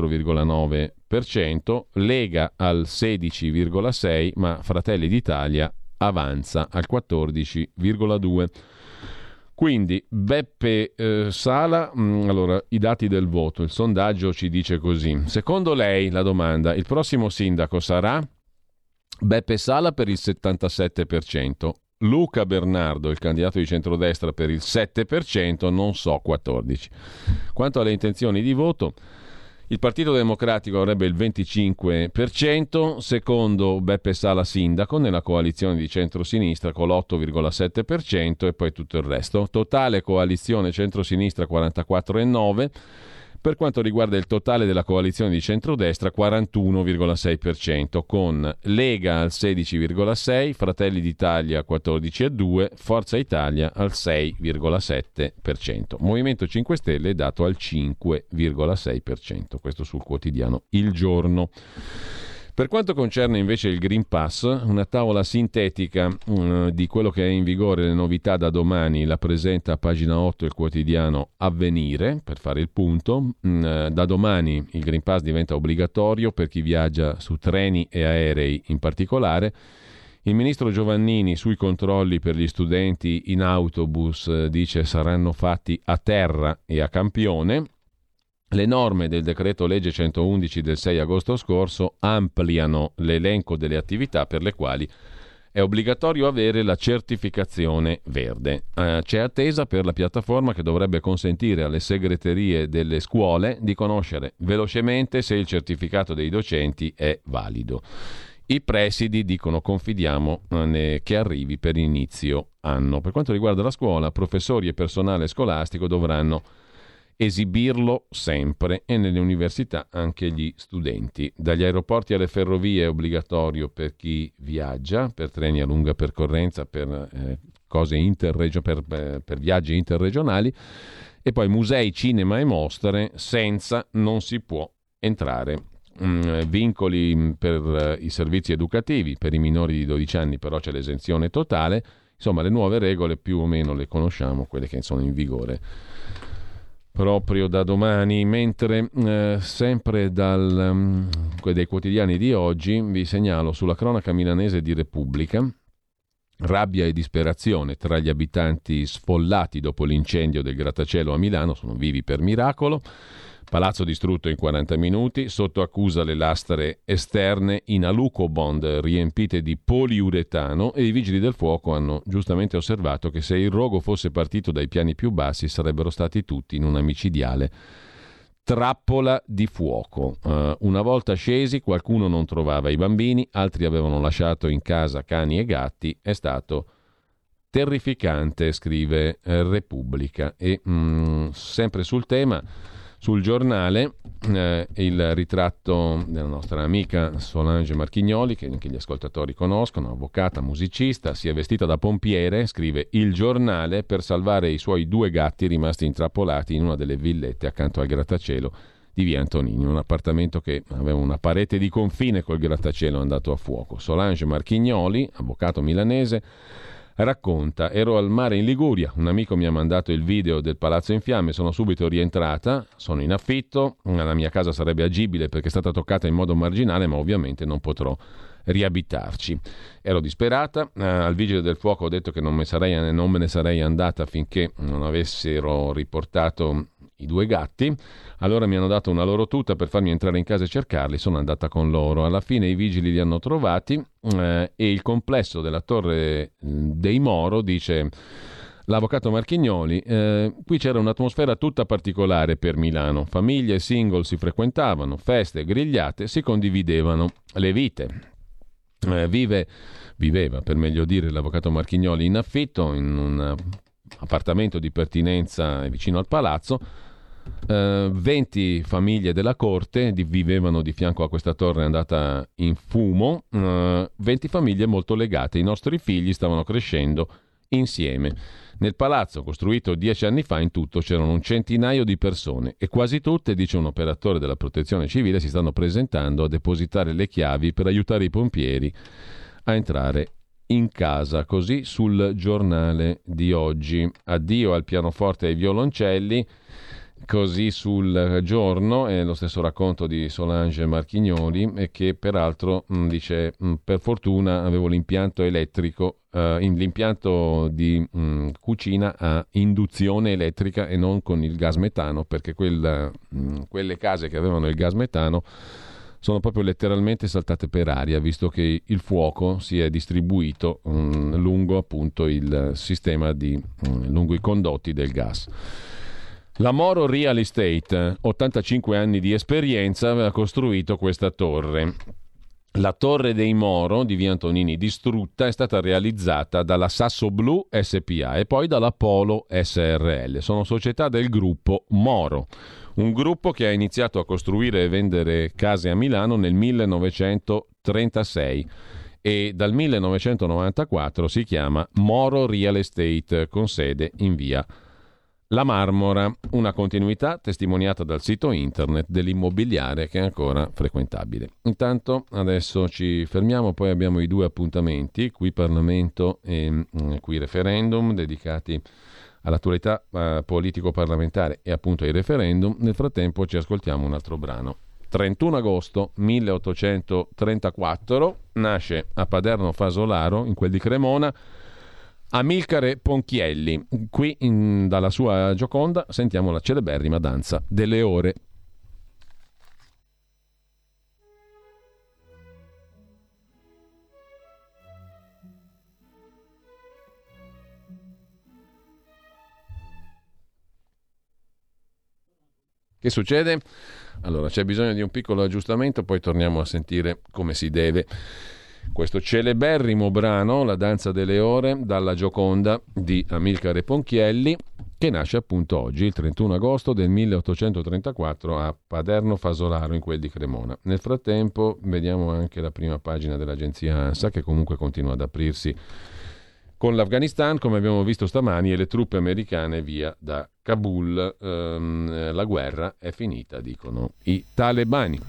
24,9%, Lega al 16,6%, ma Fratelli d'Italia avanza al 14,2%. Quindi Beppe Sala, allora i dati del voto, il sondaggio ci dice così. Secondo lei, la domanda, il prossimo sindaco sarà? Beppe Sala per il 77%. Luca Bernardo, il candidato di centrodestra, per il 7%, non so 14%. Quanto alle intenzioni di voto, il Partito Democratico avrebbe il 25%, secondo Beppe Sala sindaco, nella coalizione di centrosinistra con l'8,7% e poi tutto il resto. Totale coalizione centrosinistra 44,9%, Per quanto riguarda il totale della coalizione di centrodestra, 41,6%, con Lega al 16,6%, Fratelli d'Italia 14,2%, Forza Italia al 6,7%. Movimento 5 Stelle è dato al 5,6%, questo sul quotidiano Il Giorno. Per quanto concerne invece il Green Pass, una tavola sintetica di quello che è in vigore, le novità da domani, la presenta a pagina 8 il quotidiano Avvenire, per fare il punto. Da domani il Green Pass diventa obbligatorio per chi viaggia su treni e aerei in particolare. Il ministro Giovannini sui controlli per gli studenti in autobus dice saranno fatti a terra e a campione. Le norme del decreto legge 111 del 6 agosto scorso ampliano l'elenco delle attività per le quali è obbligatorio avere la certificazione verde. C'è attesa per la piattaforma che dovrebbe consentire alle segreterie delle scuole di conoscere velocemente se il certificato dei docenti è valido. I presidi dicono confidiamo che arrivi per inizio anno. Per quanto riguarda la scuola, professori e personale scolastico dovranno esibirlo sempre e nelle università anche gli studenti. Dagli aeroporti alle ferrovie è obbligatorio per chi viaggia, per treni a lunga percorrenza, per per viaggi interregionali, e poi musei, cinema e mostre senza non si può entrare. Vincoli per i servizi educativi, per i minori di 12 anni però c'è l'esenzione totale. Insomma, le nuove regole più o meno le conosciamo, quelle che sono in vigore proprio da domani, mentre sempre dai quotidiani di oggi vi segnalo sulla cronaca milanese di Repubblica rabbia e disperazione tra gli abitanti sfollati dopo l'incendio del grattacielo a Milano, sono vivi per miracolo. Palazzo distrutto in 40 minuti, sotto accusa le lastre esterne in alucobond riempite di poliuretano, e i vigili del fuoco hanno giustamente osservato che se il rogo fosse partito dai piani più bassi sarebbero stati tutti in una micidiale trappola di fuoco. Una volta scesi qualcuno non trovava i bambini, altri avevano lasciato in casa cani e gatti, è stato terrificante, scrive Repubblica. E sempre sul tema, sul Giornale, il ritratto della nostra amica Solange Marchignoli, che anche gli ascoltatori conoscono, avvocata, musicista, si è vestita da pompiere, scrive Il Giornale, per salvare i suoi 2 gatti rimasti intrappolati in una delle villette accanto al grattacielo di Via Antonini, un appartamento che aveva una parete di confine col grattacielo andato a fuoco. Solange Marchignoli, avvocato milanese, racconta: ero al mare in Liguria, un amico mi ha mandato il video del palazzo in fiamme, sono subito rientrata, sono in affitto, la mia casa sarebbe agibile perché è stata toccata in modo marginale, ma ovviamente non potrò riabitarci. Ero disperata, al vigile del fuoco ho detto che non me ne sarei andata finché non avessero riportato i 2 gatti. Allora mi hanno dato una loro tuta per farmi entrare in casa e cercarli, sono andata con loro. Alla fine i vigili li hanno trovati e il complesso della Torre dei Moro, dice l'avvocato Marchignoli, qui c'era un'atmosfera tutta particolare per Milano. Famiglie e single si frequentavano, feste, grigliate, si condividevano le vite. Viveva, per meglio dire, l'avvocato Marchignoli in affitto in un appartamento di pertinenza vicino al palazzo. 20 famiglie della corte vivevano di fianco a questa torre andata in fumo, 20 famiglie molto legate. I nostri figli stavano crescendo insieme. Nel palazzo, costruito 10 anni fa, in tutto c'erano un centinaio di persone e quasi tutte, dice un operatore della protezione civile, si stanno presentando a depositare le chiavi per aiutare i pompieri a entrare in casa. Così sul Giornale di oggi. Addio al pianoforte e ai violoncelli. Così sul Giorno è lo stesso racconto di Solange Marchignoli, e che peraltro dice per fortuna avevo l'impianto elettrico, l'impianto di cucina a induzione elettrica e non con il gas metano, perché quelle case che avevano il gas metano sono proprio letteralmente saltate per aria, visto che il fuoco si è distribuito lungo appunto il sistema lungo i condotti del gas. La Moro Real Estate, 85 anni di esperienza, aveva costruito questa torre. La Torre dei Moro di via Antonini distrutta è stata realizzata dalla Sasso Blu SPA e poi dalla Polo SRL. Sono società del gruppo Moro, un gruppo che ha iniziato a costruire e vendere case a Milano nel 1936 e dal 1994 si chiama Moro Real Estate con sede in via La Marmora, una continuità testimoniata dal sito internet dell'immobiliare che è ancora frequentabile. Intanto adesso ci fermiamo, poi abbiamo i 2 appuntamenti, qui Parlamento e qui referendum, dedicati all'attualità politico-parlamentare e appunto ai referendum. Nel frattempo ci ascoltiamo un altro brano. 31 agosto 1834 nasce a Paderno Fasolaro, in quel di Cremona, Amilcare Ponchielli. Qui dalla sua Gioconda sentiamo la celeberrima danza delle ore. Che succede? Allora, c'è bisogno di un piccolo aggiustamento, poi torniamo a sentire come si deve questo celeberrimo brano, La danza delle ore, dalla Gioconda di Amilcare Ponchielli, che nasce appunto oggi, il 31 agosto del 1834, a Paderno Fasolaro, in quel di Cremona. Nel frattempo vediamo anche la prima pagina dell'agenzia ANSA, che comunque continua ad aprirsi con l'Afghanistan, come abbiamo visto stamani, e le truppe americane via da Kabul. La guerra è finita, dicono i talebani.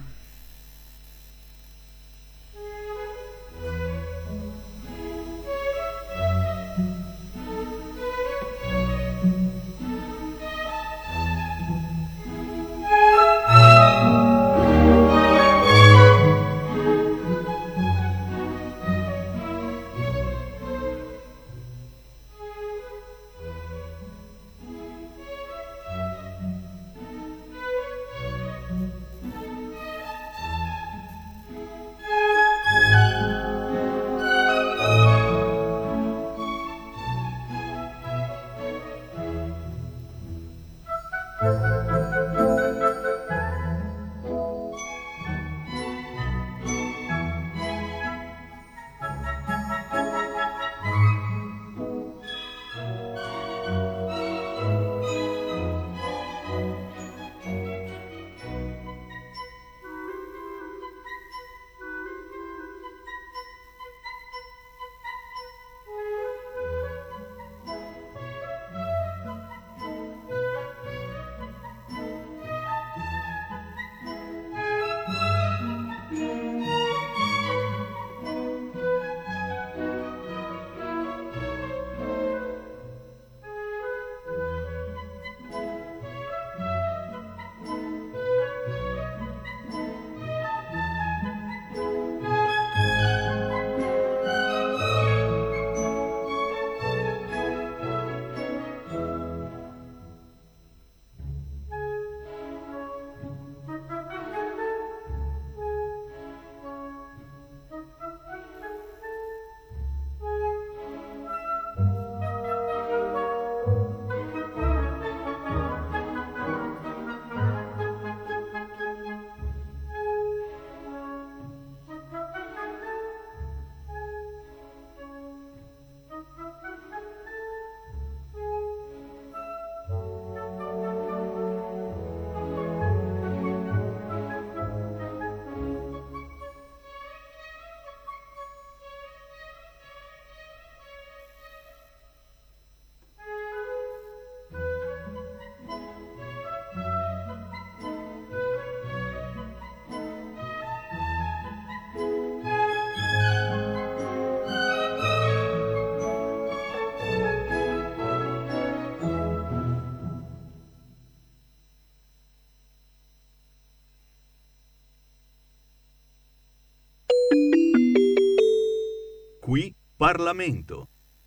Qui Parlamento.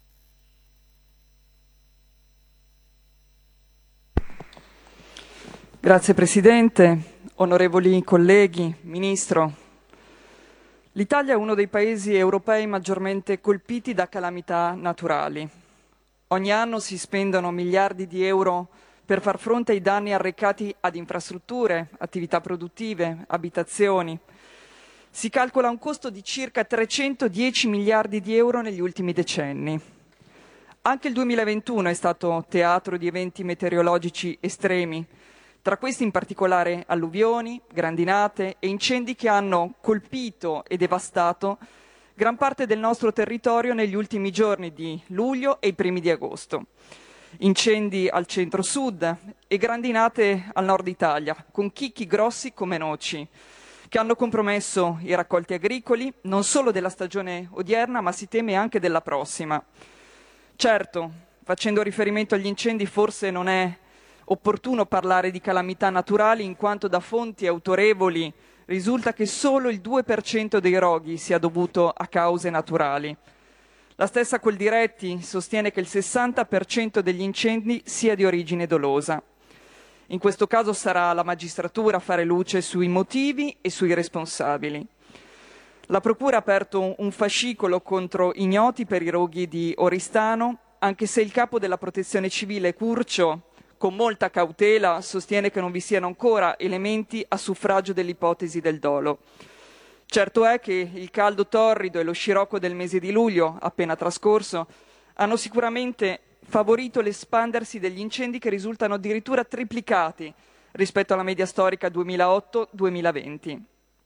Grazie Presidente, onorevoli colleghi, Ministro. L'Italia è uno dei paesi europei maggiormente colpiti da calamità naturali. Ogni anno si spendono miliardi di euro per far fronte ai danni arrecati ad infrastrutture, attività produttive, abitazioni. Si calcola un costo di circa 310 miliardi di euro negli ultimi decenni. Anche il 2021 è stato teatro di eventi meteorologici estremi, tra questi in particolare alluvioni, grandinate e incendi che hanno colpito e devastato gran parte del nostro territorio negli ultimi giorni di luglio e i primi di agosto. Incendi al centro-sud e grandinate al nord Italia, con chicchi grossi come noci, che hanno compromesso i raccolti agricoli non solo della stagione odierna, ma si teme anche della prossima. Certo, facendo riferimento agli incendi, forse non è opportuno parlare di calamità naturali, in quanto da fonti autorevoli risulta che solo il 2% dei roghi sia dovuto a cause naturali. La stessa Coldiretti sostiene che il 60% degli incendi sia di origine dolosa. In questo caso sarà la magistratura a fare luce sui motivi e sui responsabili. La Procura ha aperto un fascicolo contro ignoti per i roghi di Oristano, anche se il capo della Protezione Civile Curcio, con molta cautela, sostiene che non vi siano ancora elementi a suffragio dell'ipotesi del dolo. Certo è che il caldo torrido e lo scirocco del mese di luglio, appena trascorso, hanno sicuramente favorito l'espandersi degli incendi che risultano addirittura triplicati rispetto alla media storica 2008-2020.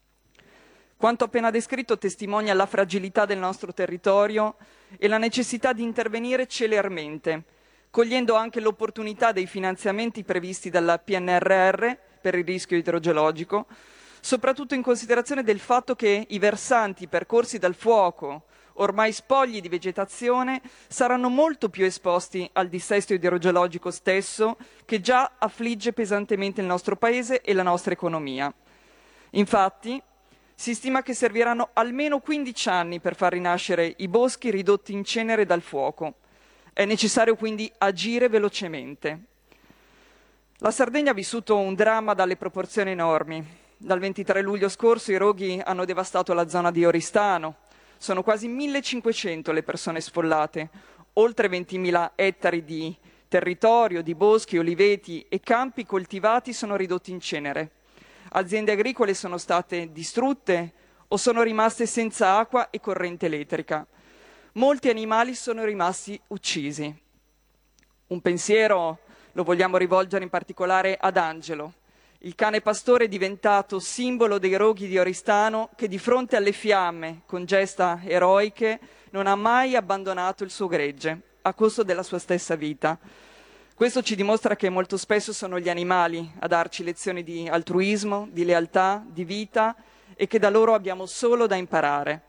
Quanto appena descritto testimonia la fragilità del nostro territorio e la necessità di intervenire celermente, cogliendo anche l'opportunità dei finanziamenti previsti dalla PNRR per il rischio idrogeologico, soprattutto in considerazione del fatto che i versanti percorsi dal fuoco, ormai spogli di vegetazione, saranno molto più esposti al dissesto idrogeologico stesso, che già affligge pesantemente il nostro Paese e la nostra economia. Infatti, si stima che serviranno almeno 15 anni per far rinascere i boschi ridotti in cenere dal fuoco. È necessario quindi agire velocemente. La Sardegna ha vissuto un dramma dalle proporzioni enormi. Dal 23 luglio scorso i roghi hanno devastato la zona di Oristano. Sono quasi 1.500 le persone sfollate, oltre 20.000 ettari di territorio, di boschi, oliveti e campi coltivati sono ridotti in cenere. Aziende agricole sono state distrutte o sono rimaste senza acqua e corrente elettrica. Molti animali sono rimasti uccisi. Un pensiero lo vogliamo rivolgere in particolare ad Angelo, il cane pastore diventato simbolo dei roghi di Oristano, che di fronte alle fiamme, con gesta eroiche, non ha mai abbandonato il suo gregge, a costo della sua stessa vita. Questo ci dimostra che molto spesso sono gli animali a darci lezioni di altruismo, di lealtà, di vita, e che da loro abbiamo solo da imparare.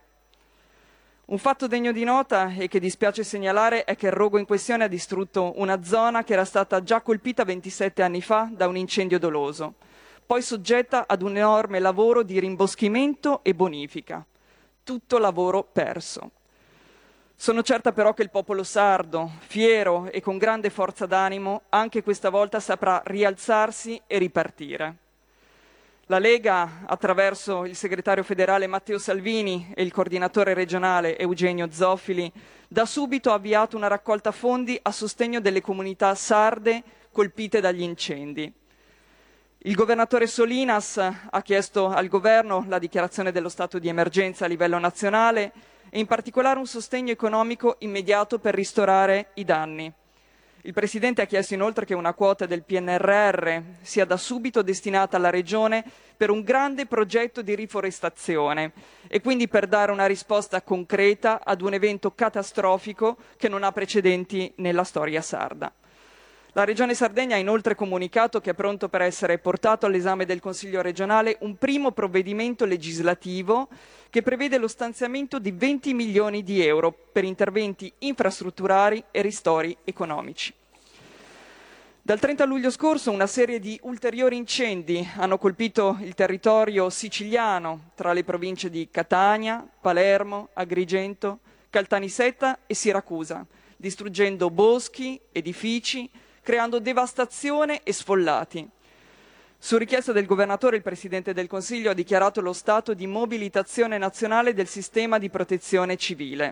Un fatto degno di nota e che dispiace segnalare è che il rogo in questione ha distrutto una zona che era stata già colpita 27 anni fa da un incendio doloso, poi soggetta ad un enorme lavoro di rimboschimento e bonifica. Tutto lavoro perso. Sono certa però che il popolo sardo, fiero e con grande forza d'animo, anche questa volta saprà rialzarsi e ripartire. La Lega, attraverso il segretario federale Matteo Salvini e il coordinatore regionale Eugenio Zoffili, da subito ha avviato una raccolta fondi a sostegno delle comunità sarde colpite dagli incendi. Il governatore Solinas ha chiesto al governo la dichiarazione dello stato di emergenza a livello nazionale e in particolare un sostegno economico immediato per ristorare i danni. Il Presidente ha chiesto inoltre che una quota del PNRR sia da subito destinata alla Regione per un grande progetto di riforestazione e quindi per dare una risposta concreta ad un evento catastrofico che non ha precedenti nella storia sarda. La Regione Sardegna ha inoltre comunicato che è pronto per essere portato all'esame del Consiglio regionale un primo provvedimento legislativo che prevede lo stanziamento di 20 milioni di euro per interventi infrastrutturali e ristori economici. Dal 30 luglio scorso una serie di ulteriori incendi hanno colpito il territorio siciliano tra le province di Catania, Palermo, Agrigento, Caltanissetta e Siracusa, distruggendo boschi, edifici, creando devastazione e sfollati. Su richiesta del governatore, il Presidente del Consiglio ha dichiarato lo stato di mobilitazione nazionale del sistema di protezione civile.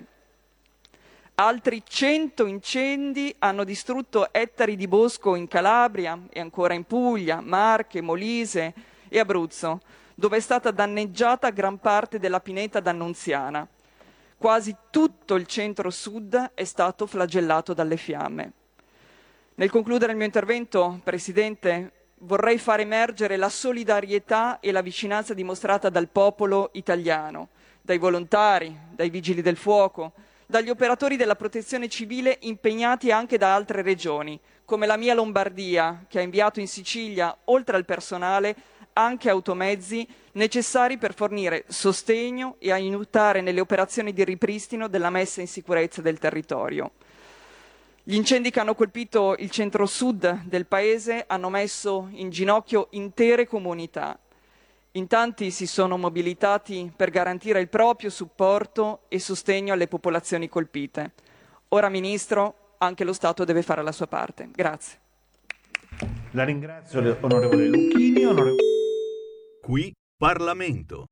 Altri 100 incendi hanno distrutto ettari di bosco in Calabria e ancora in Puglia, Marche, Molise e Abruzzo, dove è stata danneggiata gran parte della pineta d'Annunziana. Quasi tutto il centro-sud è stato flagellato dalle fiamme. Nel concludere il mio intervento, Presidente, vorrei far emergere la solidarietà e la vicinanza dimostrata dal popolo italiano, dai volontari, dai vigili del fuoco, dagli operatori della protezione civile impegnati anche da altre regioni, come la mia Lombardia, che ha inviato in Sicilia, oltre al personale, anche automezzi necessari per fornire sostegno e aiutare nelle operazioni di ripristino della messa in sicurezza del territorio. Gli incendi che hanno colpito il centro-sud del paese hanno messo in ginocchio intere comunità. In tanti si sono mobilitati per garantire il proprio supporto e sostegno alle popolazioni colpite. Ora, Ministro, anche lo Stato deve fare la sua parte. Grazie. La ringrazio, onorevole Lucchini. Qui Parlamento.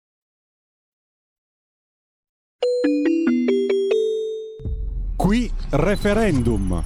Qui referendum.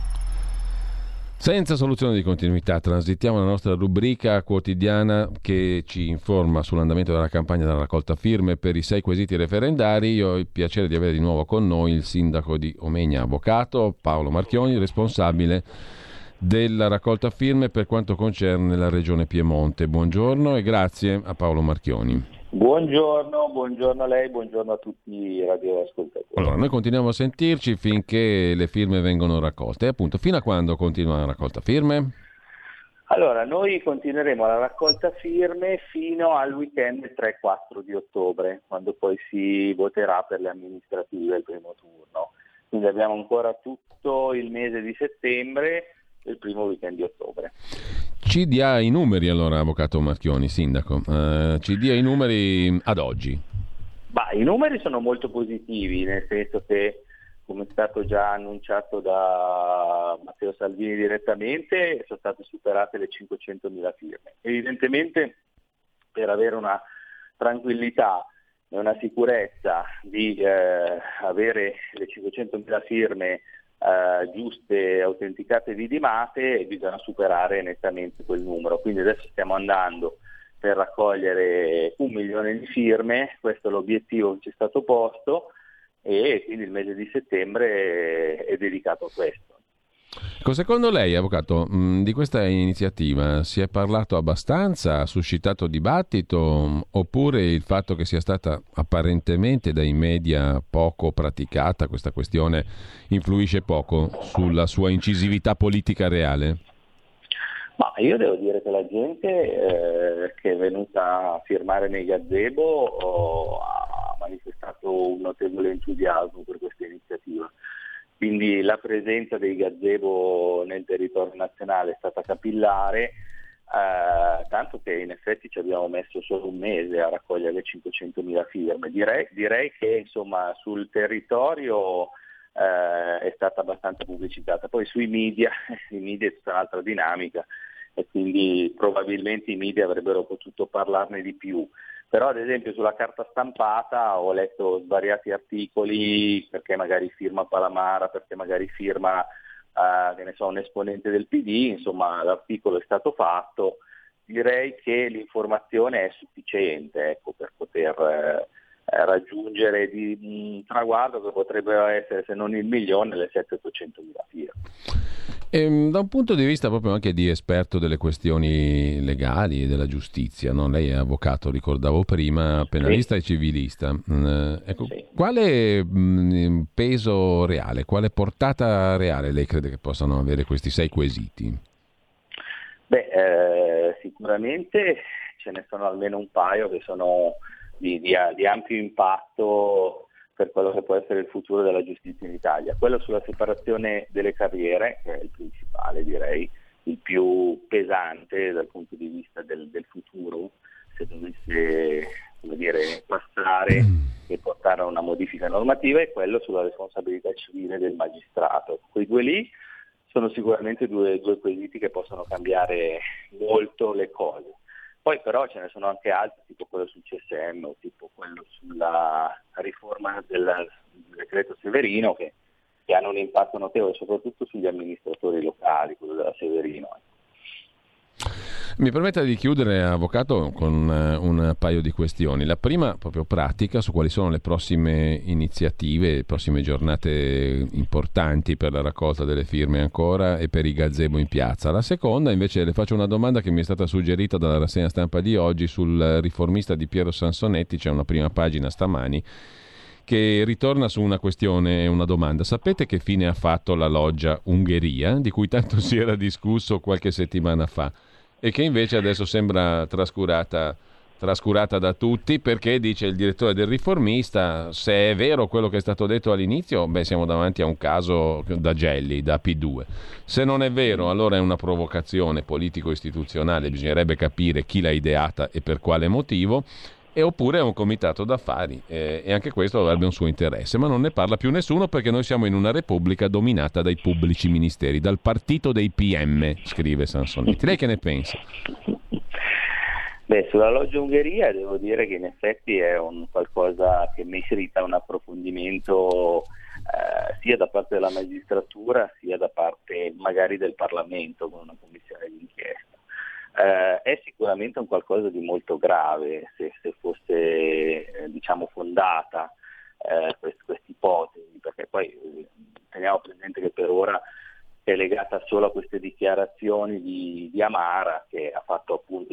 Senza soluzione di continuità, transitiamo alla nostra rubrica quotidiana che ci informa sull'andamento della campagna della raccolta firme per i 6 quesiti referendari. Io ho il piacere di avere di nuovo con noi il sindaco di Omegna, avvocato Paolo Marchioni, responsabile della raccolta firme per quanto concerne la regione Piemonte. Buongiorno e grazie a Paolo Marchioni. Buongiorno a lei, buongiorno a tutti i radioascoltatori. Allora, noi continuiamo a sentirci finché le firme vengono raccolte. E appunto, fino a quando continua la raccolta firme? Allora, noi continueremo la raccolta firme fino al weekend 3-4 di ottobre, quando poi si voterà per le amministrative il primo turno. Quindi abbiamo ancora tutto il mese di settembre e il primo weekend di ottobre. Ci dia i numeri allora, avvocato Marchioni, sindaco. Ci dia i numeri ad oggi. I numeri sono molto positivi, nel senso che, come è stato già annunciato da Matteo Salvini direttamente, sono state superate le 500.000 firme. Evidentemente, per avere una tranquillità e una sicurezza di avere le 500.000 firme giuste, autenticate e vidimate, bisogna superare nettamente quel numero. Quindi adesso stiamo andando per raccogliere 1 milione di firme, questo è l'obiettivo che ci è stato posto, e quindi il mese di settembre è dedicato a questo. Secondo lei, avvocato, di questa iniziativa si è parlato abbastanza, ha suscitato dibattito, oppure il fatto che sia stata apparentemente dai media poco praticata questa questione influisce poco sulla sua incisività politica reale? Io devo dire che la gente che è venuta a firmare nei gazebo ha manifestato un notevole entusiasmo per questa iniziativa. Quindi la presenza dei gazebo nel territorio nazionale è stata capillare, tanto che in effetti ci abbiamo messo solo un mese a raccogliere le 500.000 firme. Direi che insomma sul territorio è stata abbastanza pubblicizzata. Poi sui media, i media è tutta un'altra dinamica e quindi probabilmente i media avrebbero potuto parlarne di più. Però ad esempio sulla carta stampata ho letto svariati articoli, perché magari firma Palamara, perché magari firma un esponente del PD, insomma l'articolo è stato fatto. Direi che l'informazione è sufficiente, per poter raggiungere un traguardo che potrebbe essere, se non il milione, le 700.000 firme. Da un punto di vista proprio anche di esperto delle questioni legali e della giustizia, no? Lei è avvocato, ricordavo prima, penalista e civilista. Quale peso reale, quale portata reale lei crede che possano avere questi 6 quesiti? Sicuramente ce ne sono almeno un paio che sono di ampio impatto per quello che può essere il futuro della giustizia in Italia. Quello sulla separazione delle carriere, che è il principale, direi, il più pesante dal punto di vista del futuro, se dovesse passare e portare a una modifica normativa, è quello sulla responsabilità civile del magistrato. Quei due lì sono sicuramente due quesiti che possono cambiare molto le cose. Poi però ce ne sono anche altri, tipo quello sul CSM o tipo quello sulla riforma del decreto Severino, che hanno un impatto notevole soprattutto sugli amministratori locali, quello della Severino. Mi permetta di chiudere, Avvocato, con un paio di questioni. La prima, proprio pratica, su quali sono le prossime iniziative, le prossime giornate importanti per la raccolta delle firme ancora e per i gazebo in piazza. La seconda, invece, le faccio una domanda che mi è stata suggerita dalla rassegna stampa di oggi sul Riformista di Piero Sansonetti. C'è una prima pagina stamani che ritorna su una questione e una domanda. Sapete che fine ha fatto la loggia Ungheria, di cui tanto si era discusso qualche settimana fa e che invece adesso sembra trascurata da tutti, perché, dice il direttore del Riformista, se è vero quello che è stato detto all'inizio, siamo davanti a un caso da Gelli, da P2. Se non è vero, allora è una provocazione politico-istituzionale, bisognerebbe capire chi l'ha ideata e per quale motivo, oppure è un comitato d'affari, e anche questo avrebbe un suo interesse, ma non ne parla più nessuno, perché noi siamo in una repubblica dominata dai pubblici ministeri, dal partito dei PM, scrive Sansonetti. Lei che ne pensa? Sulla loggia Ungheria devo dire che in effetti è un qualcosa che merita un approfondimento sia da parte della magistratura sia da parte magari del Parlamento con una commissione d'inchiesta. È sicuramente un qualcosa di molto grave se fosse fondata questa ipotesi, perché poi teniamo presente che per ora è legata solo a queste dichiarazioni di Amara, che ha fatto appunto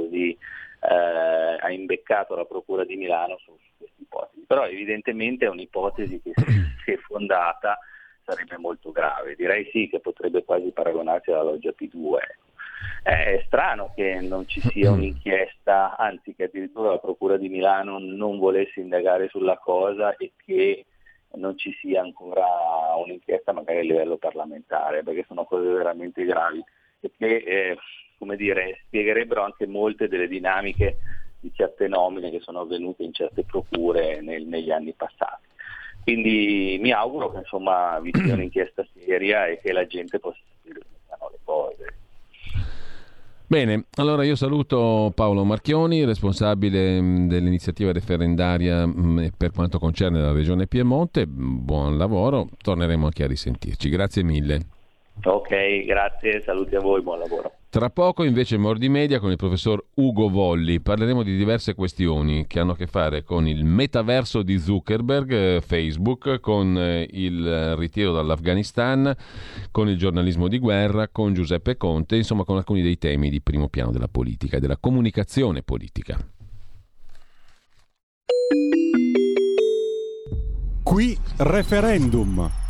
ha imbeccato la Procura di Milano su questa ipotesi, però evidentemente è un'ipotesi che se fondata sarebbe molto grave, direi sì che potrebbe quasi paragonarsi alla loggia P2. È strano che non ci sia un'inchiesta, anzi che addirittura la Procura di Milano non volesse indagare sulla cosa e che non ci sia ancora un'inchiesta magari a livello parlamentare, perché sono cose veramente gravi e che spiegherebbero anche molte delle dinamiche di certe nomine che sono avvenute in certe procure negli anni passati. Quindi mi auguro che vi sia un'inchiesta seria e che la gente possa sapere come stanno le cose. Bene, allora io saluto Paolo Marchioni, responsabile dell'iniziativa referendaria per quanto concerne la Regione Piemonte. Buon lavoro, torneremo anche a risentirci. Grazie mille. Ok, grazie, saluti a voi, buon lavoro. Tra poco invece Mordi Media con il professor Ugo Volli. Parleremo di diverse questioni che hanno a che fare con il metaverso di Zuckerberg, Facebook, con il ritiro dall'Afghanistan, con il giornalismo di guerra, con Giuseppe Conte, insomma con alcuni dei temi di primo piano della politica e della comunicazione politica. Qui referendum.